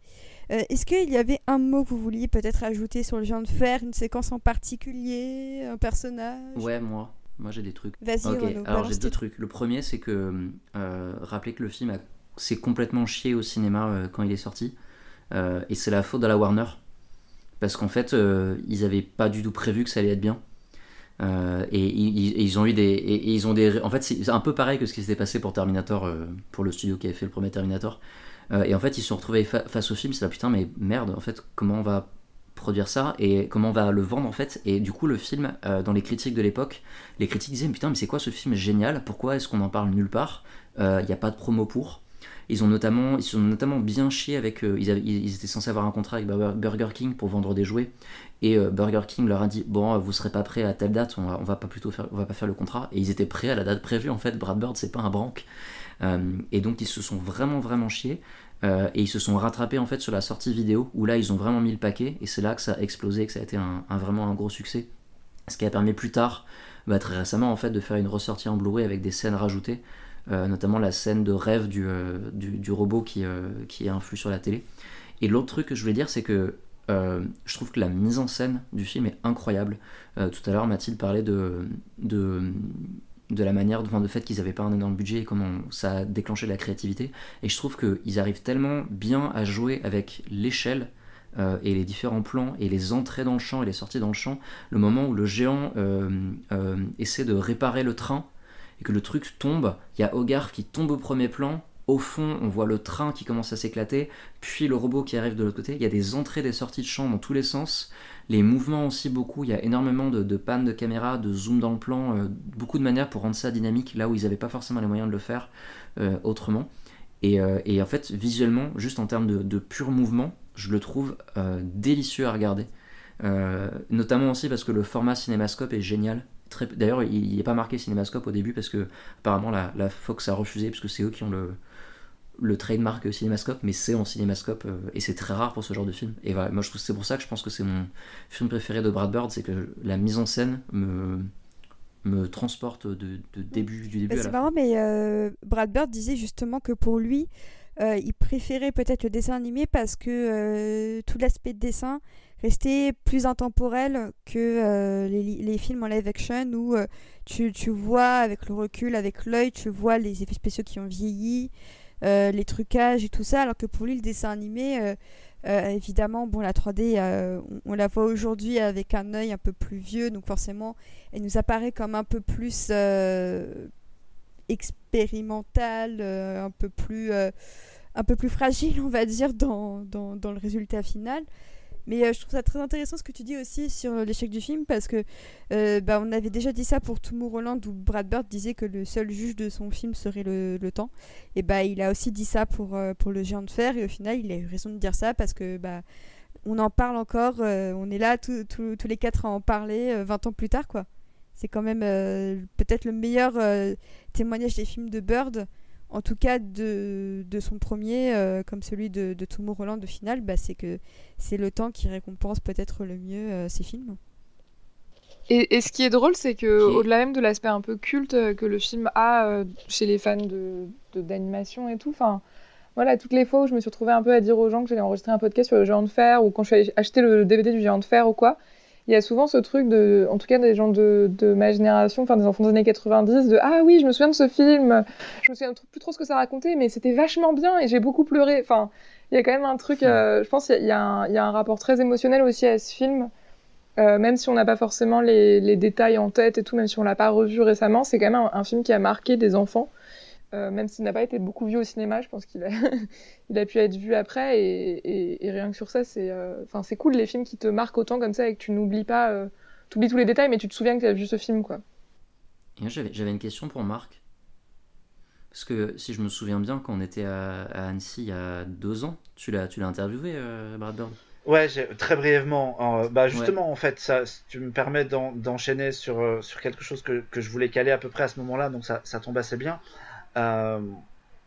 Euh, est-ce qu'il y avait un mot que vous vouliez peut-être ajouter sur le géant de fer, une séquence en particulier, un personnage?
Ouais, moi. Moi, j'ai des trucs.
Vas-y,
Ok,
Renaud,
alors
balance
j'ai deux
tes-
trucs. Le premier, c'est que euh, rappelez que le film a... s'est complètement chié au cinéma euh, quand il est sorti. Euh, et c'est la faute de la Warner. Parce qu'en fait, euh, ils avaient pas du tout prévu que ça allait être bien. Euh, et, ils, et ils ont eu des. Et, et ils ont des. En fait, c'est un peu pareil que ce qui s'était passé pour Terminator, euh, pour le studio qui avait fait le premier Terminator. Euh, et en fait, ils se sont retrouvés fa- face au film. C'est là, putain, mais merde, en fait, comment on va produire ça et comment on va le vendre en fait. Et du coup, le film, euh, dans les critiques de l'époque, les critiques disaient putain, mais c'est quoi ce film génial? Pourquoi est-ce qu'on en parle nulle part? Il euh, n'y a pas de promo pour. Ils ont notamment, ils sont notamment bien chiés avec. Euh, ils, avaient- ils étaient censés avoir un contrat avec Bur- Burger King pour vendre des jouets. Et euh, Burger King leur a dit bon, euh, vous serez pas prêts à telle date, on va, on va pas plutôt faire, on va pas faire le contrat. Et ils étaient prêts à la date prévue. En fait, Brad Bird, c'est pas un branque. Euh, et donc ils se sont vraiment vraiment chiés. Euh, et ils se sont rattrapés en fait sur la sortie vidéo où là ils ont vraiment mis le paquet et c'est là que ça a explosé, que ça a été un, un- vraiment un gros succès, ce qui a permis plus tard, bah, très récemment en fait, de faire une ressortie en Blu-ray avec des scènes rajoutées, euh, notamment la scène de rêve du, euh, du, du robot qui, euh, qui influe sur la télé. Et l'autre truc que je voulais dire, c'est que euh, je trouve que la mise en scène du film est incroyable. Euh, tout à l'heure Mathilde parlait de, de, de la manière, enfin, de fait qu'ils n'avaient pas un énorme budget et comment ça a déclenché la créativité. Et je trouve qu'ils arrivent tellement bien à jouer avec l'échelle euh, et les différents plans et les entrées dans le champ et les sorties dans le champ. Le moment où le géant euh, euh, essaie de réparer le train et que le truc tombe, il y a Hogarth qui tombe au premier plan. Au fond, on voit le train qui commence à s'éclater, puis le robot qui arrive de l'autre côté. Il y a des entrées, des sorties de champ dans tous les sens. Les mouvements aussi beaucoup. Il y a énormément de, de pannes de caméra, de zoom dans le plan, euh, beaucoup de manières pour rendre ça dynamique, là où ils n'avaient pas forcément les moyens de le faire euh, autrement. Et, euh, et en fait, visuellement, juste en termes de, de pur mouvement, je le trouve euh, délicieux à regarder. Euh, notamment aussi parce que le format cinémascope est génial. Très, d'ailleurs, il n'est pas marqué cinémascope au début parce que apparemment la, la Fox a refusé parce que c'est eux qui ont le, le trademark cinémascope, mais c'est en cinémascope euh, et c'est très rare pour ce genre de film. Et voilà, moi je trouve c'est pour ça que je pense que c'est mon film préféré de Brad Bird, c'est que la mise en scène me me transporte de, de début du début
Bah,
à
c'est
la
marrant,
fin.
mais euh, Brad Bird disait justement que pour lui, euh, il préférait peut-être le dessin animé parce que euh, tout l'aspect de dessin restait plus intemporel que euh, les, les films en live action où euh, tu, tu vois avec le recul, avec l'œil, tu vois les effets spéciaux qui ont vieilli, euh, les trucages et tout ça, alors que pour lui, le dessin animé, euh, euh, évidemment, bon, la trois D, euh, on, on la voit aujourd'hui avec un œil un peu plus vieux, donc forcément, elle nous apparaît comme un peu plus euh, expérimentale, euh, un peu plus, euh, un peu plus fragile, on va dire, dans, dans, dans le résultat final. Mais euh, je trouve ça très intéressant ce que tu dis aussi sur l'échec du film parce que euh, bah, on avait déjà dit ça pour Tomorrowland où Brad Bird disait que le seul juge de son film serait le, le temps. Et bah il a aussi dit ça pour, euh, pour le géant de fer et au final il a eu raison de dire ça parce que bah on en parle encore, euh, on est là tous les quatre à en parler euh, vingt ans plus tard quoi. C'est quand même euh, peut-être le meilleur euh, témoignage des films de Bird. En tout cas, de, de son premier, euh, comme celui de, de Tomorrowland, au final, bah, c'est que c'est le temps qui récompense peut-être le mieux euh, ces films.
Et, et ce qui est drôle, c'est que
Ok.
au-delà même de l'aspect un peu culte euh, que le film a euh, chez les fans de, de- d'animation et tout, enfin, voilà, toutes les fois où je me suis retrouvée un peu à dire aux gens que j'allais enregistrer un podcast sur le géant de fer ou quand je suis allée acheter le D V D du géant de fer ou quoi, il y a souvent ce truc de, en tout cas des gens de, de ma génération, enfin des enfants des années quatre-vingt-dix, de ah oui, je me souviens de ce film, je me souviens plus trop ce que ça racontait, mais c'était vachement bien et j'ai beaucoup pleuré. Enfin, il y a quand même un truc, euh, je pense qu'il y a, il y a un, il y a un rapport très émotionnel aussi à ce film. Euh, même si on n'a pas forcément les, les détails en tête et tout, même si on l'a pas revu récemment, c'est quand même un, un film qui a marqué des enfants. Euh, même s'il n'a pas été beaucoup vu au cinéma, je pense qu'il a, il a pu être vu après, et, et, et rien que sur ça, c'est, euh, enfin, c'est cool les films qui te marquent autant comme ça et que tu n'oublies pas, euh, tu oublies tous les détails, mais tu te souviens que tu as vu ce film, quoi.
Et moi, j'avais, j'avais une question pour Marc. Parce que si je me souviens bien, quand on était à, à Annecy il y a deux ans, tu l'as, tu l'as interviewé, euh, Brad Bird.
Ouais, j'ai- très brièvement. Euh, bah
Ouais.
justement, en fait, ça, tu me permets d'en- d'enchaîner sur, euh, sur quelque chose que, que je voulais caler à peu près à ce moment-là, donc ça, ça tombe assez bien. Euh,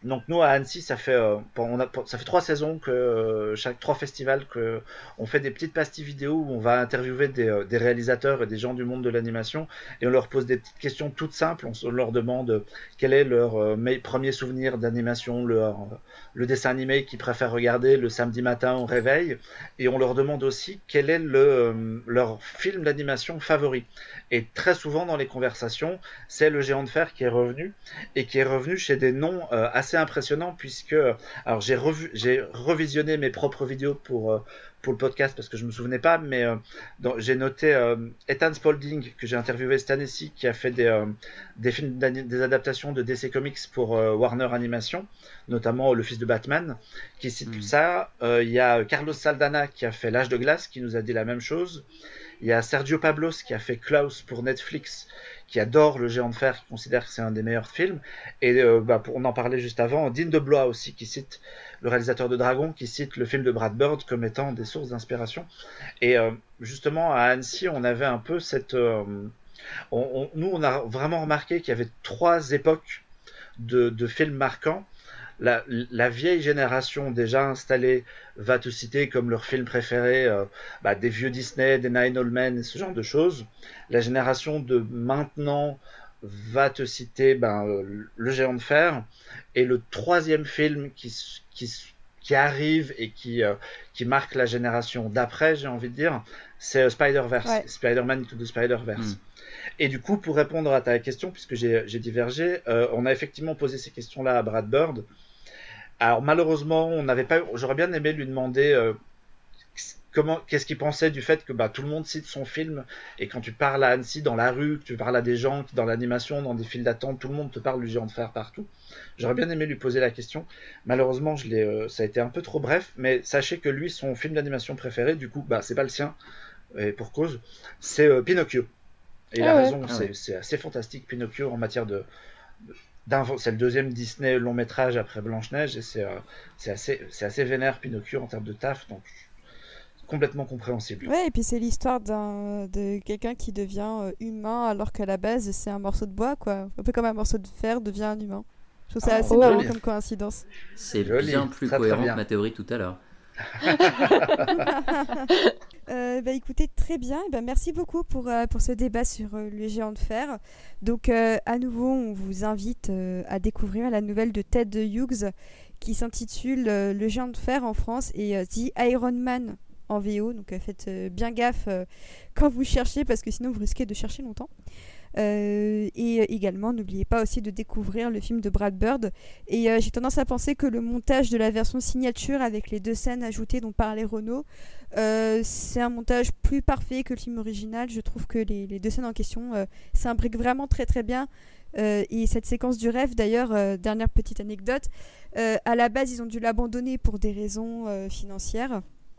Donc nous à Annecy, ça fait euh, on a, ça fait trois saisons que euh, chaque trois festivals que on fait des petites pastilles vidéo où on va interviewer des, euh, des réalisateurs et des gens du monde de l'animation et on leur pose des petites questions toutes simples. On, on leur demande quel est leur euh, premier souvenir d'animation, leur, euh, le dessin animé qu'ils préfèrent regarder le samedi matin au réveil, et on leur demande aussi quel est le euh, leur film d'animation favori. Et très souvent dans les conversations, c'est le Géant de Fer qui est revenu et qui est revenu chez des noms euh, assez impressionnant, puisque alors j'ai revu j'ai revisionné mes propres vidéos pour euh, pour le podcast parce que je me souvenais pas, mais euh, dans, j'ai noté euh, Ethan Spalding que j'ai interviewé cette année-ci, qui a fait des euh, des films des adaptations de D C Comics pour euh, Warner Animation, notamment Le Fils de Batman, qui cite mmh. ça. Il euh, y a Carlos Saldana qui a fait L'Âge de glace, qui nous a dit la même chose. Il y a Sergio Pablos qui a fait Klaus pour Netflix, qui adore le Géant de Fer, qui considère que c'est un des meilleurs films. Et euh, bah, pour, on en parlait juste avant, Dean DeBlois aussi, qui cite le réalisateur de Dragon, qui cite le film de Brad Bird comme étant des sources d'inspiration. Et euh, justement, à Annecy, on avait un peu cette... Euh, on, on, nous, on a vraiment remarqué qu'il y avait trois époques de, de films marquants. La, la vieille génération déjà installée va te citer comme leur film préféré euh, bah, des vieux Disney, des Nine Old Men, ce genre de choses. La génération de maintenant va te citer bah, euh, le Géant de Fer. Et le troisième film qui, qui, qui arrive et qui, euh, qui marque la génération d'après, j'ai envie de dire, c'est euh, Spider-Verse, ouais. Spider-Man Into the Spider-Verse. Mm. Et du coup, pour répondre à ta question, puisque j'ai, j'ai divergé, euh, on a effectivement posé ces questions-là à Brad Bird. Alors malheureusement, on n'avait pas. J'aurais bien aimé lui demander euh, comment, qu'est-ce qu'il pensait du fait que bah, tout le monde cite son film, et quand tu parles à Annecy dans la rue, que tu parles à des gens dans l'animation, dans des files d'attente, tout le monde te parle du Géant de Fer partout. J'aurais bien aimé lui poser la question. Malheureusement, je l'ai, euh, ça a été un peu trop bref, mais sachez que lui, son film d'animation préféré, du coup, bah c'est pas le sien, et pour cause, c'est euh, Pinocchio. Et il ah a ouais. raison, ah c'est, ouais. c'est assez fantastique Pinocchio en matière de. C'est le deuxième Disney long métrage après Blanche-Neige, et c'est, euh, c'est, assez, c'est assez vénère Pinocchio en termes de taf, donc complètement compréhensible.
Ouais, et puis c'est l'histoire d'un, de quelqu'un qui devient euh, humain alors qu'à la base c'est un morceau de bois, quoi. Un peu comme un morceau de fer devient un humain. Je trouve ça ah, assez oh, marrant joli. Comme coïncidence.
C'est joli, bien plus très, cohérent très bien. Que ma théorie tout à l'heure.
euh, bah écoutez, très bien, bah, merci beaucoup pour, euh, pour ce débat sur euh, le Géant de Fer. Donc euh, à nouveau on vous invite euh, à découvrir la nouvelle de Ted Hughes qui s'intitule euh, Le Géant de Fer en France et euh, The Iron Man en V O, donc euh, faites euh, bien gaffe euh, quand vous cherchez, parce que sinon vous risquez de chercher longtemps. Euh, et euh, également n'oubliez pas aussi de découvrir le film de Brad Bird, et euh, j'ai tendance à penser que le montage de la version signature avec les deux scènes ajoutées dont parlait Renaud, euh, c'est un montage plus parfait que le film original. Je trouve que les, les deux scènes en question euh, s'imbriquent vraiment très très bien, euh, et cette séquence du rêve d'ailleurs, euh, dernière petite anecdote, euh, à la base ils ont dû l'abandonner pour des raisons euh, financières.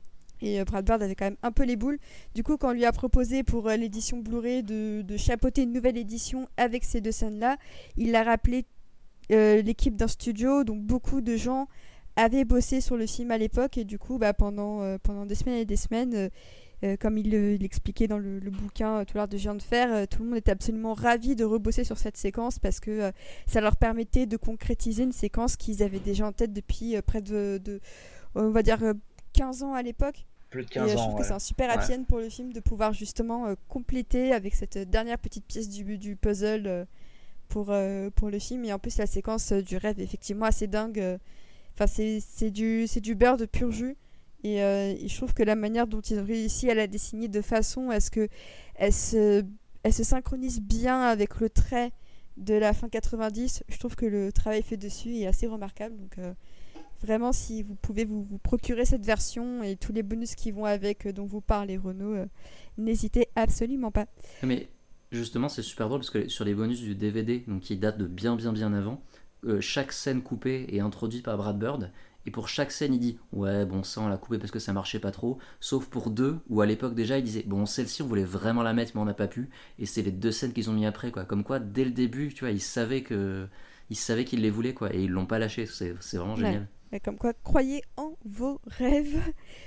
Et Brad Bird avait quand même un peu les boules. Du coup, quand on lui a proposé pour euh, l'édition Blu-ray de, de chapeauter une nouvelle édition avec ces deux scènes-là, il a rappelé euh, l'équipe d'un studio, donc beaucoup de gens avaient bossé sur le film à l'époque, et du coup, bah, pendant, euh, pendant des semaines et des semaines, euh, euh, comme il, euh, il expliquait dans le, le bouquin euh, Tout l'art de Géant de Fer, euh, tout le monde était absolument ravi de rebosser sur cette séquence parce que euh, ça leur permettait de concrétiser une séquence qu'ils avaient déjà en tête depuis euh, près de, de, on va dire, euh, quinze ans à l'époque.
Plus de quinze
et,
ans.
Je trouve
ouais.
que c'est un super happy end pour le film de pouvoir justement euh, compléter avec cette dernière petite pièce du, du puzzle euh, pour, euh, pour le film. Et en plus, la séquence euh, du rêve est effectivement assez dingue. Enfin, euh, c'est, c'est, du, c'est du beurre de pur jus. Et, euh, et je trouve que la manière dont ils ont réussi à la dessiner de façon à ce qu'elle se, elle se synchronise bien avec le trait de la fin quatre-vingt-dix, je trouve que le travail fait dessus est assez remarquable. Donc, euh, vraiment, si vous pouvez vous, vous procurer cette version et tous les bonus qui vont avec, euh, dont vous parlez Renaud, euh, n'hésitez absolument pas.
Mais justement, c'est super drôle parce que sur les bonus du D V D, donc qui datent de bien bien bien avant, euh, chaque scène coupée est introduite par Brad Bird, et pour chaque scène il dit ouais bon ça on l'a coupé parce que ça marchait pas trop, sauf pour deux où à l'époque déjà il disait bon celle-ci on voulait vraiment la mettre mais on n'a pas pu, et c'est les deux scènes qu'ils ont mis après, quoi. Comme quoi dès le début tu vois ils savaient que ils savaient qu'ils les voulaient, quoi, et ils l'ont pas lâché. C'est, c'est vraiment génial. Ouais.
Comme quoi, croyez en vos rêves.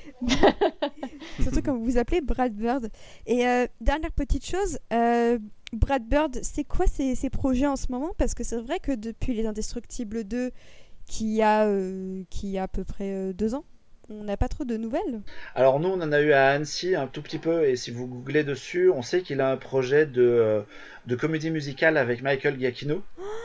Surtout quand vous vous appelez Brad Bird. Et euh, dernière petite chose, euh, Brad Bird, c'est quoi ses, ses projets en ce moment ? Parce que c'est vrai que depuis Les Indestructibles deux, qui a, euh, qui a à peu près euh, deux ans. On n'a pas trop de nouvelles.
Alors nous, on en a eu à Annecy un tout petit peu, et si vous googlez dessus, on sait qu'il a un projet de, euh, de comédie musicale avec Michael Giacchino.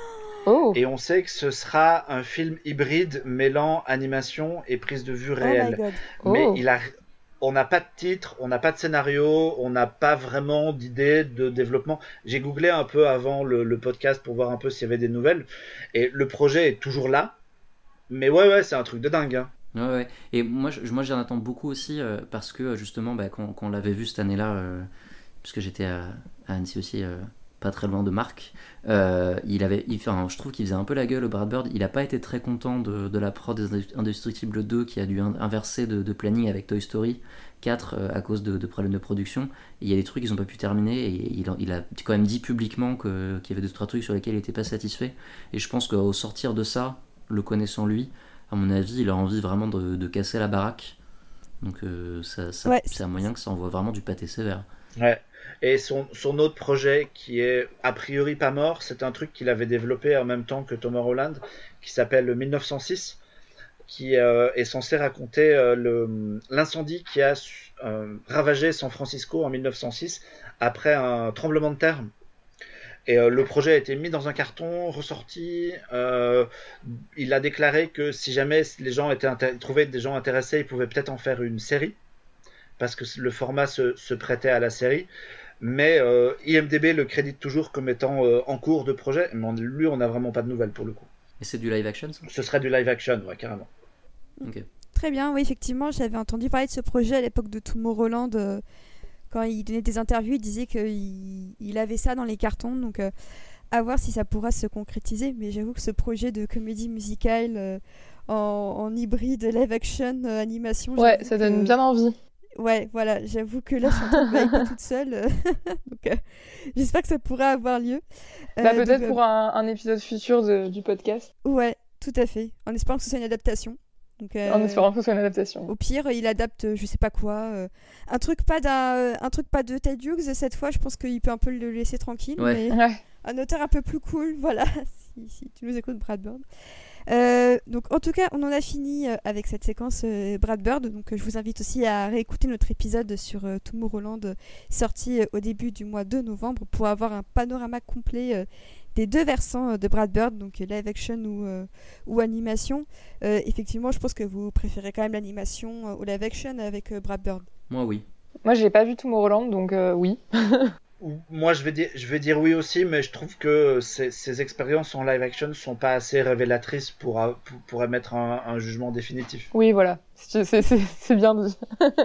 Oh.
Et on sait que ce sera un film hybride mêlant animation et prise de vue réelle.
Oh my God.
Mais
Oh.
il a, on n'a pas de titre, on n'a pas de scénario, on n'a pas vraiment d'idée de développement. J'ai googlé un peu avant le, le podcast pour voir un peu s'il y avait des nouvelles, et le projet est toujours là. Mais ouais, ouais, c'est un truc de dingue. Hein.
Ouais, ouais. Et moi, je, moi j'en attends beaucoup aussi euh, parce que justement, bah, quand, quand on l'avait vu cette année-là, euh, puisque j'étais à, à Annecy aussi, euh, pas très loin de Marc, euh, il avait, il, enfin, je trouve qu'il faisait un peu la gueule, Brad Bird. Il a pas été très content de, de la prod des Indestructibles deux qui a dû inverser de, de planning avec Toy Story quatre euh, à cause de, de problèmes de production. Et il y a des trucs qu'ils n'ont pas pu terminer et il, il a quand même dit publiquement que, qu'il y avait deux trois trucs sur lesquels il n'était pas satisfait. Et je pense qu'au sortir de ça, le connaissant lui, à mon avis, il a envie vraiment de, de casser la baraque. Donc euh, ça, ça,
Ouais.
c'est un moyen que ça envoie vraiment du pâté sévère.
Ouais. Et son, son autre projet qui est a priori pas mort, c'est un truc qu'il avait développé en même temps que Tomorrowland, qui s'appelle mille neuf cent six, qui euh, est censé raconter euh, le, l'incendie qui a euh, ravagé San Francisco en mille neuf cent six après un tremblement de terre. Et euh, le projet a été mis dans un carton, ressorti. Euh, il a déclaré que si jamais les gens étaient intér- trouvaient des gens intéressés, il pouvait peut-être en faire une série, parce que le format se, se prêtait à la série. Mais euh, I M D B le crédite toujours comme étant euh, en cours de projet. Mais on, lui, on n'a vraiment pas de nouvelles pour le coup.
Et c'est du live action, ça ?
Ce serait du live action, ouais, carrément.
Ok.
Très bien, oui, effectivement, j'avais entendu parler de ce projet à l'époque de Tomorrowland. Euh, quand il donnait des interviews, il disait qu'il il avait ça dans les cartons. Donc, euh, à voir si ça pourra se concrétiser. Mais j'avoue que ce projet de comédie musicale euh, en, en hybride live-action euh, animation...
Ouais,
j'avoue
ça donne
que-
bien envie.
Ouais, voilà, j'avoue que là, je suis en train de m'hyper toute seule. euh, donc, euh, j'espère que ça pourra avoir lieu. Euh,
Bah, peut-être
donc, euh,
pour un, un épisode futur de- du podcast,
Ouais, tout à fait. En espérant que ce soit une adaptation. Donc, euh,
en espérant que ce soit une adaptation.
Au pire, il adapte, euh, je sais pas quoi, euh, un truc pas d'un, euh, un truc pas de Ted Hughes cette fois. Je pense qu'il peut un peu le laisser tranquille,
Ouais.
mais
Ouais.
un auteur un peu plus cool, voilà. si, si tu nous écoutes, Brad Bird. Euh, donc en tout cas, on en a fini euh, avec cette séquence euh, Brad Bird. Donc euh, je vous invite aussi à réécouter notre épisode sur euh, Tomorrowland euh, sorti euh, au début du mois de novembre pour avoir un panorama complet euh, des deux versants euh, de Brad Bird, donc euh, live action ou, euh, ou animation. Euh, effectivement, je pense que vous préférez quand même l'animation euh, au live action avec euh, Brad Bird.
Moi, oui.
Moi, j'ai pas vu Tomorrowland, donc euh, oui.
Moi, je vais, dire, je vais dire oui aussi, mais je trouve que ces, ces expériences en live action ne sont pas assez révélatrices pour, pour, pour émettre un, un jugement définitif.
Oui, voilà. C'est, c'est, c'est, c'est bien dit.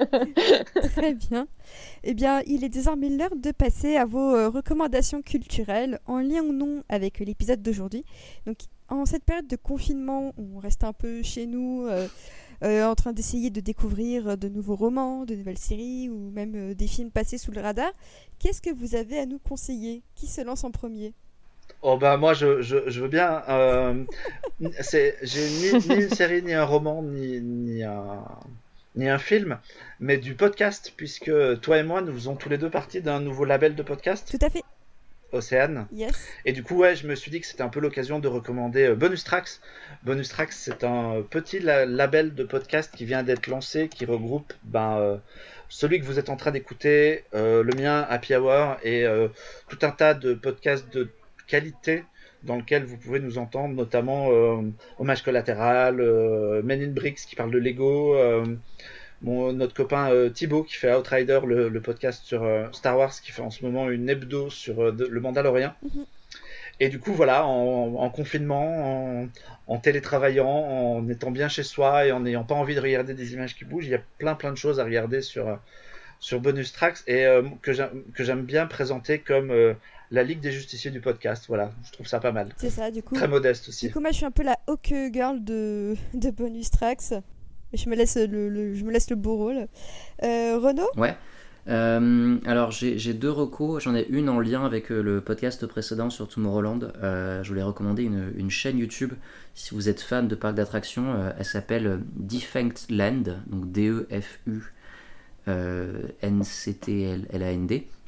Très bien. Eh bien, il est désormais l'heure de passer à vos euh, recommandations culturelles en lien ou non avec euh, l'épisode d'aujourd'hui. Donc, en cette période de confinement, on reste un peu chez nous, euh, euh, en train d'essayer de découvrir de nouveaux romans, de nouvelles séries ou même euh, des films passés sous le radar. Qu'est-ce que vous avez à nous conseiller ? Qui se lance en premier ?
Oh bah moi je, je, je veux bien. Euh, c'est, j'ai ni, ni une série, ni un roman, ni, ni, un, ni un film, mais du podcast, puisque toi et moi nous faisons tous les deux partie d'un nouveau label de podcast,
Tout à fait.
Océane.
Yes.
Et du coup ouais, je me suis dit que c'était un peu l'occasion de recommander euh, Bonus Tracks. Bonus Tracks, c'est un petit la- label de podcast qui vient d'être lancé, qui regroupe ben, euh, celui que vous êtes en train d'écouter, euh, le mien, Happy Hour, et euh, tout un tas de podcasts de qualité dans lequel vous pouvez nous entendre, notamment euh, Hommage Collatéral, euh, Men in Bricks qui parle de Lego, euh, mon, notre copain euh, Thibaut qui fait Outrider, le, le podcast sur euh, Star Wars, qui fait en ce moment une hebdo sur euh, de, le Mandalorian.
Mhm.
Et du coup, voilà, en, en confinement, en, en télétravaillant, en étant bien chez soi et en n'ayant pas envie de regarder des images qui bougent, il y a plein plein de choses à regarder sur, euh, sur Bonus Tracks et euh, que, j'aime, que j'aime bien présenter comme euh, la Ligue des Justiciers du podcast. Voilà, je trouve ça pas mal.
C'est ça, du coup.
Très modeste aussi.
Du coup, moi, je suis un peu la Hawk Girl de, de Bonus Tracks. Je me laisse le, le- je me laisse le beau rôle. Euh, Renaud ?
Ouais. Euh, alors j'ai, j'ai deux recos, j'en ai une en lien avec euh, le podcast précédent sur Tomorrowland. Euh, je voulais recommander une, une chaîne YouTube si vous êtes fan de parcs d'attractions. Euh, elle s'appelle euh, Defunct Land, donc D E F U N C T L A N D.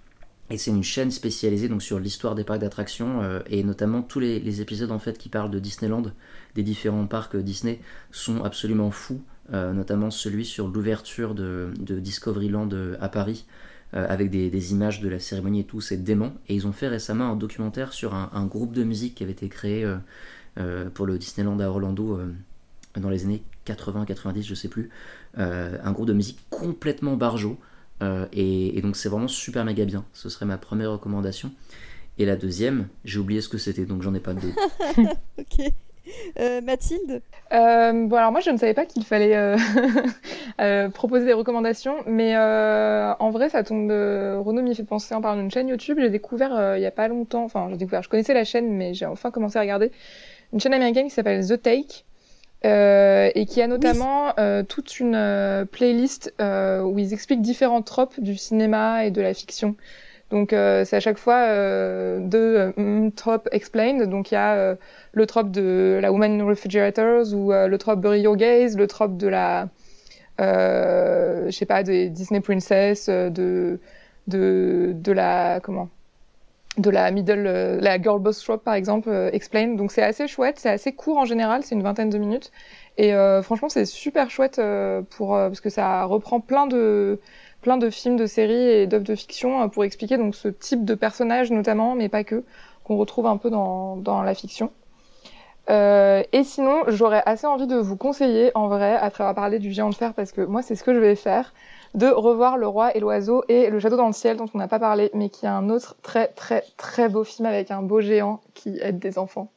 Et c'est une chaîne spécialisée donc sur l'histoire des parcs d'attractions euh, et notamment tous les, les épisodes en fait qui parlent de Disneyland, des différents parcs Disney sont absolument fous, euh, notamment celui sur l'ouverture de, de Discoveryland à Paris euh, avec des, des images de la cérémonie et tout, c'est dément. Et ils ont fait récemment un documentaire sur un, un groupe de musique qui avait été créé euh, euh, pour le Disneyland à Orlando euh, dans les années quatre-vingts quatre-vingt-dix, je sais plus, euh, un groupe de musique complètement barjo. Euh, et, et donc c'est vraiment super méga bien. Ce serait ma première recommandation. Et la deuxième, j'ai oublié ce que c'était, donc j'en ai pas de doute.
Ok. Euh, Mathilde
euh, Bon, alors moi je ne savais pas qu'il fallait euh, euh, proposer des recommandations, mais euh, en vrai ça tombe. Euh, Renaud m'y fait penser en parlant d'une chaîne YouTube. J'ai découvert euh, il y a pas longtemps, enfin j'ai découvert, je connaissais la chaîne, mais j'ai enfin commencé à regarder une chaîne américaine qui s'appelle The Take. Euh, et qui a notamment oui. euh, toute une euh, playlist euh, où ils expliquent différents tropes du cinéma et de la fiction. Donc euh, c'est à chaque fois euh, deux euh, tropes explained. Donc il y a euh, le trope de la Woman in Refrigerators ou euh, le trope Bury Your Gaze, le trope de la, euh, je sais pas, des Disney Princess, de de de la comment. de la middle, euh, la girl boss trope par exemple, euh, explain. Donc c'est assez chouette, c'est assez court en général, c'est une vingtaine de minutes. Et euh, franchement c'est super chouette euh, pour euh, parce que ça reprend plein de plein de films, de séries et d'œuvres de fiction euh, pour expliquer donc ce type de personnage notamment, mais pas que, qu'on retrouve un peu dans dans la fiction. Euh, et sinon, j'aurais assez envie de vous conseiller, en vrai, après avoir parlé du Géant de Fer, parce que moi, c'est ce que je vais faire, de revoir Le Roi et l'Oiseau et Le Château dans le Ciel, dont on n'a pas parlé, mais qui est un autre très, très, très beau film avec un beau géant qui aide des enfants.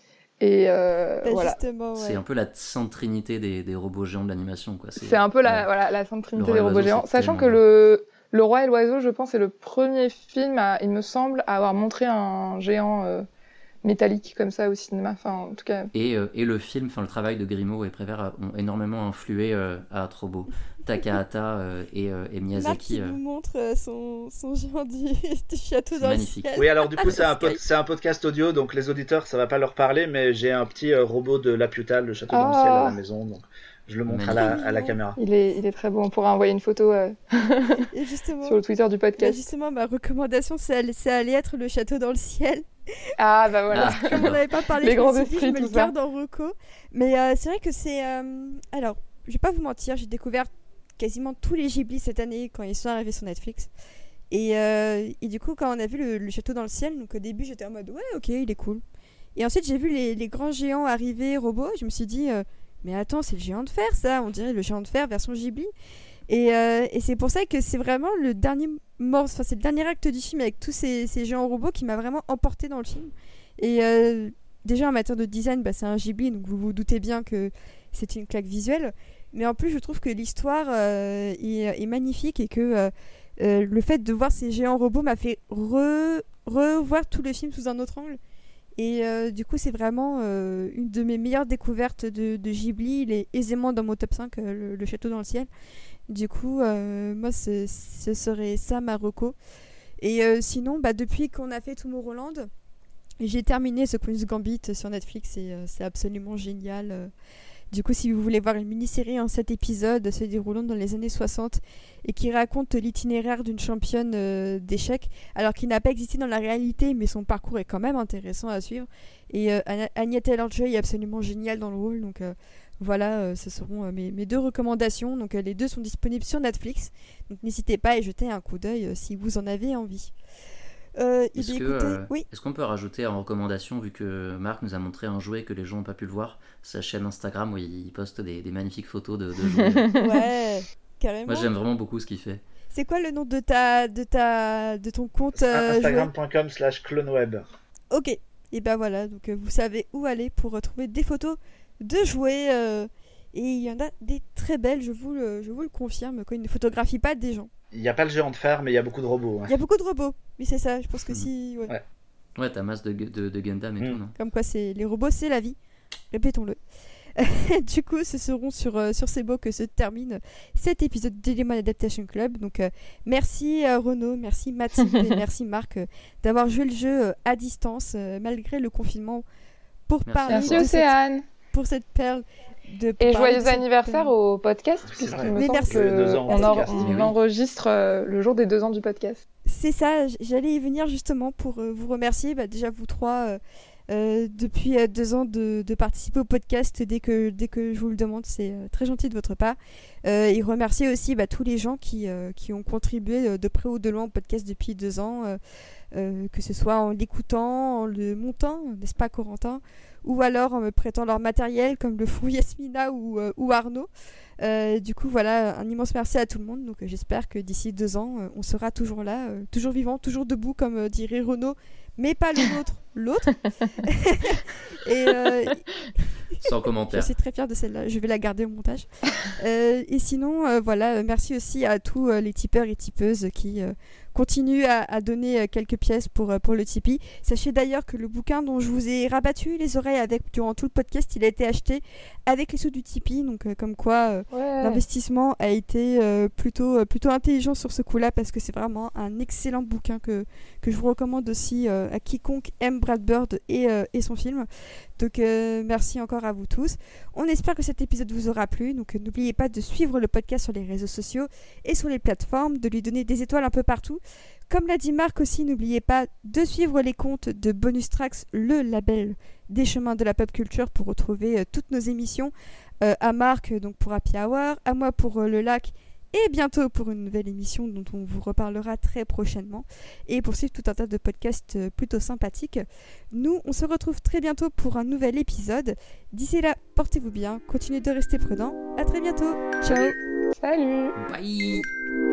Et euh,
bah,
voilà.
Ouais.
C'est un peu la sainte trinité des, des robots géants de l'animation, quoi.
C'est, c'est un peu la,
ouais.
voilà, la sainte trinité
des
robots géants. Sachant que le, le Roi et l'Oiseau, je pense, est le premier film, à, il me semble, à avoir montré un géant euh, métallique comme ça au cinéma. Enfin, en tout cas.
Et, euh, et le film, enfin le travail de Grimaud et Prévert ont énormément influé euh, à Atrobo. Takahata euh, et, euh, et Miyazaki.
Marc, il
euh...
nous montre euh, son, son géant du, du château
c'est
dans
magnifique.
le ciel.
Oui, alors du coup, c'est un, pod- c'est un podcast audio, donc les auditeurs, ça va pas leur parler, mais j'ai un petit euh, robot de Laputa, le château oh. dans le ciel à la maison, donc je le montre à la, à la caméra.
Il est, il est très beau, on pourra envoyer une photo euh,
et justement,
sur le Twitter du podcast.
Bah justement, ma recommandation, c'est, c'est allait être le château dans le ciel.
Ah bah voilà.
Ah, comme on n'avait pas parlé,
les
je
grands
me suis dit,
esprits,
je me le garde en reco. Mais euh, c'est vrai que c'est... Euh... Alors, je vais pas vous mentir, j'ai découvert quasiment tous les Ghibli cette année quand ils sont arrivés sur Netflix. Et, euh, et du coup, quand on a vu le, le château dans le ciel, donc au début j'étais en mode ouais, ok, il est cool. Et ensuite j'ai vu les, les grands géants arriver, robots, je me suis dit euh, mais attends, c'est le géant de fer ça, on dirait le géant de fer version Ghibli. Et, euh, et c'est pour ça que c'est vraiment le dernier mort, enfin c'est le dernier acte du film avec tous ces, ces géants robots qui m'a vraiment emporté dans le film. Et euh, déjà en matière de design, bah, c'est un Ghibli, donc vous vous doutez bien que c'est une claque visuelle. Mais en plus, je trouve que l'histoire euh, est, est magnifique et que euh, euh, le fait de voir ces géants robots m'a fait re, revoir tout le film sous un autre angle. Et euh, du coup, c'est vraiment euh, une de mes meilleures découvertes de, de Ghibli. Il est aisément dans mon top cinq, euh, le, le château dans le ciel. Du coup, euh, moi, ce, ce serait ça ma reco. Et euh, sinon, bah, depuis qu'on a fait Tomorrowland, j'ai terminé The Queen's Gambit sur Netflix et euh, c'est absolument génial. Euh, Du coup, si vous voulez voir une mini-série en sept épisodes se déroulant dans les années soixante et qui raconte l'itinéraire d'une championne euh, d'échecs, alors qu'il n'a pas existé dans la réalité, mais son parcours est quand même intéressant à suivre. Et euh, Anya Taylor-Joy est absolument géniale dans le rôle. Donc euh, voilà, euh, ce seront euh, mes, mes deux recommandations. Donc euh, les deux sont disponibles sur Netflix. Donc n'hésitez pas à y jeter un coup d'œil euh, si vous en avez envie. Euh,
est-ce, que,
écoutez,
euh,
oui.
est-ce qu'on peut rajouter en recommandation, vu que Marc nous a montré un jouet que les gens n'ont pas pu le voir, sa chaîne Instagram où il poste des, des magnifiques photos de, de jouets.
Ouais, carrément.
Moi j'aime vraiment beaucoup ce qu'il fait.
C'est quoi le nom de ta de ta de ton compte euh,
Instagram point com slash cloneweb.
Ok, et ben voilà, donc euh, vous savez où aller pour retrouver des photos de jouets euh, et il y en a des très belles, je vous le, je vous le confirme, quand il ne photographie pas des gens.
Il n'y a pas le géant de fer, mais il y a beaucoup de robots.
Il hein. y a beaucoup de robots, oui c'est ça, je pense que mmh. si... Ouais,
ouais.
ouais t'as masse de, de, de Gundam et mmh. tout, non ?
Comme quoi, c'est, les robots, c'est la vie, répétons-le. Du coup, ce seront sur, euh, sur ces mots que se termine cet épisode de Lemon Adaptation Club. Donc, euh, merci euh, Renaud, merci Mathilde et merci Marc euh, d'avoir joué le jeu euh, à distance, euh, malgré le confinement, pour
merci.
parler
merci
de
Océane.
Cette, pour cette perle. De
et joyeux anniversaire perle. Au podcast, puisqu'il me
Mais
semble qu'on en, on enregistre euh, le jour des deux ans du podcast.
c'est ça, j'allais y venir justement pour euh, vous remercier, bah, déjà vous trois, euh, euh, depuis euh, deux ans de, de participer au podcast dès que, dès que je vous le demande, c'est euh, très gentil de votre part. Euh, et remercier aussi bah, tous les gens qui, euh, qui ont contribué euh, de près ou de loin au podcast depuis deux ans, euh, euh, que ce soit en l'écoutant, en le montant, n'est-ce pas Corentin, ou alors en me prêtant leur matériel comme le font Yasmina ou, euh, ou Arnaud. Euh, du coup voilà, un immense merci à tout le monde, donc euh, j'espère que d'ici deux ans euh, on sera toujours là, euh, toujours vivant, toujours debout comme euh, dirait Renaud, mais pas le nôtre, l'autre. Et euh,
sans commentaire.
Je suis très fière de celle-là, je vais la garder au montage. euh, et sinon euh, voilà, euh, merci aussi à tous euh, les tipeurs et tipeuses qui euh, continuent à, à donner euh, quelques pièces pour, euh, pour le Tipeee. Sachez d'ailleurs que le bouquin dont je vous ai rabattu les oreilles avec durant tout le podcast, il a été acheté avec les sous du Tipeee, donc euh, comme quoi euh, ouais. L'investissement a été euh, plutôt, euh, plutôt intelligent sur ce coup-là, parce que c'est vraiment un excellent bouquin que, que je vous recommande aussi euh, à quiconque aime Brad Bird et, euh, et son film. Donc euh, merci encore à vous tous. On espère que cet épisode vous aura plu, donc euh, n'oubliez pas de suivre le podcast sur les réseaux sociaux et sur les plateformes, de lui donner des étoiles un peu partout. Comme l'a dit Marc aussi, n'oubliez pas de suivre les comptes de Bonus Tracks, le label des chemins de la pop culture, pour retrouver euh, toutes nos émissions. Euh, à Marc donc pour Happy Hour, à moi pour euh, le lac, et bientôt pour une nouvelle émission dont on vous reparlera très prochainement, et pour suivre tout un tas de podcasts euh, plutôt sympathiques. Nous, on se retrouve très bientôt pour un nouvel épisode. D'ici là, portez-vous bien, continuez de rester prudents. À très bientôt. Ciao.
Salut.
Bye.